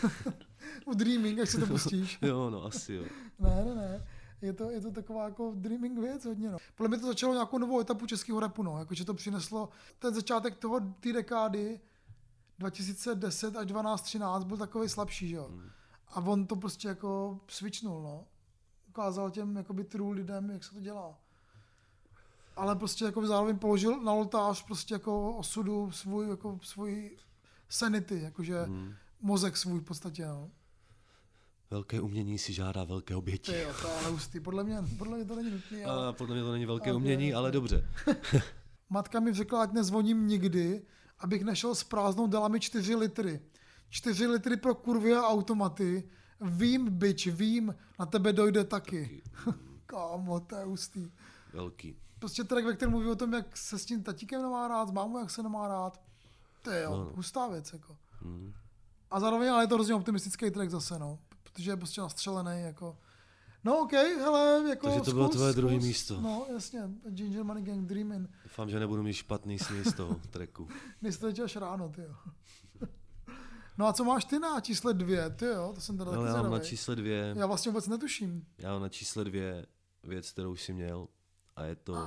U Dreaming, jak si to pustíš. Jo, no asi jo. Ne. Je to taková jako dreaming věc hodně, no. Podle mě to začalo nějakou novou etapu českého rapu, no. Jakože to přineslo ten začátek té dekády 2010 až 12-13 byl takový slabší, že jo. A on to prostě jako switchnul, no. Ukázal těm jakoby true lidem, jak se to dělá. Ale prostě jako zároveň položil na oltář prostě jako osudu svůj sanity, jakože mozek svůj v podstatě, no. Velké umění si žádá velké oběti. Jo, to je hustý. Podle mě to není nutný. Ale... Podle mě to není velké umění, ale dobře. Matka mi řekla, ať nezvoním nikdy, abych nešel s prázdnou, dala mi 4 litry. 4 litry pro kurvy a automaty. Vím, bitch, vím, na tebe dojde taky. Kámo, to je hustý. Velký. Prostě track, ve kterém mluví o tom, jak se s tím tatíkem nemá rád, s mámou, jak se nemá rád. To je hustá věc, jako. A zároveň, ale je to hrozně optimistický track zase, no. Protože je prostě nastřelený, jako... No okej, hele, jako... Takže to bylo tvoje druhé místo. No, jasně, Ginger Money Gang, Dreamin'. Doufám, že nebudu mít špatný sny z toho tracku. Nejste až ráno, tyjo. No a co máš ty na čísle 2, tyjo? To jsem teda taky já mám na čísle 2... Já vlastně vůbec netuším. Já mám na čísle 2 věc, kterou jsi měl, a je to...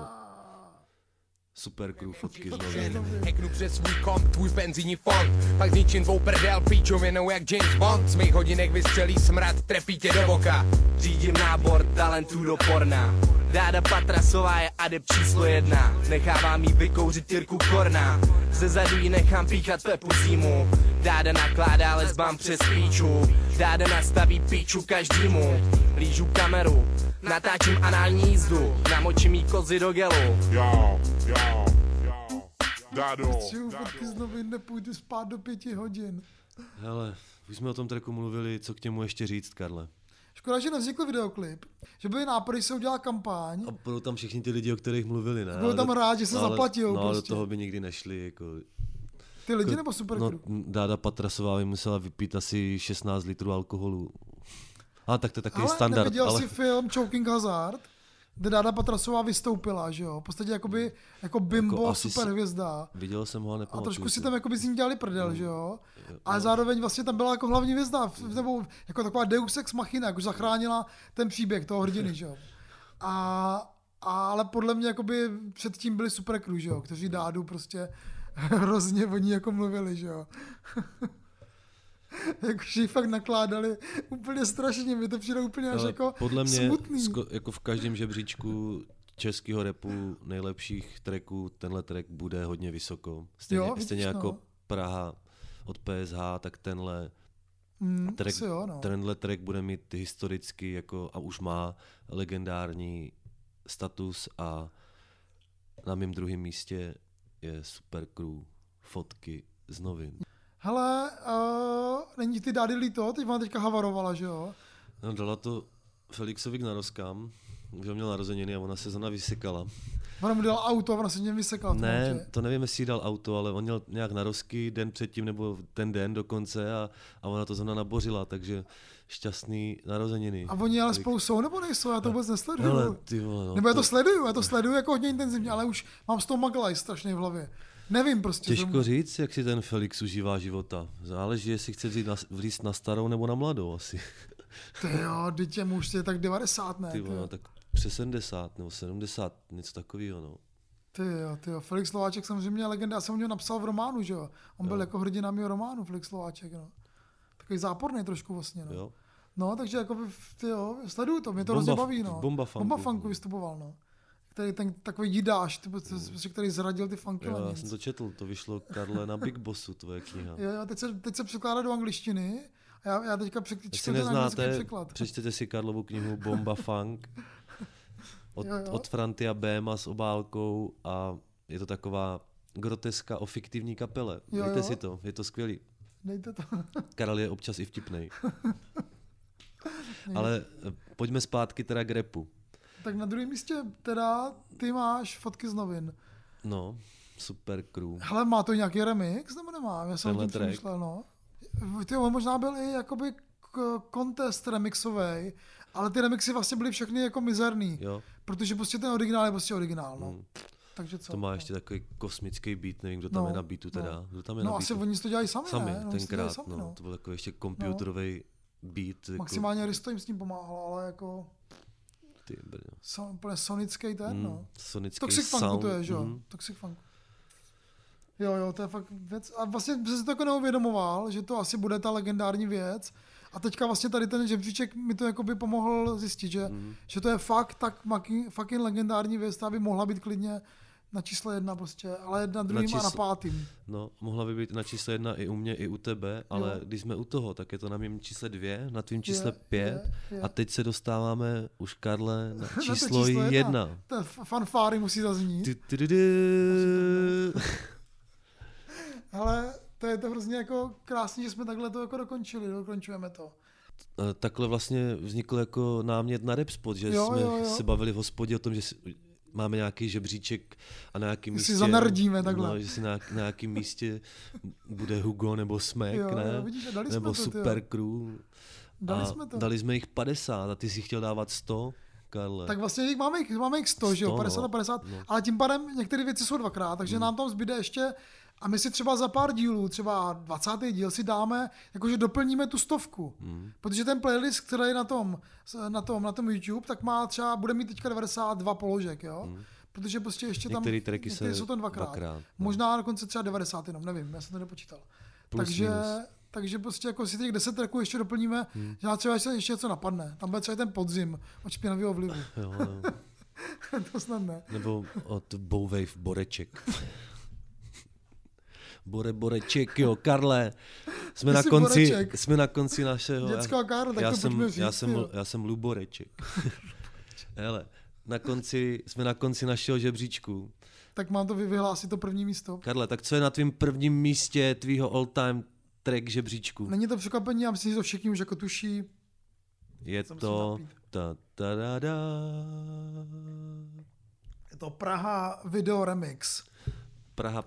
Super crew fotky z novin. Heknu přes svůj komp, tvůj penzijní fond. Pak zničím tvou prdel píčovinou jak James Bond. Z mých hodinek vystřelí smrad, trefí tě do voka. Řídím nábor talentů do porna. Dáda Patrasová je adept číslo 1. Nechávám jí vykouřit Jirku Korna. Ze zadu jí nechám píchat Pepu Zimu. Dáda nakládá lesbám přes píču. Dáda nastaví píču každému. Lížu kameru, natáčím anální jízdu. Namočím jí kozy do gelu. Potřebuji fotky z novin, nepůjdu spát do 5 hodin. Hele, už jsme o tom tracku mluvili, co k němu ještě říct, Karle. Škoda, že nevznikl videoklip, že byly nápady, že se udělala kampaň. A budou tam všichni ty lidi, o kterých mluvili, ne? Budou tam rád, že se zaplatil. No, prostě. do toho by nikdy nešli, jako... Ty lidi nebo Supercrew? No, Dáda Patrasová by musela vypít asi 16 litrů alkoholu. A tak to je takový standard. Neviděl jsi film Choking Hazard, kde Dáda Patrasová vystoupila, že jo? V podstatě jako bimbo, jako superhvězda. Viděl jsem ho a nepamatuju. A trošku si tam jakoby s ním dělali prdel, že jo? Ale zároveň vlastně tam byla jako hlavní hvězda, nebo jako taková deus ex machina, jako zachránila ten příběh toho hrdiny, že jo? Ale podle mě jakoby předtím byli Supercrew, že jo? Kteří Dádu prostě hrozně o ní jako mluvili, že jo? Jakože ji fakt nakládali úplně strašně, mi to přijde úplně až jako podle mě, smutný. Jako v každém žebříčku českého rapu nejlepších tracků, tenhle track bude hodně vysoko. Stejně jako Praha od PSH, tak tenhle track bude mít historicky jako, a už má legendární status a na mém druhém místě je Supercrew, fotky z novin. Hele, není ty Dády líto? Teď vám teďka havarovala, že jo? No, dala to Felixovi k narozkám, že měl narozeniny a ona se zrovna vysekala. Ona mu dala auto a ona se něm vysekala. Ne, to nevím, jestli jí dal auto, ale on měl nějak narozky den předtím nebo ten den dokonce a ona to zrovna nabořila, takže šťastný narozeniny. A oni ale spolu jsou nebo nejsou? Já to vůbec nesleduju. Hele, ty vole, no, nebo já to sleduju jako hodně intenzivně, ale už mám z toho maglaj strašně v hlavě. Nevím prostě. Těžko říct, jak si ten Felix užívá života. Záleží, jestli chce vlízt na starou nebo na mladou asi. Ty jo, dítě muž je tak 90, ne? Ty vole, tak přes 70 nebo 70, něco takového, no. Ty jo, Felix Slováček samozřejmě je legenda, já jsem o něm napsal v románu, že jo. On byl jako hrdina mého románu, Felix Slováček, no. Takový záporný trošku vlastně, no. Jo. No, takže jako ty jo, sleduju to, mě to hrozně baví, no. Bomba Funku vystupoval, no. Který ten takový dídáš, který zradil ty funky. Jo, já jsem to četl, to vyšlo, Karle, na Big Bossu, tvoje kniha. Jo, teď se překládá do angličtiny. Já teďka přečtu ten anglický překlad. Přečtěte si Karlovu knihu Bomba Funk od Frantia Béma s obálkou a je to taková groteska o fiktivní kapele. Dejte si to, je to skvělý. Dejte to. Karel je občas i vtipnej. Ale pojďme zpátky teda k rapu. Tak na druhém místě teda ty máš fotky z novin. No, Supercrew. Hele, má to nějaký remix nebo nemá? Já jsem o tím přemýšlel, no. On možná byl i jakoby contest remixovej, ale ty remixy vlastně byly všechny jako mizerný. Jo. Protože prostě ten originál je prostě originál, no. Takže co? To má ještě takový kosmický beat, nevím, kdo tam je na beatu teda. Kdo tam je no na asi oni to dělají sami, ne? Tenkrát, to byl takový ještě computerový beat. Maximálně jako... Risto jim s tím pomáhal, ale jako... Ty brdo. Úplně sonický ten, no. Sonický Toxic sound. Funku to je, že jo? Toxic Funk. Jo, to je fakt věc. A vlastně jsem si to jako neuvědomoval, že to asi bude ta legendární věc. A teďka vlastně tady ten žebříček mi to jakoby pomohl zjistit, že to je fakt tak fucking legendární věc, ta by mohla být klidně na čísle 1 prostě, ale na druhým a na 5. No, mohla by být na čísle 1 i u mě, i u tebe, ale když jsme u toho, tak je to na mém čísle 2, na tvým čísle 5 a teď se dostáváme už, Karle, na číslo 1. Ten fanfáry musí zaznít. Ale to je to hrozně jako krásný, že jsme takhle to jako dokončujeme to. Takhle vlastně vznikl jako námět na rap spot, že jsme se bavili v hospodě o tom, že máme nějaký žebříček a na nějakém místě... Si zanardíme takhle. No, že si na nějakém místě bude Hugo nebo Smek, ne? Vidíš, nebo Supercrew. Dali jsme jich 50 a ty si chtěl dávat 100, Karle. Tak vlastně máme jich 100, že jo? 50 na 50, ale tím pádem některé věci jsou dvakrát, takže nám tam zbyde ještě... A my si třeba za pár dílů, třeba 20. díl si dáme, jakože doplníme tu 100. Protože ten playlist, který je na tom YouTube, tak má třeba, bude mít teďka 92 položek, jo? Protože prostě ještě tam, některé jsou tam dvakrát. Možná dokonce třeba 90 jenom, nevím, já jsem to nepočítal. Takže prostě jako si těch 10 tracků ještě doplníme, že třeba ještě něco napadne. Tam bude třeba ten podzim od špinavého vlivu. Jo. To snad ne. Nebo od Bowwave Boreček. Boreček, jo, Karle, jsme na konci našeho... Dětská Karle, tak to pojďme říct. Já jsem Luboreček. Hele, jsme na konci našeho žebříčku tak mám to vyhlásit to první místo. Karle, tak co je na tvém prvním místě tvýho all-time track žebříčku? Není to překvapení, já myslím, že to všichni už jako tuší. Je to... Je to Praha Video Remix. Praha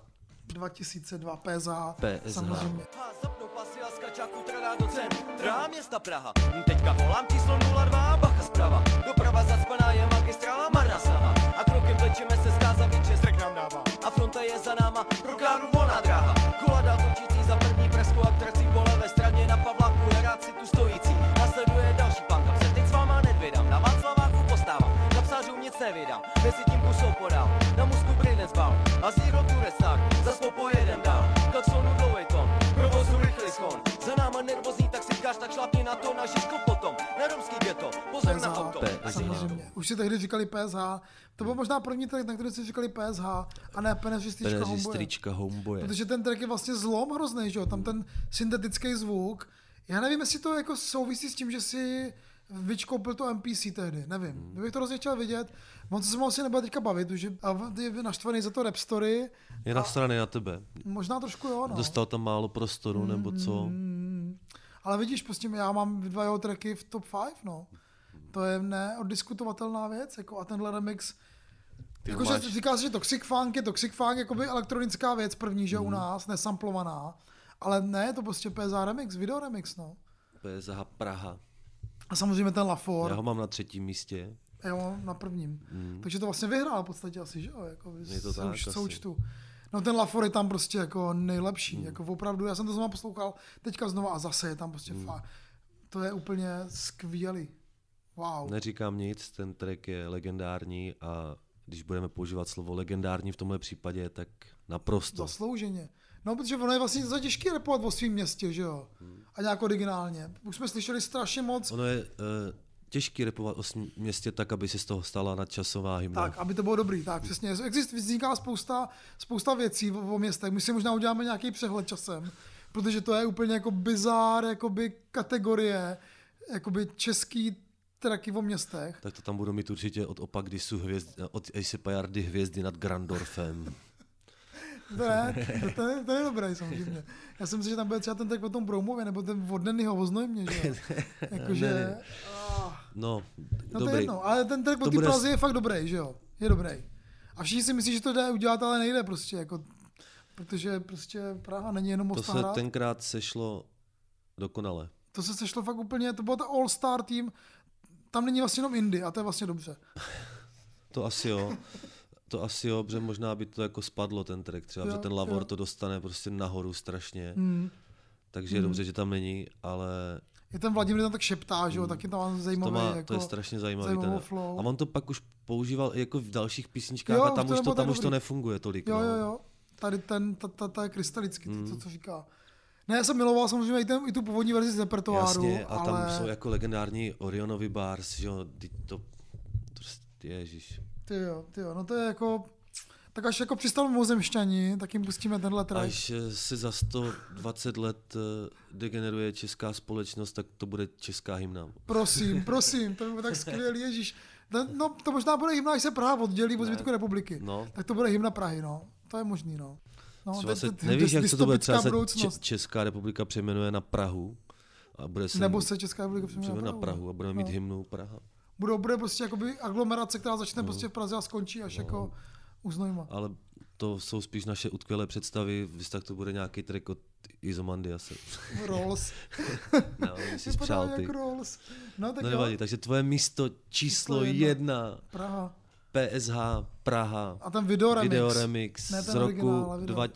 2002 PSH. Samozřejmě. Zapnu pasy a skačáku trhá do centra města Praha. Teďka volám číslo 02, bacha zprava. Doprava zacpaná je magistrála marná sama. A krokem vlečíme se zkáza víče, strek nám dává. A fronta je za náma, pro kránu volná dráha. Kolada točící za první presku a trací po levé straně na Pavláku, heráci tu stojící. Následuje další panka, se teď s váma nedvědám. Na Václaváku postávám, na psářům nic nevydám. Mezi tím kusou podál, na Musku brýnec bál. A zíro tu resták, zas popojedem dál. Klaxonu dlouhej ton, provozu rychlej schon. Za náma nervózní taxikář, tak šlapni na to, na Žižko potom. Na romský ghetto, pozor na auto. Samozřejmě. Už si tehdy říkali PSH. To byl možná první track, na který si říkali PSH a ne Penezistrička Homeboye. Protože ten track je vlastně zlom hrozný, že jo? Tam ten syntetický zvuk. Já nevím, jestli to jako souvisí s tím, že si vyčkoupil to MPC tehdy, nevím. Kdybych to hrozně chtěl vidět. On se mnou asi nebude teďka bavit, že je naštvaný za to Rap Story. Je nastraný na tebe. Možná trošku jo, no. Dostal tam málo prostoru, nebo co? Ale vidíš, prostě já mám 2 jeho tracky v top 5, no. To je neoddiskutovatelná věc, jako a tenhle remix. Jakože říká se, že Toxic Funk je jakoby elektronická věc první, že u nás, nesamplovaná. Ale ne, je to prostě PSH remix, video remix, no. PSH Praha. A samozřejmě ten Lafor. Já ho mám na 3. místě. Já ho mám na 1. Takže to vlastně vyhrál v podstatě asi, že jo? Jako, je to tak asi. Součtu. No ten Lafor je tam prostě jako nejlepší, jako opravdu, já jsem to znovu poslouchal, teďka znova a zase je tam prostě to je úplně skvělý. Wow. Neříkám nic, ten track je legendární a když budeme používat slovo legendární v tomhle případě, tak naprosto. Zaslouženě. No, protože ono je vlastně za těžké rapovat o svým městě, že jo? A nějak originálně. Už jsme slyšeli strašně moc. Ono je těžký rapovat o městě tak, aby se z toho stala nadčasová hymna. Tak, aby to bylo dobrý, tak přesně. Vzniká spousta věcí o městech. My si možná uděláme nějaký přehled časem, protože to je úplně jako bizár, jakoby kategorie, jakoby český tracky o městech. Tak to tam budu mít určitě od Opak Disu od Ace Pajardy hvězdy nad Grandorfem. To je dobré samozřejmě. Já jsem si, že tam bude třeba ten track o tom Broumově, nebo ten od Dennyho o Znojmě, že jo? Jakože... No to je jedno, ale ten track o té Praze je fakt dobrý, že jo? Je dobrý. A všichni si myslí, že to jde udělat, ale nejde prostě, jako... Protože prostě Praha není jenom To se tenkrát sešlo dokonale. To se sešlo fakt úplně, to byl ta all-star tým, tam není vlastně jenom indie a to je vlastně dobře. To asi jo, protože možná by to jako spadlo ten track, třeba, že ten Lavor to dostane prostě nahoru strašně, takže je dobře, že tam není, ale... Je ten Vladimír tam tak šeptá, že jo, taky tam má zajímavý to je strašně zajímavý ten flow. A on to pak už používal jako v dalších písničkách a tam už to nefunguje tolik. Jo. Tady ta je krystalický, to co říká. Ne, já jsem miloval samozřejmě i tu původní verzi z repertoáru. Jasně, a tam jsou jako legendární Orionovy bars, že jo, to ježiš. Ty jo, no to je jako, tak až jako přistanu mozemšťani, tak jim pustíme tenhle track. Až se za 120 let degeneruje česká společnost, tak to bude česká hymna. Prosím, to by bylo tak skvělý, ježiš. No, to možná bude hymna, až se Praha oddělí od zbytku republiky. No. Tak to bude hymna Prahy, no. To je možný, no. Nevíš, jak se to bude třeba Česká republika přejmenuje na Prahu. A bude se nebo se Česká republika přejmenuje na Prahu a budeme mít hymnu Praha. Bude prostě jakoby aglomerace, která začne prostě v Praze a skončí až jako u Znojma. Ale to jsou spíš naše utkvělé představy, tak to bude nějaký track od Izomandiase. Rolls. No, jsi spřál ty. Rolls. No, tak nevadí, takže tvoje místo číslo 1. Praha. PSH Praha. A ten video remix z roku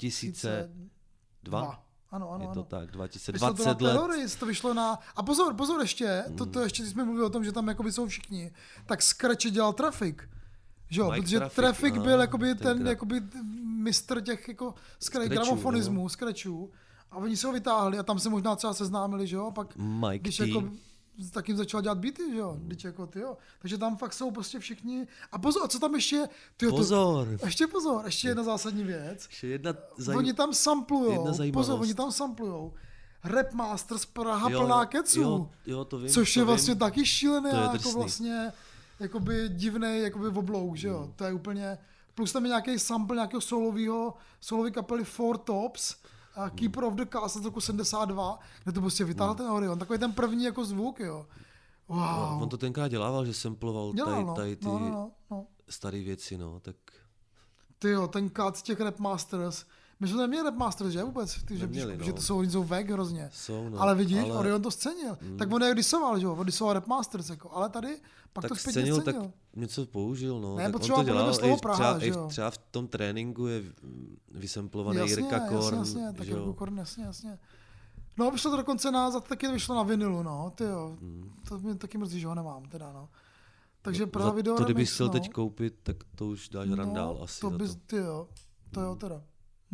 2002. Ano. Je to tak, 2020 let. To vyšlo na... A pozor ještě, to ještě jsme mluvili o tom, že tam jakoby jsou všichni. Tak Scratch dělal Traffic. Že jo, protože Traffic byl jakoby ten jakoby mistr těch jako gramofonismů, Scratchů. A oni se ho vytáhli a tam se možná třeba seznámili, že jo, pak když jako tak jim začal dělat beaty, že jo, takže tam fakt jsou prostě všichni, a pozor, co tam ještě, ještě jedna zásadní věc, oni tam samplujou, Rap Masters Praha plná keců, to vím, což je vlastně taky šílené, jako vlastně, jakoby divnej, jakoby oblouk, že jo, to je úplně Plus tam je nějaký sample nějakého solový kapely Four Tops, Keeper of the Castle z roku 72, kde to prostě vytáhl ten Orion. Takový ten první jako zvuk, jo. Wow. No, on to tenkrát dělával, že samploval tady ty staré věci, no, tak... Tyjo, ten cut z těch Rap Masters. My jsme neměli Rap Masters, že vůbec? Že to jsou vek hrozně. Ale vidíš, Orion to scenil. Tak on je disoval, že jo? On disoval Rap Masters, jako. Ale tady pak tak to zpětně scenil. Tak něco použil, no. Ne, tak on to dělal, Praha, třeba v tom tréninku je vysamplovaný Jirka Korn. Jasně, tak Jirka Korn, jasně. No, vyšlo to dokonce taky vyšlo na vinilu, no, tyjo. To mě taky mrzí, že ho nemám, teda, no. Takže Praha video to, kdybych chtěl teď koupit, tak to už dáš randál asi. To bys, tyjo, to jo, teda.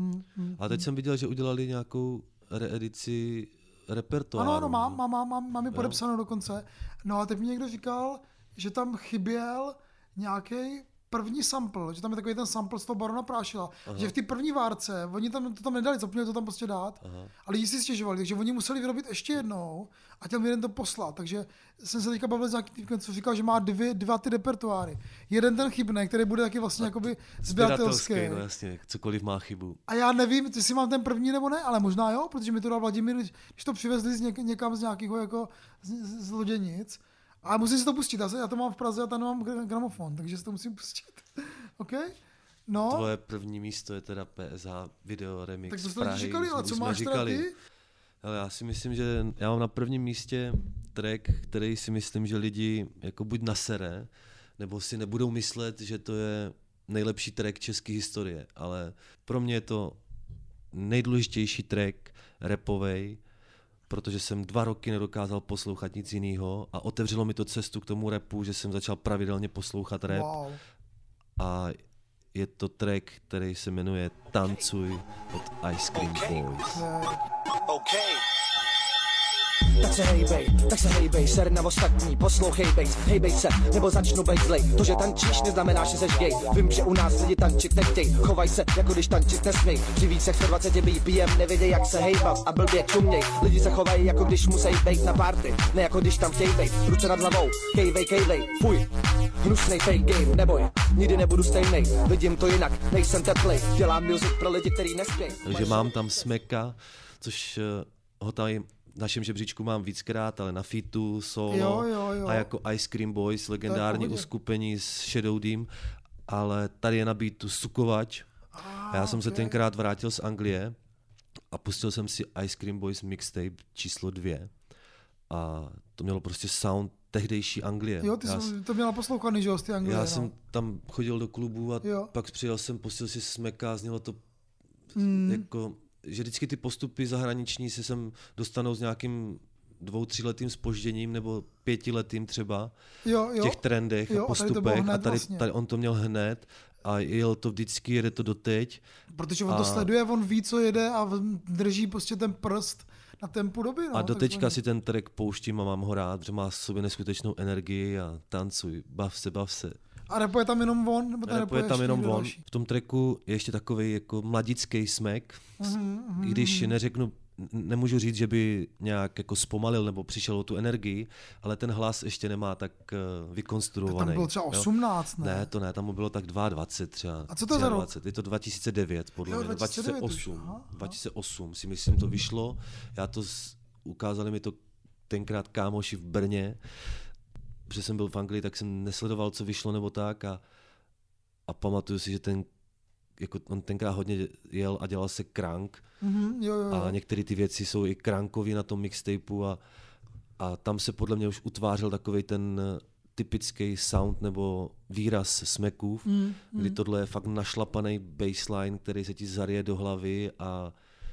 A teď jsem viděl, že udělali nějakou reedici repertoáru. Ano, mám ji podepsanou dokonce. No a teď mi někdo říkal, že tam chyběl nějaký první sample, že tam je takový ten sample z toho Barona Prášila, že v té první várce, oni tam to tam nedali, zapomněli to tam prostě dát, a lidi si stěžovali, takže oni museli vyrobit ještě jednou a těm jeden to poslat, takže jsem se teďka bavil s nějakým týmkem, co říkal, že má dva ty repertoáry. Jeden ten chybný, který bude taky vlastně jakoby sběratelský. No jasně, cokoliv má chybu. A já nevím, jestli mám ten první nebo ne, ale možná jo, protože mi to dal Vladimír, když to přivezli někam z nějakého jako z Loděnic. A musím si to pustit, já to mám v Praze a tam nemám gramofon, takže si to musím pustit. OK? No. Tvoje první místo je teda PSH Video Remix tak to z Prahy. Říkali, ale co máš teda ty? Ale já si myslím, že já mám na prvním místě track, který si myslím, že lidi jako buď nasere, nebo si nebudou myslet, že to je nejlepší track české historie, ale pro mě je to nejdůležitější track rapovej, protože jsem 2 roky nedokázal poslouchat nic jiného a otevřelo mi to cestu k tomu rapu, že jsem začal pravidelně poslouchat rap. Wow. A je to track, který se jmenuje Tancuj od Ice Cream Boys. Tak se hejbej, ser na ostatní, poslouchej bejs, hejbej se, nebo začnu bejt zlej. To, že tančíš, neznamená, že seš gay. Vím, že u nás lidi tančit nechtěj, chovaj se, jako když tančit nesměj. Při více 120 BPM nevěděj, jak se hejbat a blbě čuměj. Lidi se chovají, jako když musej bejt na party, ne jako když tam chtěj bejt. Ruce nad hlavou, kejvej, fuj. Hnusnej fake game, neboj, nikdy nebudu stejnej. Vidím to jinak, nejsem teplej. Dělám music pro lidi, který nespěj. Takže mám tam Smeka, což ho tady v našem žebříčku mám víckrát, ale na featu, solo jo. A jako Ice Cream Boys, legendární uskupení s Shadow Deem, ale tady je na beatu Sukovač. Já jsem se tenkrát vrátil z Anglie a pustil jsem si Ice Cream Boys mixtape číslo 2 a to mělo prostě sound tehdejší Anglie. Jo, ty jsi to měla poslouchaný, že jo, z té Anglie. Já jsem tam chodil do klubu a pak přijel jsem, pustil si Smeka, znělo to jako... že vždycky ty postupy zahraniční se sem dostanou s nějakým 2-3 letým zpožděním nebo 5 letým třeba v těch trendech a postupech a tady on to měl hned a jel to vždycky, jede to doteď. Protože on to sleduje, on ví, co jede a drží prostě ten prst na tempu doby. No, a doteďka si ten track pouštím a mám ho rád, protože má v sobě neskutečnou energii a tancuj, bav se. A rapuje tam jenom on? Nebo rapuje tam jenom on. V tom tracku je ještě takový jako mladický smek, i když neřeknu, nemůžu říct, že by nějak jako zpomalil nebo přišel o tu energii, ale ten hlas ještě nemá tak vykonstruovaný. Tak tam byl třeba 18, ne? Ne, to ne, tam mu bylo tak 22 třeba. A co to za rok? Je to 2009, podle mě. 2008 si myslím, to vyšlo. Ukázali mi to tenkrát kámoši v Brně, protože jsem byl v Anglii, tak jsem nesledoval, co vyšlo nebo tak a pamatuju si, že on tenkrát hodně jel a dělal se crank a některé ty věci jsou i crankový na tom mixtapeu a tam se podle mě už utvářel takovej ten typický sound nebo výraz Smekův, kdy tohle je fakt našlapaný bassline, který se ti zarije do hlavy a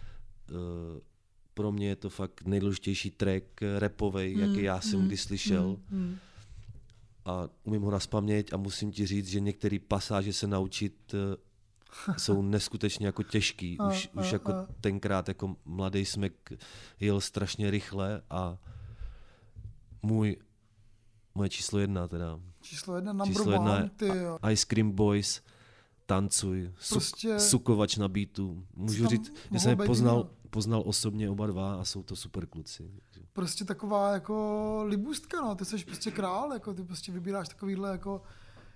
pro mě je to fakt nejdůležitější track rapovej, jaký já jsem kdy slyšel. A umím ho nazpaměť a musím ti říct, že některé pasáže se naučit jsou neskutečně jako těžký. Už jako tenkrát jako mladý Smek jel strašně rychle a moje číslo 1 teda. Číslo 1, number one, Ice Cream Boys, Tancuj, Sukovač na beatu. Můžu říct, že jsem je poznal osobně oba dva a jsou to super kluci. Prostě taková jako libůstka, no, ty jsi prostě král, jako ty prostě vybíráš takovýhle jako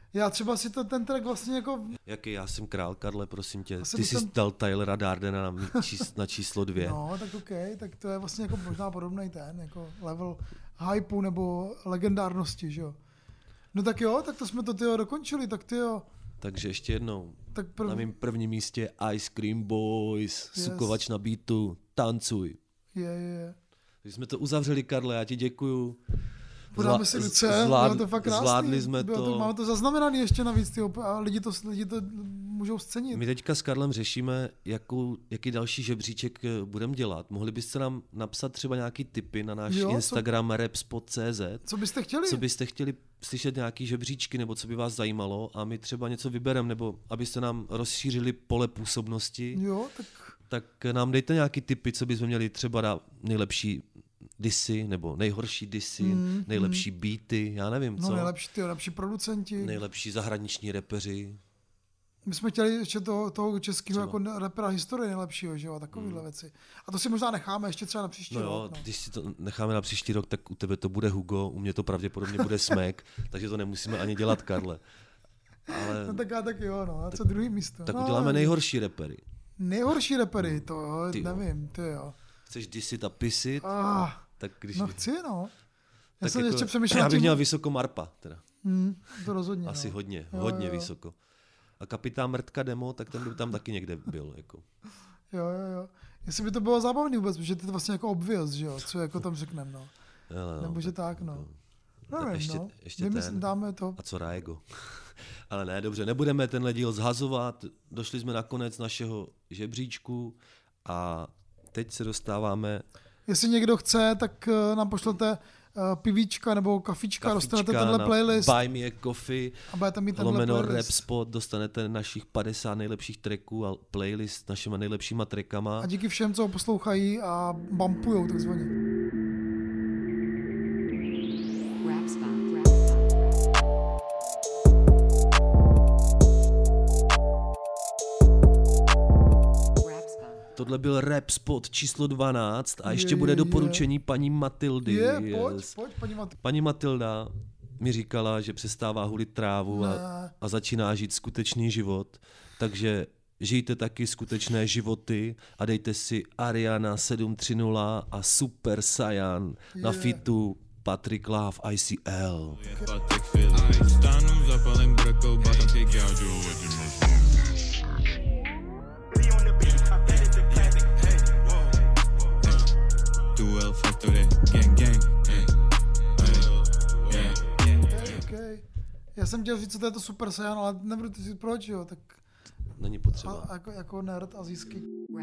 Já třeba si ten track vlastně jako... Jaký já jsem král, Karle, prosím tě. Asi Ty bych jsi dal Tylera Dardena na číslo 2. No, tak OK, tak to je vlastně jako možná podobný ten, jako level hypeu nebo legendárnosti, že jo. No tak jo, tak to jsme to tyjo dokončili, tak tyjo. Takže ještě jednou. Tak na mém prvním místě Ice Cream Boys, yes. Sukovač na beatu, Tancuj. Je. Když jsme to uzavřeli, Karle, já ti děkuju. Podáme si ruce, bylo to fakt krásný. Zvládli jsme to. Máme to zaznamenaný ještě navíc, tyjo, a lidi to můžou scenit. My teďka s Karlem řešíme, jaký další žebříček budeme dělat. Mohli byste nám napsat třeba nějaký tipy na náš Instagram rapspot.cz. Co byste chtěli? Co byste chtěli slyšet nějaký žebříčky, nebo co by vás zajímalo a my třeba něco vybereme, nebo abyste nám rozšířili pole působnosti. Jo, tak nám dejte nějaký tipy, co bychom měli třeba na nejlepší disy, nebo nejhorší disy, nejlepší beaty, já nevím co. No nejlepší producenti. Nejlepší zahraniční repeři. My jsme chtěli ještě toho českého jako rapera historie nejlepšího, že jo, takovýhle věci. A to si možná necháme ještě třeba na příští rok. No, když si to necháme na příští rok, tak u tebe to bude Hugo, u mě to pravděpodobně bude Smek, takže to nemusíme ani dělat, Karle. Ale... No tak jo, no, a co druhý místo? Tak uděláme nejhorší repery. Nejhorší repery, to jo, nevím, ty jo. Chceš disit a pisit? Tak když... No chci, no. Já jsem ještě přemýšlel. Já bych měl vysoko Marpa, teda. To rozhodně. Asi hodně vysoko. A kapitán Mrtka Demo, tak ten by tam taky někde byl. Jako. Jo. Jestli by to bylo zábavný vůbec, protože to je vlastně jako obvious, že jo, co jako tam řekneme, no. Nebo že tak, no. Nevím, ještě ten. Dáme to. A co Raego? Ale ne, dobře, nebudeme tenhle díl zhazovat. Došli jsme na konec našeho žebříčku a teď se dostáváme... Jestli někdo chce, tak nám pošlete pivíčka nebo kafička, dostanete tenhle playlist. Buy Me a Coffee, lomeno Rapspot, dostanete našich 50 nejlepších tracků a playlist s našima nejlepšíma trackama. A díky všem, co ho poslouchají a bumpujou takzvaně. Tohle byl Rapspot číslo 12 a ještě bude doporučení paní Matildy. Pojď, paní Matilda mi říkala, že přestává hulit trávu a začíná žít skutečný život, takže žijte taky skutečné životy a dejte si Ariana 730 a Super Saiyan na fitu Patrick Love ICL. Stánu, zapalím brakou, batanky gážu, Factory, gang. Okay. Já jsem chtěl říct, co to je to Super Saiyan, ale nebudu si proč, jo, tak... Není potřeba. Jako nerd azijský.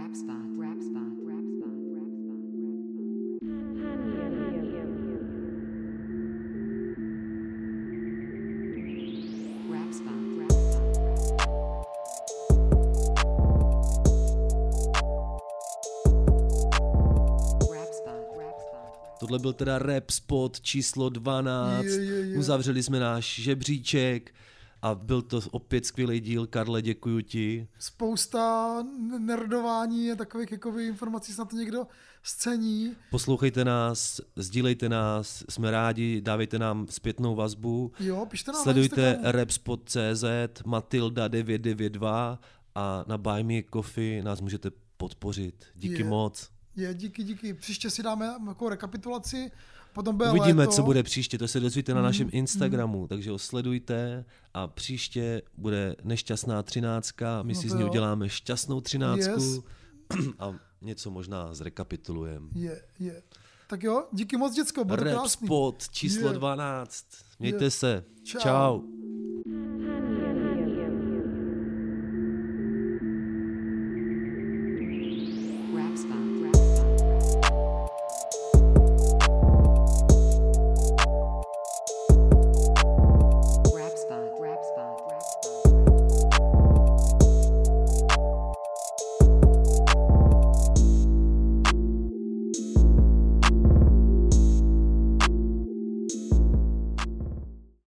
Tohle byl teda Rapspot číslo 12, uzavřeli jsme náš žebříček a byl to opět skvělý díl. Karle, děkuju ti. Spousta nerdování a takových jakoby informací, snad to někdo scení. Poslouchejte nás, sdílejte nás, jsme rádi, dávejte nám zpětnou vazbu. Jo, pište nám. Sledujte rapspot.cz, Matilda 992 a na Buy Me a Coffee nás můžete podpořit. Díky moc. Díky. Příště si dáme jako rekapitulaci, potom bude uvidíme, léto. Co bude příště, to se dozvíte na našem Instagramu, takže ho sledujte a příště bude nešťastná 13, my si z ní uděláme šťastnou 13 a něco možná zrekapitulujeme. Tak jo, díky moc, děcko, bylo to krásný. Rapspot číslo 12, mějte se, čau.